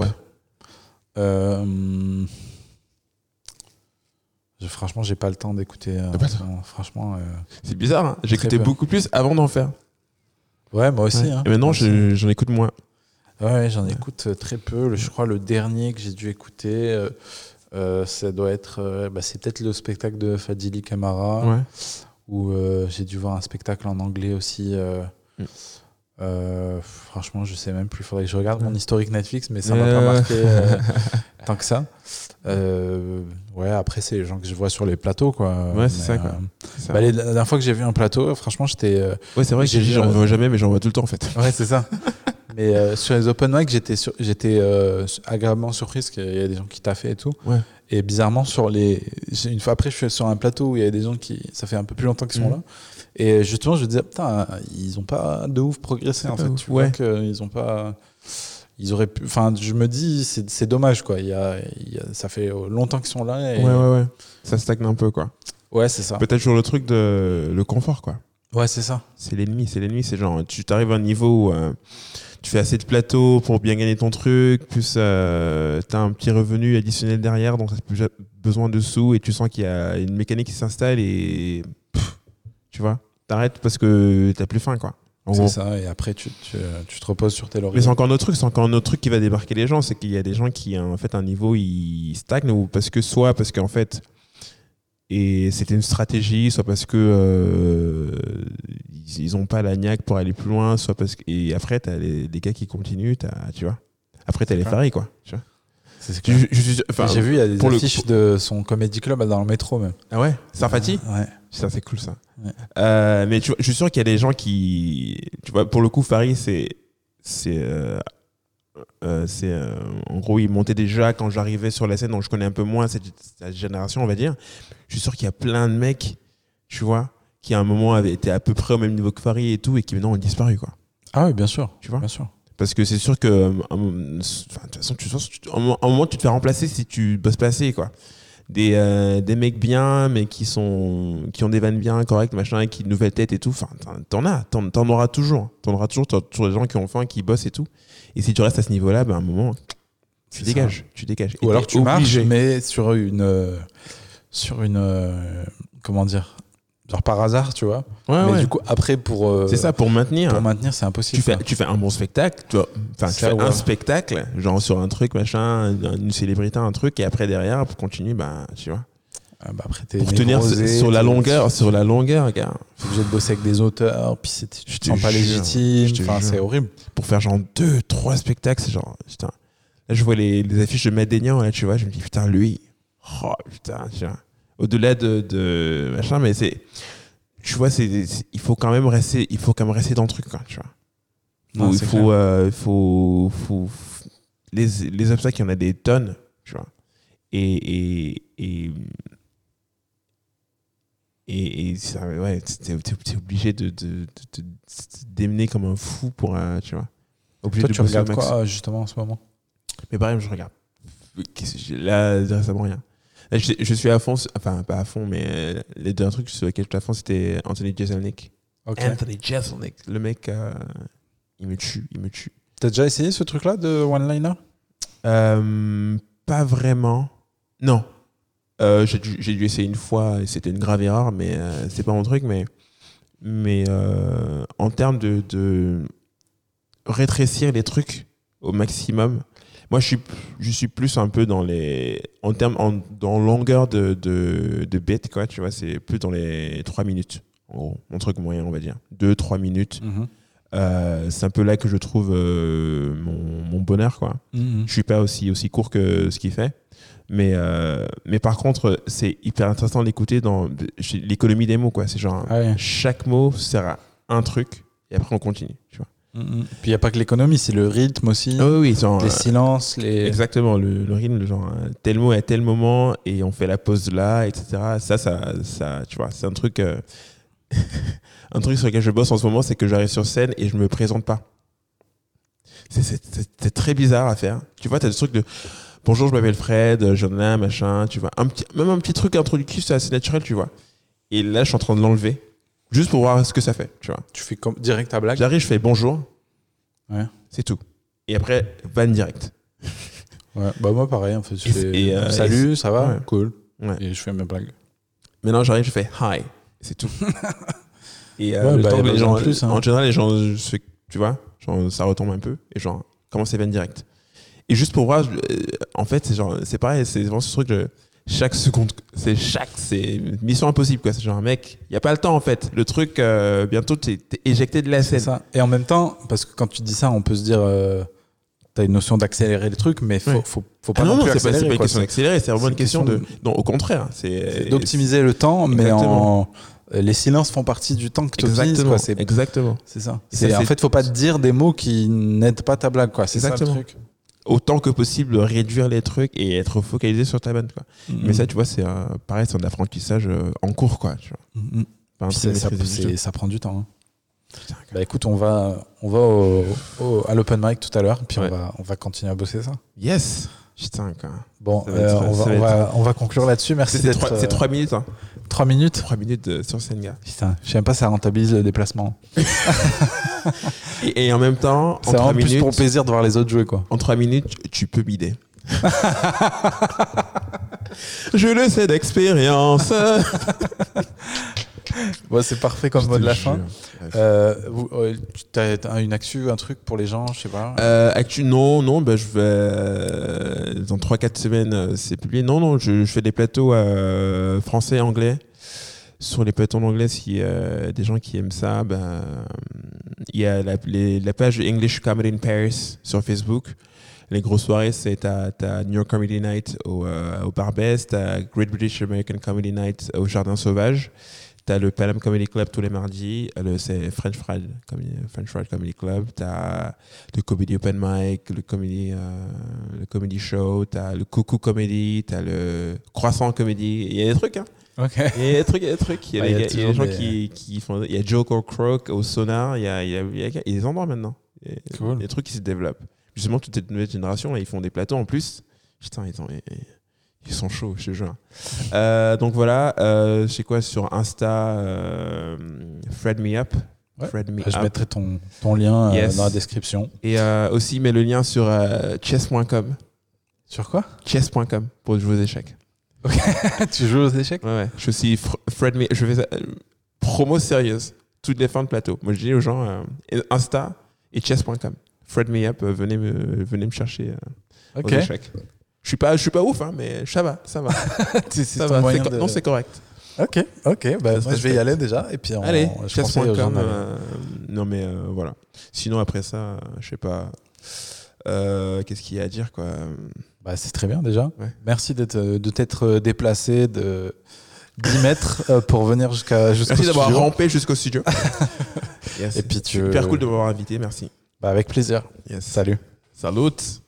franchement, j'ai pas le temps d'écouter. Franchement, c'est bizarre, hein. J'écoutais beaucoup plus avant d'en faire. Ouais, moi aussi. Hein. Et maintenant, j'en écoute moins. Ouais, j'en écoute très peu. Je crois le dernier que j'ai dû écouter, ça doit être. C'est peut-être le spectacle de Fadili Camara, où j'ai dû voir un spectacle en anglais aussi. Franchement, je sais même plus. Il faudrait que je regarde mon historique Netflix, mais ça m'a pas marqué tant que ça. Après, c'est les gens que je vois sur les plateaux, quoi. Ouais, c'est ça, quoi. La dernière fois que j'ai vu un plateau, franchement, j'étais. Ouais, c'est vrai que j'en vois jamais, mais j'en vois tout le temps, en fait. Ouais, c'est ça. Mais sur les open mic, j'étais agréablement surpris parce qu'il y a des gens qui taffaient et tout. Ouais. Et bizarrement, une fois après, je suis sur un plateau où il y a des gens ça fait un peu plus longtemps qu'ils sont là. Et justement, je me disais, putain, ils ont pas de ouf progressé, en fait. Tu vois qu'ils ont pas. Ils auraient pu. Enfin, je me dis, c'est dommage, quoi. Ça fait longtemps qu'ils sont là. Et... Ouais. Ça stagne un peu, quoi. Ouais, c'est ça. Peut-être sur le truc de le confort, quoi. Ouais, c'est ça. C'est l'ennemi. C'est genre, tu t'arrives à un niveau où tu fais assez de plateaux pour bien gagner ton truc, plus t'as un petit revenu additionnel derrière, donc t'as besoin de sous et tu sens qu'il y a une mécanique qui s'installe et tu vois, t'arrêtes parce que t'as plus faim, quoi. C'est ça, et après tu te reposes sur tes lauriers. Mais c'est encore un autre truc qui va débarquer les gens, c'est qu'il y a des gens qui, en fait, un niveau, ils stagnent, ou parce qu'en fait, et c'était une stratégie, soit parce que ils ont pas la niaque pour aller plus loin, soit parce que, et après t'as les gars qui continuent, tu vois. Après t'as les faris, quoi. Tu vois. J'ai vu, il y a des affiches de son comedy club dans le métro, même. Ah ouais, Sarfati. Ouais. Ça, c'est cool, ça. Ouais. Mais tu vois, je suis sûr qu'il y a des gens qui, tu vois, pour le coup, Farid, en gros, il montait déjà quand j'arrivais sur la scène, donc je connais un peu moins cette génération, on va dire. Je suis sûr qu'il y a plein de mecs, tu vois, qui à un moment avaient été à peu près au même niveau que Farid et tout, et qui maintenant ont disparu, quoi. Ah oui, bien sûr. Tu vois, bien sûr. Parce que c'est sûr que, de toute façon, à un moment, tu te fais remplacer si tu bosses pas assez, quoi. Des mecs bien, mais qui ont des vannes bien, correctes, machin, qui nouvelles têtes et tout. Enfin, t'en auras toujours. T'auras toujours des gens qui ont faim, qui bossent et tout. Et si tu restes à ce niveau-là, à un moment, tu dégages. Ou alors tu marches, mais sur une comment dire, genre par hasard, tu vois. Ouais. Du coup, après c'est ça, pour maintenir. Pour maintenir, c'est impossible. Tu fais un bon spectacle, tu vois. Enfin, tu fais un spectacle, genre sur un truc, machin, une célébrité, un truc, et après derrière, pour continuer, tu vois. Après, pour tenir sur la longueur, gars. Faut obligé de bosser avec des auteurs, puis tu te sens pas légitime. Enfin, c'est horrible. Pour faire genre 2-3 spectacles, c'est genre, putain. Là, je vois les affiches de Matt Daignan, là, tu vois, je me dis, putain, lui, oh, putain, tu vois. Au-delà de machin, mais c'est, tu vois, il faut quand même rester dans le truc, quoi, tu vois. Il faut les obstacles, il y en a des tonnes, tu vois. Et ça, ouais, t'es obligé de te démener comme un fou pour, tu vois. Toi, tu regardes quoi, justement, en ce moment? Mais pareil, je regarde. Là, récemment, rien. Là, je suis à fond, enfin, pas à fond, mais les deux trucs sur lesquels j'étais à fond, c'était Anthony Jeselnik. Okay. Anthony Jeselnik. Le mec, il me tue. T'as déjà essayé ce truc-là de one-liner? Pas vraiment. Non. J'ai dû essayer une fois et c'était une grave erreur, mais c'est pas mon truc. Mais en termes de rétrécir les trucs au maximum, moi je suis plus un peu dans longueur de bête, quoi, tu vois, c'est plus dans les 3 minutes, en gros, mon truc moyen, on va dire 2-3 minutes. C'est un peu là que je trouve mon bonheur, quoi. Je suis pas aussi court que ce qu'il fait, mais par contre c'est hyper intéressant d'écouter dans l'économie des mots, quoi. C'est genre chaque mot sert à un truc et après on continue, tu vois. Puis il n'y a pas que l'économie, c'est le rythme aussi. Oui, genre, les silences, exactement, le rythme, genre tel mot à tel moment et on fait la pause là, etc. Ça, tu vois, c'est un truc un truc sur lequel je bosse en ce moment, c'est que j'arrive sur scène et je me présente pas. C'est très bizarre à faire. Tu vois, t'as des trucs de bonjour, je m'appelle Fred, j'en ai un, machin, tu vois, même un petit truc introductif, c'est assez naturel, tu vois. Et là, je suis en train de l'enlever Juste pour voir ce que ça fait, tu vois. Tu fais comme direct ta blague. J'arrive, je fais bonjour. Ouais. C'est tout. Et après, vanne direct. Ouais. Bah moi pareil, en fait, je fais salut, ça va, cool. Ouais. Et je fais mes blagues. Maintenant, j'arrive, je fais hi. C'est tout. Et le temps que les gens plus, en général, les gens, tu vois, genre, ça retombe un peu et genre, comment c'est vanne direct. Et juste pour voir, en fait, c'est pareil, c'est vraiment ce truc de chaque seconde, c'est mission impossible, quoi. C'est genre, mec, il n'y a pas le temps, en fait. Le truc, bientôt, t'es éjecté de la scène. C'est ça. Et en même temps, parce que quand tu dis ça, on peut se dire, t'as une notion d'accélérer le truc, mais faut pas non plus accélérer. C'est pas une question d'accélérer, c'est vraiment une question de. Non, au contraire. C'est d'optimiser le temps, mais les silences font partie du temps que tu utilises. Exactement. C'est ça. En fait, faut pas te dire des mots qui n'aident pas ta blague, quoi. C'est ça le truc. Autant que possible, réduire les trucs et être focalisé sur ta vanne, quoi. Mais ça, tu vois, c'est pareil, c'est un apprentissage en cours, quoi. Tu vois. Ça prend du temps. Hein. Putain, bah écoute, on va à l'open mic tout à l'heure, puis on va continuer à bosser ça. Yes. Putain, quoi. Bon, on va conclure là-dessus. Merci d'être. C'est 3 minutes. Hein. 3 minutes 3 minutes sur scène, gars. Putain, je sais même pas si ça rentabilise le déplacement. et en même temps, c'est en plus pour le plaisir de voir les autres jouer, quoi. En 3 minutes, tu peux bider. Je le sais d'expérience. Bon, c'est parfait comme mot de la fin. Tu as une actu, un truc pour les gens, je sais pas. Actu, non, bah, je vais dans 3-4 semaines, c'est publié. Non, je fais des plateaux français, anglais. Sur les plateaux en anglais, s'il y a des gens qui aiment ça, il y a la page English Comedy in Paris sur Facebook. Les grosses soirées, c'est t'as New York Comedy Night au Barbès, t'as Great British American Comedy Night au Jardin Sauvage. T'as le Pelham Comedy Club tous les mardis, c'est French Fried Comedy Club. T'as le Comedy Open Mic, le Comedy Show, t'as le Coucou Comedy, t'as le Croissant Comedy. Il y a des trucs, hein. Okay. Il y a des trucs. Il y a des gens qui font. Il y a Joke or Croak au Sonar. Il y a des endroits maintenant. Il y a des trucs qui se développent. Justement, toute cette nouvelle génération, là, ils font des plateaux en plus. Putain, ils sont chauds, je te jure. Donc voilà, je sais quoi, sur Insta, Fred Me Up. Ouais. Je mettrai ton lien dans la description. Et aussi, mets le lien sur chess.com. Sur quoi? Chess.com, pour jouer aux échecs. Ok. Tu joues aux échecs? Ouais. Je suis Fred Me. Je fais ça, promo sérieuse. Toutes les fins de plateau. Moi, je dis aux gens Insta et chess.com. Fred Me Up, venez me chercher aux échecs. Je suis pas ouf, hein, mais ça va. ça va. Non, c'est correct. Ok. Bah, moi, je vais y aller déjà. Et puis allez, chess.com. Non, mais voilà. Sinon, après ça, je sais pas. Qu'est-ce qu'il y a à dire, quoi. Bah, c'est très bien déjà. Ouais. Merci de t'être déplacé de 10 mètres pour venir jusqu'au merci studio. Merci d'avoir rampé jusqu'au studio. Yes. Et puis super cool de m'avoir invité, merci. Bah, avec plaisir. Yes. Salut. Salut.